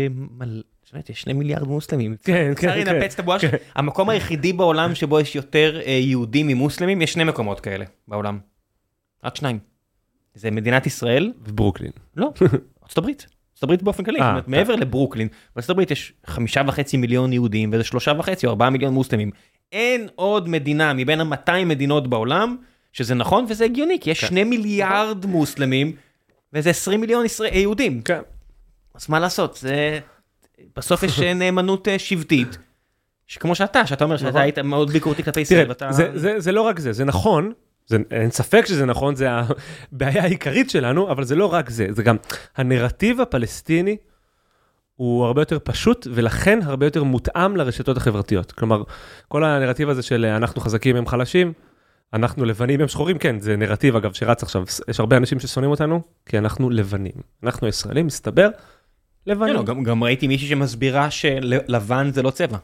יש 2 מיליארד מוסלמים. כן, כן, צריך לנפץ את הבועה. המקום היחידי בעולם שבו יש יותר יהודים ממוסלמים, יש 2 מקומות כאלה בעולם. רק 2. זה מדינת ישראל. וברוקלין. לא, ארצות הברית. ארצות הברית באופן כללי. זאת אומרת, מעבר לברוקלין, בארצות הברית יש 5.5 מיליון יהודים, וזה 3.5 או 4 מיליון מוסלמים. אין עוד מדינה מבין 200 מדינות בעולם, שזה נכון וזה הגיוני, כי יש 2 מיליארד מוסלמים, וזה 20 מיליון יהודים. כן. אז מה לעשות? זה... בסוף יש נאמנות שבטית, שכמו שאתה אומר שאתה היית מאוד ביקורתי כלפי ישראל. זה לא רק זה, זה נכון, אין ספק שזה נכון, זה הבעיה העיקרית שלנו, אבל זה לא רק זה, זה גם הנרטיב הפלסטיני, הוא הרבה יותר פשוט, ולכן הרבה יותר מותאם לרשתות החברתיות. כלומר, כל הנרטיב הזה של אנחנו חזקים הם חלשים, אנחנו לבנים הם שחורים, כן, זה נרטיב אגב שרץ עכשיו, יש הרבה אנשים ששונאים אותנו, כי אנחנו לבנים. אנחנו ישראלים, מסתבר, לבנים. גם ראיתי מישהי שמסבירה שלבן זה לא צבע.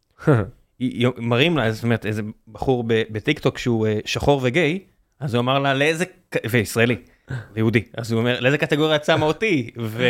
מראים לה, זאת אומרת, איזה בחור בטיקטוק שהוא שחור וגיי, אז הוא אמר לה, לאיזה, וישראלי, ויהודי, אז הוא אומר, לאיזה קטגוריה צמה אותי,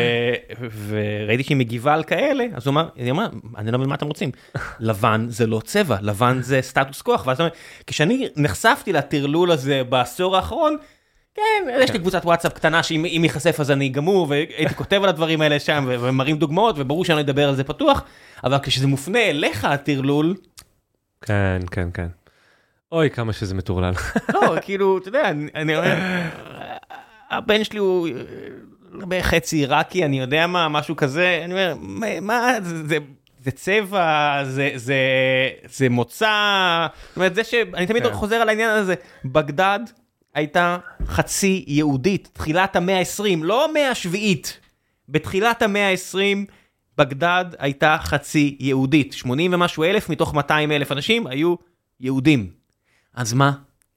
וראיתי שהיא מגיבה על כאלה, אז הוא אמר, אני לא מבין מה אתם רוצים, לבן זה לא צבע, לבן זה סטטוס כוח, ואז כשאני נחשפתי לטרלול הזה בעשור האחרון, כן, יש לי קבוצת וואטסאפ קטנה שאם היא חשף אז אני גמור, והייתי כותב על הדברים האלה שם, ומראים דוגמאות, וברור שאני אדבר על זה פתוח, אבל כשזה מופנה אליך הטרלול... כן, כן, כן. אוי, כמה שזה מטורלל. לא, כאילו, אתה יודע, אני אומר, הבן שלי הוא בחצי עיראקי, אני יודע מה, משהו כזה, אני אומר, מה, זה צבע, זה מוצא, זאת אומרת, זה שאני תמיד חוזר על העניין הזה, בגדד, הייתה חצי יהודית, תחילת המאה ה-20, לא המאה השביעית, בתחילת המאה ה-20, בגדד הייתה חצי יהודית, 80 ומשהו אלף מתוך 200 אלף אנשים היו יהודים. אז מה?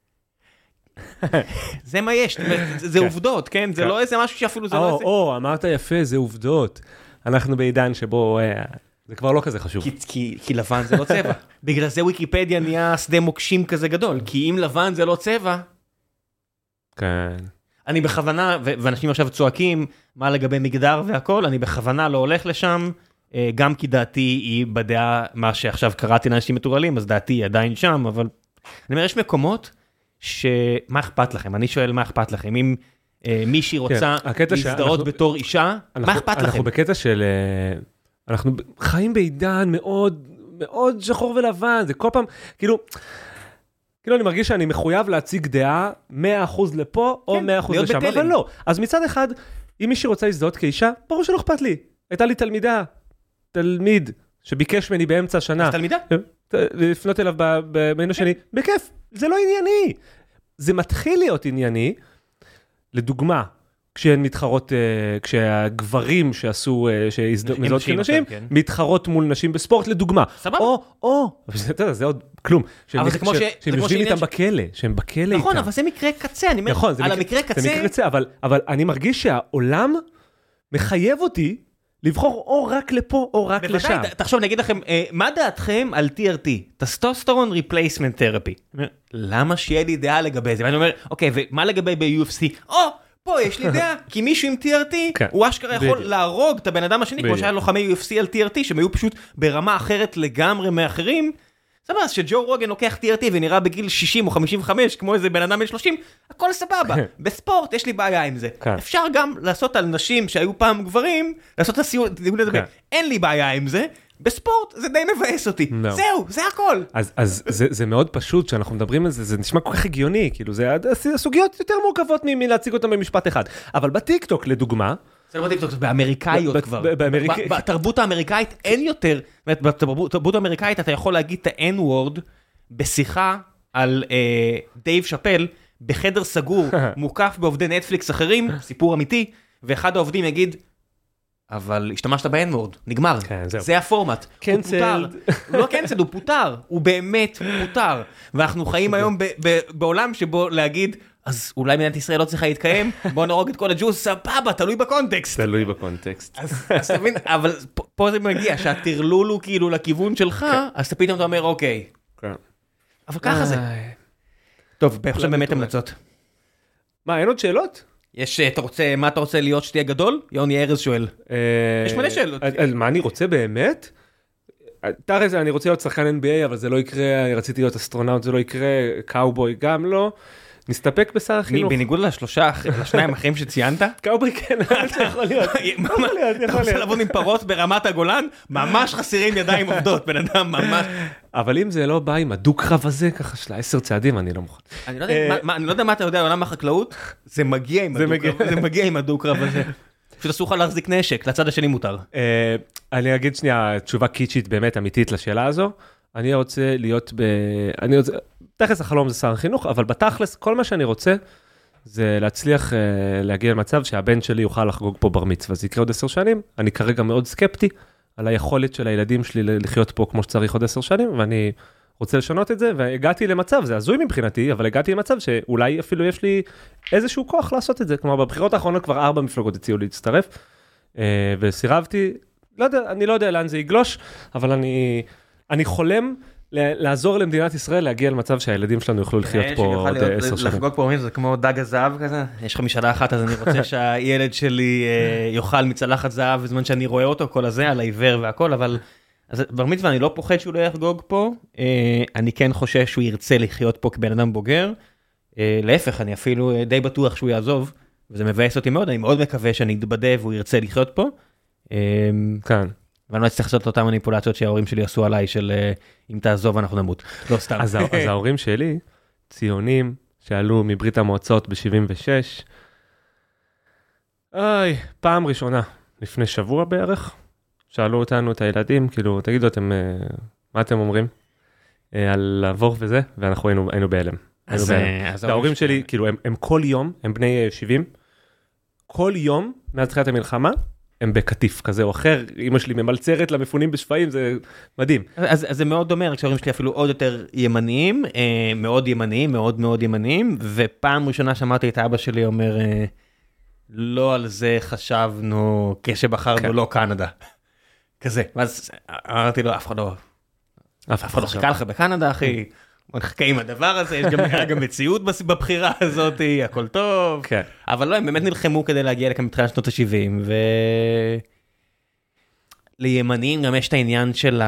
זה מה יש, זה עובדות, כן? זה לא איזה משהו שאפילו זה לא איזה... אמרת יפה, זה עובדות. אנחנו בעידן שבו זה כבר לא כזה חשוב. כי לבן זה לא צבע. בגלל זה ויקיפדיה נהיה שדה מוקשים כזה גדול, כי אם לבן זה לא צבע... כן. אני בכוונה, ואנשים עכשיו צועקים מה לגבי מגדר והכל, אני בכוונה לא הולך לשם, גם כי דעתי היא בדעה, מה שעכשיו קראתי לאנשים מטורלים, אז דעתי היא עדיין שם, אבל אני אומר, יש מקומות שמה אכפת לכם? אני שואל מה אכפת לכם? אם מישהי רוצה להזדהות בתור אישה, מה אכפת לכם? אנחנו בקטע של, אנחנו חיים בעידן מאוד, מאוד שחור ולבן, זה כל פעם, כאילו אני מרגיש שאני מחויב להציג דעה 100% לפה או 100% לשם, אבל לא. אז מצד אחד, אם מישהי רוצה להזדהות כאישה, ברור שלא אכפת לי. הייתה לי תלמיד, שביקש ממני באמצע השנה. אז תלמידה? לפנות אליו בינו שני, בכיף, זה לא ענייני. זה מתחיל להיות ענייני, לדוגמה, כשהן מתחרות, כשהגברים שעשו, מזהות של נשים, מתחרות מול נשים בספורט, לדוגמה. סבבה. זה עוד כלום. שהם יושבים איתם בכלא, שהם בכלא איתם. נכון, אבל זה מקרה קצה, אני אומר, על המקרה קצה. זה מקרה קצה, אבל אני מרגיש שהעולם מחייב אותי לבחור או רק לפה או רק לשם. בוודאי, תחשוב, אני אגיד לכם, מה דעתכם על TRT? טסטוסטרון ריפלייסמנט תרפי. למה שיהיה לי דעה לגבי זה? ואני אומר, אוקיי, ומה לגבי ב-UFC? פה יש לי דעה, כי מישהו עם TRT, הוא אשכרה יכול להרוג את הבן אדם השני, כמו שהיה לוחמי UFC על TRT, שהם היו פשוט ברמה אחרת לגמרי מאחרים. סבבה, אז שג'ו רוגן לוקח TRT ונראה בגיל 60 או 55, כמו איזה בן אדם בן 30, הכל סבבה. בספורט יש לי בעיה עם זה. אפשר גם לעשות על נשים שהיו פעם גברים, לעשות את הסיום הזה, אין לי בעיה עם זה, בספורט זה די מבאס אותי. זהו, זה הכל. אז זה מאוד פשוט שאנחנו מדברים על זה, זה נשמע כל כך הגיוני, כאילו זה סוגיות יותר מורכבות מלהציג אותם במשפט אחד. אבל בטיקטוק, לדוגמה, זה לא בטיקטוק, זה באמריקאיות כבר. בתרבות האמריקאית אין יותר, בתרבות האמריקאית אתה יכול להגיד את ה-N-word בשיחה על דייב שאפל, בחדר סגור, מוקף בעובדי נטפליקס אחרים, סיפור אמיתי, ואחד העובדים יגיד, אבל השתמשת ב-N-word, נגמר. זה הפורמט. הוא פוטר. הוא לא קנצל, הוא פוטר. הוא באמת פוטר. ואנחנו חיים היום בעולם שבו להגיד, אז אולי מדינת ישראל לא צריכה להתקיים, בוא נרוג את כל הג'וס, סבבה, תלוי בקונטקסט. תלוי בקונטקסט. אז תבין, אבל פה זה מגיע, שהתרלול הוא כאילו לכיוון שלך, אז אתה פתאום אתה אומר, אוקיי. אבל ככה זה. טוב, עכשיו באמת המלצות. מה, אין עוד שאלות? יש, מה אתה רוצה להיות שתהיה גדול? יוני ארז שואל. יש מלא שאלות. מה אני רוצה באמת? תראה זה, אני רוצה להיות שחקן NBA, אבל זה לא יקרה, אני רציתי להיות אסטרונאוט, זה לא יקרה, קאובוי גם לא. נסתפק בשר החינוך. בניגוד לשניים אחרים שציינת? קאובוי כן, זה יכול להיות. אתה רוצה לעבוד עם פרות ברמת הגולן? ממש חסרים ידיים עובדות, בן אדם ממש. אבל אם זה לא בא עם הדו-קרב הזה, ככה של 10 צעדים, אני לא מוכן. אני לא יודע מה אתה יודע על עולם החקלאות, זה מגיע עם הדו-קרב הזה. פשוט אסור לך להחזיק נשק, לצד השני מותר. אני אגיד שנייה, תשובה קיצ'ית באמת אמיתית לשאלה הזו. אני רוצה להיות תכלס החלום זה שר החינוך, אבל בתכלס כל מה שאני רוצה זה להצליח להגיע למצב שהבן שלי יוכל לחגוג פה בר מצווה. זה יקרה עוד 10 שנים, אני כרגע מאוד סקפטי על היכולת של הילדים שלי לחיות פה כמו שצריך עוד 10 שנים, ואני רוצה לשנות את זה, והגעתי למצב, זה הזוי מבחינתי, אבל הגעתי למצב שאולי אפילו יש לי איזשהו כוח לעשות את זה, כלומר בבחירות האחרונות כבר 4 מפלגות הציעו להצטרף, וסירבתי, אני לא יודע לאן זה יגלוש, אבל אני חולם לעזור למדינת ישראל להגיע למצב שהילדים שלנו יוכלו לחיות פה עוד 10 שנים. לחגוג פה זה כמו דג הזהב כזה, יש לך משאלה אחת, אז אני רוצה שהילד שלי יאכל מצלחת זהב בזמן שאני רואה אותו, כל הזה, על העיוור והכל, אבל בר מצווה אני לא פוחד שהוא לא יחגוג פה, אני כן חושש שהוא ירצה לחיות פה כבן אדם בוגר, להפך, אני אפילו די בטוח שהוא יעזוב, וזה מבאס אותי מאוד, אני מאוד מקווה שאני אתבדה והוא ירצה לחיות פה. כן. ואני לא אצטרך לעשות את אותם מניפולציות שההורים שלי עשו עליי, של אם תעזוב אנחנו נמות. לא סתם. אז ההורים שלי, ציונים, שעלו מברית המועצות ב-76, פעם ראשונה, לפני שבוע בערך, שאלו אותנו את הילדים, כאילו, תגידו, מה אתם אומרים? על לעבור וזה, ואנחנו היינו בהלם. ההורים שלי, כאילו, הם כל יום, הם בני 70, כל יום, מאז תחילת המלחמה, הם בקטיף כזה או אחר, אמא שלי ממלצרת למפונים בשפעים, זה מדהים. אז זה מאוד דומה, רק שההורים שלי אפילו עוד יותר ימניים, מאוד ימניים, מאוד מאוד ימניים, ופעם ראשונה שמעתי את אבא שלי אומר, לא על זה חשבנו כשבחרנו לא קנדה. כזה. ואז אמרתי לו, אף אחד לא חיכה לך בקנדה, אחי. נחכה עם הדבר הזה, יש גם מציאות בבחירה הזאת, הכל טוב. אבל לא, הם באמת נלחמו כדי להגיע לכאן מתחילת שנות ה-70, לימניים גם יש את העניין של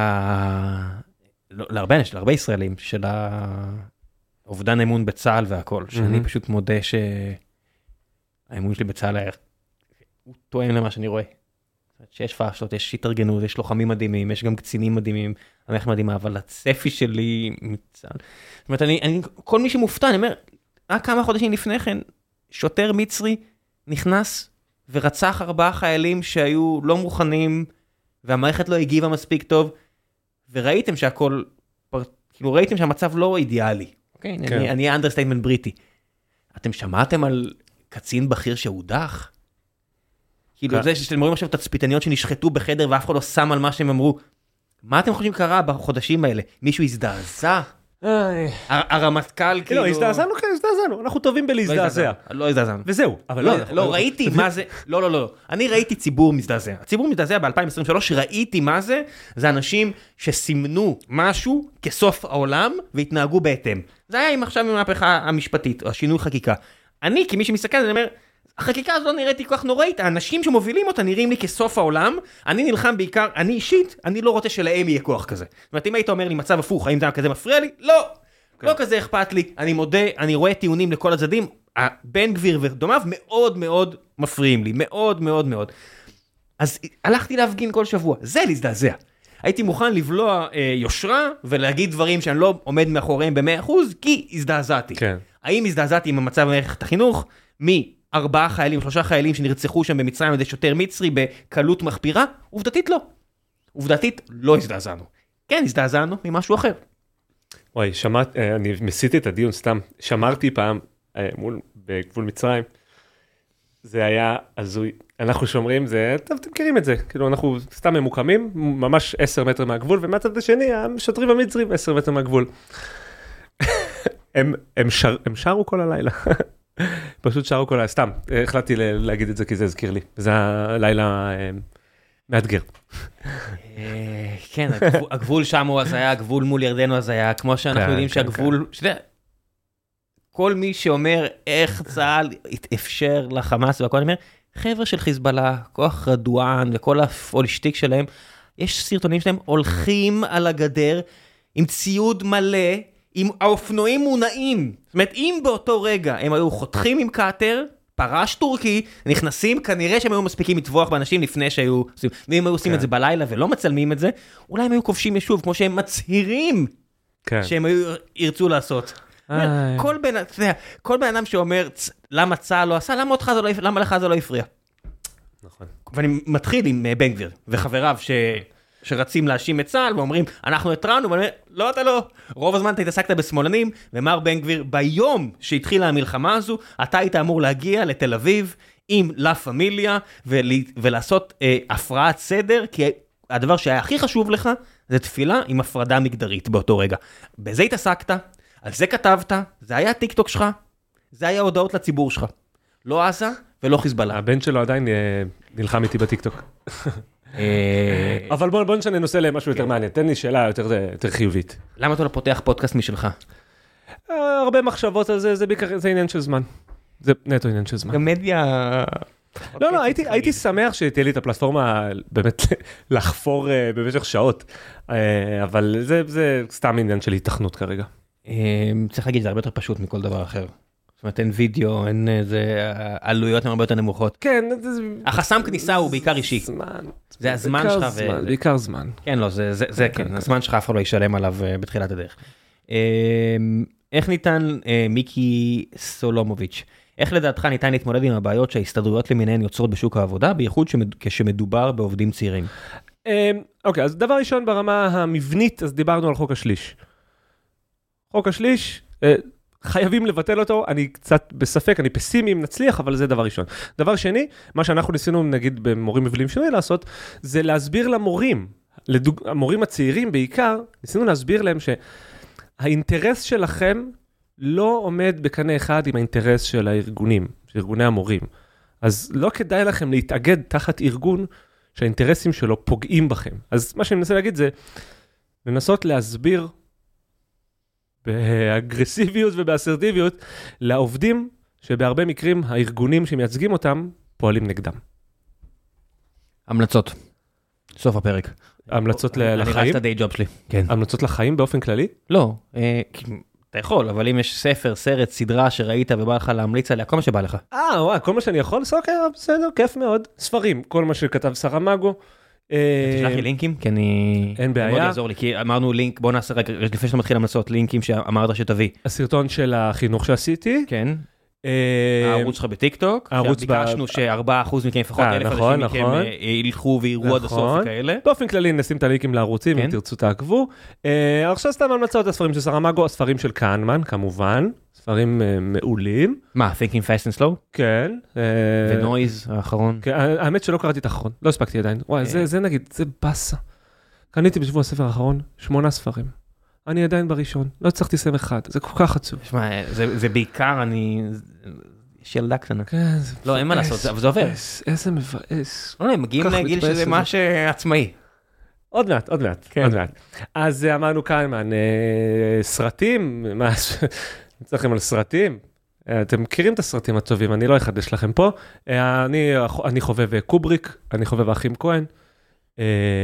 להרבה ישראלים, של האובדן אמון בצה"ל והכל, שאני פשוט מודה שהאמון שלי בצה"ל הוא תואם למה שאני רואה. שיש פאשלות, יש התארגנות, יש לוחמים מדהימים, יש גם קצינים מדהימים, המערכת מדהימה, אבל הצפי שלי מצה"ל. זאת אומרת, כל מי שמופתע, אני אומר, רק כמה חודשים לפני כן, שוטר מצרי נכנס ורצח 4 חיילים שהיו לא מוכנים, והמערכת לא הגיבה מספיק טוב, וראיתם שהכל, כאילו ראיתם שהמצב לא אידיאלי. אוקיי? אני אנדרסטייטמנט בריטי. אתם שמעתם על קצין בכיר שהודח? כאילו זה שאתם רואים עכשיו תצפיתניות שנשחטו בחדר ואף אחד לא שם על מה שהם אמרו. מה אתם חושבים קרה בחודשים האלה? מישהו הזדעזע? הרמטכ"ל כאילו... לא, הזדעזענו, אנחנו טובים בלהזדעזע. לא הזדעזענו. וזהו. לא, ראיתי מה זה... לא. אני ראיתי ציבור מזדעזע. הציבור מזדעזע ב-2023, ראיתי מה זה. זה אנשים שסימנו משהו כסוף העולם והתנהגו בהתאם. זה היה עכשיו עם המהפכה המשפטית, או השינוי חקיקה. אני, כמי שמסתכל, אני אומר... החקיקה הזו לא נראיתי כל כך נוראית, האנשים שמובילים אותה נראים לי כסוף העולם, אני נלחם בעיקר, אני אישית, אני לא רוצה שלהם יהיה כוח כזה. זאת אומרת, אם היית אומר לי מצב הפוך, האם זה כזה מפריע לי? לא, לא כזה אכפת לי, אני מודה, אני רואה טיעונים לכל הצדדים, בן גביר ודומיו מאוד מאוד מפריעים לי, מאוד מאוד מאוד. אז הלכתי להפגין כל שבוע, זה להזדעזע. הייתי מוכן לבלוע יושרה, ולהגיד דברים שאני לא עומד מאחוריהם ב100%, כי הזדעזעתי. כן. האם הזדעזעתי עם המצב במערכת החינוך? מ4 חיילים, 3 חיילים שנרצחו שם במצרים על ידי שוטר מצרי בקלות מחפירה? עובדתית לא. עובדתית לא הזדעזענו. כן, הזדעזענו ממשהו אחר. וואי, אני מסיתי את הדיון סתם. שמרתי פעם בגבול מצרים. זה היה הזוי. אנחנו שומרים, טוב, אתם מכירים את זה. כאילו, אנחנו סתם ממוקמים, ממש 10 מטר מהגבול, ומהצד השני, השוטרים המצרים 10 מטר מהגבול. הם שרו כל הלילה. פשוט שרו כל הלילה. סתם, החלטתי להגיד את זה, כי זה הזכיר לי. זה הלילה מאתגר. כן, הגבול שם הוא אז היה, הגבול מול ירדנו אז היה, כמו שאנחנו יודעים שהגבול, כל מי שאומר איך צה"ל התאפשר לחמאס והכל, אני אומר, חבר'ה של חיזבאללה, כוח רדואן וכל הפולישטיק שלהם, יש סרטונים שלהם הולכים על הגדר עם ציוד מלא, עם האופנועים מונעים. זאת אומרת, אם באותו רגע הם היו חותכים עם קאטר, פרש טורקי, נכנסים, כנראה שהם היו מספיקים לטבוח באנשים לפני שהיו, ואם היו עושים את זה בלילה ולא מצלמים את זה, אולי הם היו כובשים יישוב, כמו שהם מצהירים שהם ירצו לעשות. כל בן אדם שאומר, למה צה"ל לא עשה, למה לך זה לא הפריע? נכון. ואני מתחיל עם בן גביר וחבריו שרצים להאשים את צה"ל ואומרים, אנחנו התרענו, ואני אומר, לא, אתה לא. רוב הזמן אתה התעסקת בשמאלנים, ומר בן גביר, ביום שהתחילה המלחמה הזו, אתה היית אמור להגיע לתל אביב עם לה פמיליה, ולעשות הפרעת סדר, כי הדבר שהיה הכי חשוב לך, זה תפילה עם הפרדה מגדרית באותו רגע. בזה התעסקת, על זה כתבת, זה היה הטיק טוק שלך, זה היה הודעות לציבור שלך. לא עזה ולא חיזבאללה. הבן שלו עדיין נלחם איתי בטיק טוק. אבל בוא נשנה נושא למשהו יותר מעניין. תן לי שאלה יותר חיובית. למה אתה לא פותח פודקאסט משלך? הרבה מחשבות על זה, זה עניין של זמן. זה נטו עניין של זמן. גם מדיה... לא, הייתי שמח שתהיה לי את הפלטפורמה באמת לחפור במשך שעות, אבל זה סתם עניין של התכנות כרגע. צריך להגיד, זה הרבה יותר פשוט מכל דבר אחר. זאת אומרת, אין וידאו, אין איזה עלויות הרבה יותר נמוכות. כן. החסם כניסה הוא בעיקר אישי. זה הזמן שלך. בעיקר זמן. כן, לא, זה כן. הזמן שלך אף אחד לא ישלם עליו בתחילת הדרך. איך ניתן, מיקי סולומוביץ', איך לדעתך ניתן להתמודד עם הבעיות שההסתדרויות למיניהן יוצרות בשוק העבודה, בייחוד כשמדובר בעובדים צעירים? אוקיי, אז דבר ראשון ברמה המבנית, אז דיברנו על חוק השליש. חוק השליש, חייבים לבטל אותו, אני קצת בספק, אני פסימי אם נצליח, אבל זה דבר ראשון. דבר שני, מה שאנחנו ניסינו, נגיד, במורים מבלים שני לעשות, זה להסביר למורים, המורים הצעירים בעיקר, ניסינו להסביר להם שהאינטרס שלכם לא עומד בקנה אחד עם האינטרס של הארגונים, של ארגוני המורים. אז לא כדאי לכם להתאגד תחת ארגון שהאינטרסים שלו פוגעים בכם. אז מה שאני מנסה להגיד זה, לנסות להסביר באגרסיביות ובאסרטיביות לעובדים שבהרבה מקרים הארגונים שמייצגים אותם פועלים נגדם. המלצות. סוף הפרק. המלצות לחיים? אני רץ את הדי ג'וב שלי. כן. המלצות לחיים באופן כללי? לא. אתה יכול, אבל אם יש ספר, סרט, סדרה שראית ובא לך להמליץ עליה, כל מה שבא לך. וואי, כל מה שאני יכול? אוקיי, בסדר, כיף מאוד. ספרים, כל מה שכתב סרמגו. תשלח לי לינקים, כי אני... אין בעיה. מאוד יעזור לי, כי אמרנו לינק, בוא נעשה רגע, לפני שאתה מתחיל המלצות, לינקים שאמרת שתביא. הסרטון של החינוך שעשיתי. כן. הערוץ שלך בטיקטוק, ביקשנו ש4% מכם, לפחות 1,000 אנשים מכם ילכו ויראו עד הסוף וכאלה. באופן כללי נשים את הלינקים לערוצים, אם תרצו תעקבו. עכשיו סתם המלצות, הספרים של סרמגו, הספרים של קהנמן, כמובן, ספרים מעולים. מה, Thinking Fast and Slow? כן. ונויז האחרון? האמת שלא קראתי את האחרון, לא הספקתי עדיין. וואי, זה נגיד, זה בסה. קניתי בשבוע הספר האחרון 8 ספרים. אני עדיין בראשון, לא צריכתי לסיים אחד, זה כל כך עצוב. שמע, זה בעיקר, יש ילדה קטנה. כן, לא, אין מה לעשות, אבל זה עובר. איזה מבאס. לא, הם מגיעים להגיל שזה ממש עצמאי. עוד מעט. אז אמרנו כאן, סרטים, צריכים על סרטים, אתם מכירים את הסרטים הטובים, אני לא אחדש לכם פה, אני חובב קובריק, אני חובב האחים כהן.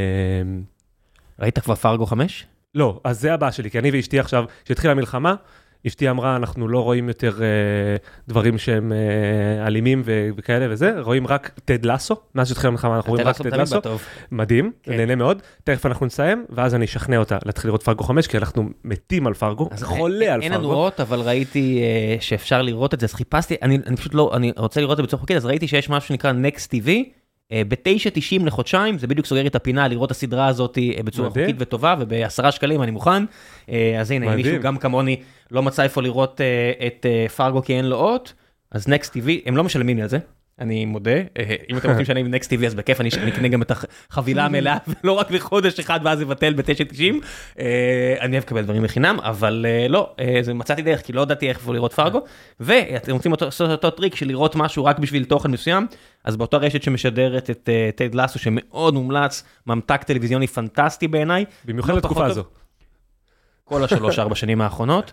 ראית כבר פארגו 5? לא, אז זה הבא שלי, כי אני ואשתי עכשיו, שהתחילה המלחמה, אשתי אמרה, אנחנו לא רואים יותר דברים שהם אלימים וכאלה וזה, רואים רק טד לסו, מאז שהתחילה המלחמה אנחנו רואים רק טד לסו, מדהים, נהנה מאוד, תכף אנחנו נסיים, ואז אני אשכנע אותה להתחיל לראות פרגו 5, כי אנחנו מתים על פרגו, חולה על פרגו. אין לנו אות, אבל ראיתי שאפשר לראות את זה, אז חיפשתי, אני פשוט לא, אני רוצה לראות את זה בצורה חוקית, אז ראיתי שיש משהו שנקרא Next TV, ב-9.90 לחודשיים, זה בדיוק סוגר את הפינה לראות את הסדרה הזאת בצורה חוקית וטובה, וב10 שקלים אני מוכן. אז הנה, מישהו גם כמוני לא מצא איפה לראות את פרגו כי אין לו אות, אז Next TV, הם לא משלמים לי על זה, אני מודה. אם אתם רוצים שאני עם Next TV, אז בכיף אני אקנה גם את החבילה המלאה, ולא רק לחודש אחד ואז יבטל ב-9.90. אני אוהב לקבל דברים בחינם, אבל לא, מצאתי דרך, כי לא ידעתי איפה לראות פרגו, ואתם רוצים לעשות אותו טריק של לראות משהו רק בשביל תוכן מסוים, אז באותה רשת שמשדרת את טד לסו, שמאוד מומלץ, ממתק טלוויזיוני פנטסטי בעיניי. במיוחד לתקופה הזו. כל 3-4 שנים האחרונות.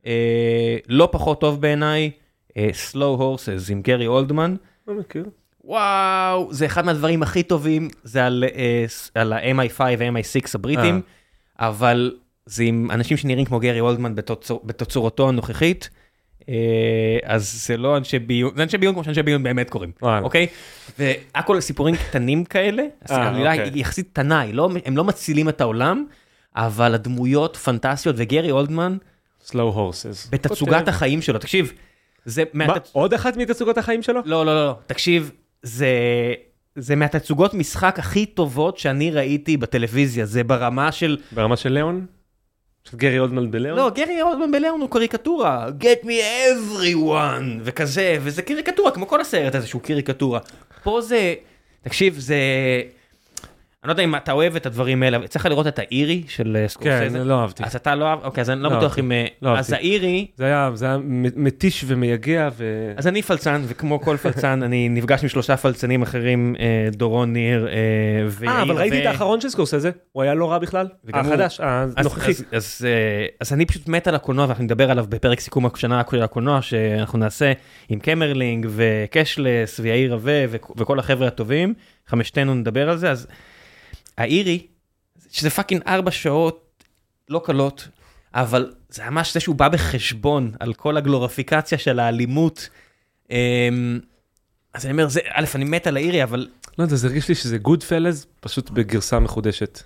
לא פחות טוב בעיניי, Slow Horses עם גרי אולדמן. לא מכיר. וואו, זה אחד מהדברים הכי טובים, זה על ה-MI5 ו-MI6 הבריטים, אבל זה עם אנשים שנראים כמו גרי אולדמן בתצורתו הנוכחית, אז זה לא אנשי ביון, זה אנשי ביון כמו שאנשי ביון באמת קוראים, אוקיי? והכל סיפורים קטנים כאלה, המילה היא יחסית קטנה, הם לא מצילים את העולם, אבל הדמויות פנטסטיות, וגרי אולדמן, Slow Horses. בתצוגת החיים שלו, תקשיב, עוד אחת מתצוגות החיים שלו? לא, תקשיב, זה מהתצוגות משחק הכי טובות שאני ראיתי בטלוויזיה, זה ברמה של... ברמה של ליאון? של גרי אולדמן בליאון? לא, גרי אולדמן בליאון הוא קריקטורה, get me everyone, וכזה, וזה קריקטורה, כמו כל הסרט הזה שהוא קריקטורה. פה זה, תקשיב, זה... אני לא יודע אם אתה אוהב את הדברים האלה, צריך לראות את האירי של סקורסזה. כן, לא אהבתי. אז אתה לא אהב, אוקיי, אז אני לא בטוח אם... אז האירי... זה היה מתיש ומייגע ו... אז אני פלצן, וכמו כל פלצן, אני נפגש עם 3 פלצנים אחרים, דורון ניר ויאיר. אבל ראיתי את האחרון של סקורסזה, הוא היה לא רע בכלל. החדש, הנוכחי. אז אני פשוט מת על הקולנוע, ואנחנו נדבר עליו בפרק סיכום השנה של הקולנוע, שאנחנו נעשה עם קמרלינג וקשלס ויאיר רווה וכל החבר'ה הטובים, 5 נדבר על זה, אז האירי, שזה פאקינג 4 שעות לא קלות, אבל זה ממש זה שהוא בא בחשבון על כל הגלוריפיקציה של האלימות. אז אני אומר, א', אני מת על האירי, אבל... לא יודע, זה הרגיש לי שזה Goodfellas, פשוט בגרסה מחודשת.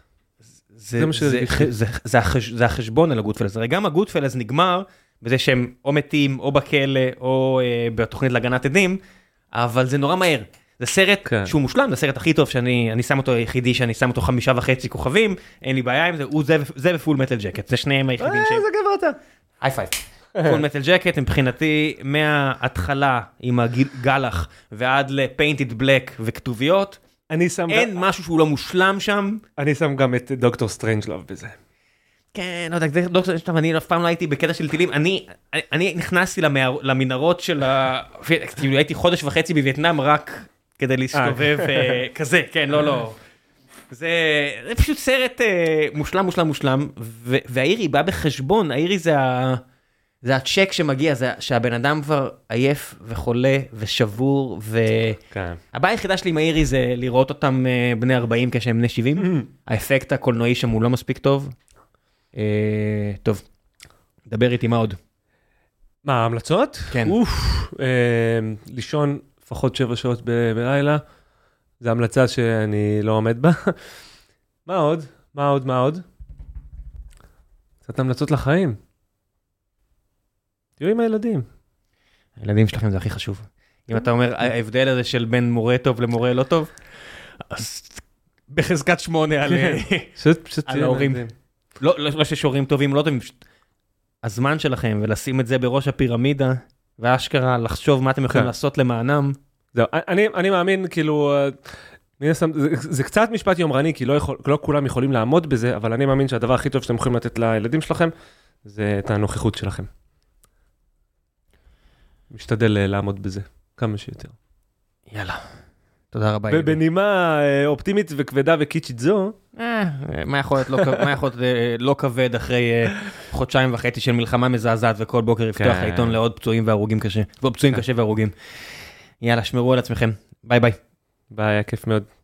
זה החשבון על הגודפלס. הרי גם הגודפלס נגמר בזה שהם או מתים, או בכלא, או בתוכנית להגנת עדים, אבל זה נורא מהר. זה סרט שהוא מושלם, זה הסרט הכי טוב שאני שם אותו היחידי, שאני שם אותו 5.5 כוכבים, אין לי בעיה עם זה, זה ופול מטל ג'קט, זה שניהם היחידים ש... זה גברת. היי פייב. פול מטל ג'קט, מבחינתי, מההתחלה עם הגלח ועד לפיינטד בלק וכתוביות, אין משהו שהוא לא מושלם שם. אני שם גם את דוקטור סטרנג'לוב בזה. כן, לא יודע, דוקטור סטרנג'לוב, אני אף פעם לא הייתי בקטע של טילים, אני נכנסתי למנהרות של כאילו הייתי 1.5 חודש בווייטנאם רק כדי להסתובב כזה, כן, לא. זה פשוט סרט מושלם, והאירי בא בחשבון, האירי זה הצ'ק שמגיע, זה שהבן אדם כבר עייף וחולה ושבור, והבעיה היחידה שלי עם האירי זה לראות אותם בני 40 כשהם בני 70, האפקט הקולנועי שם הוא לא מספיק טוב. טוב, דבר איתי מה עוד? מה, ההמלצות? כן. לישון לפחות 7 שעות בלילה, זו המלצה שאני לא עומד בה. מה עוד? קצת המלצות לחיים. תהיו עם הילדים. הילדים שלכם זה הכי חשוב. אם אתה אומר, ההבדל הזה של בין מורה טוב למורה לא טוב, אז בחזקת 8 על ההורים. לא שיש הורים טובים, לא טובים. הזמן שלכם ולשים את זה בראש הפירמידה, ואשכרה לחשוב מה אתם יכולים לעשות למענם. זהו, אני מאמין, כאילו, זה קצת משפט יומרני, כי לא כולם יכולים לעמוד בזה, אבל אני מאמין שהדבר הכי טוב שאתם יכולים לתת לילדים שלכם, זה את הנוכחות שלכם. משתדל לעמוד בזה, כמה שיותר. יאללה, תודה רבה. ובנימה אופטימית וכבדה וקיצ'ית זו, מה יכול להיות לא כבד אחרי 1.5 חודשים של מלחמה מזעזעת, וכל בוקר לפתוח העיתון לעוד פצועים והרוגים קשה, ועוד פצועים קשה והרוגים. יאללה, שמרו על עצמכם. ביי ביי. ביי, היה כיף מאוד.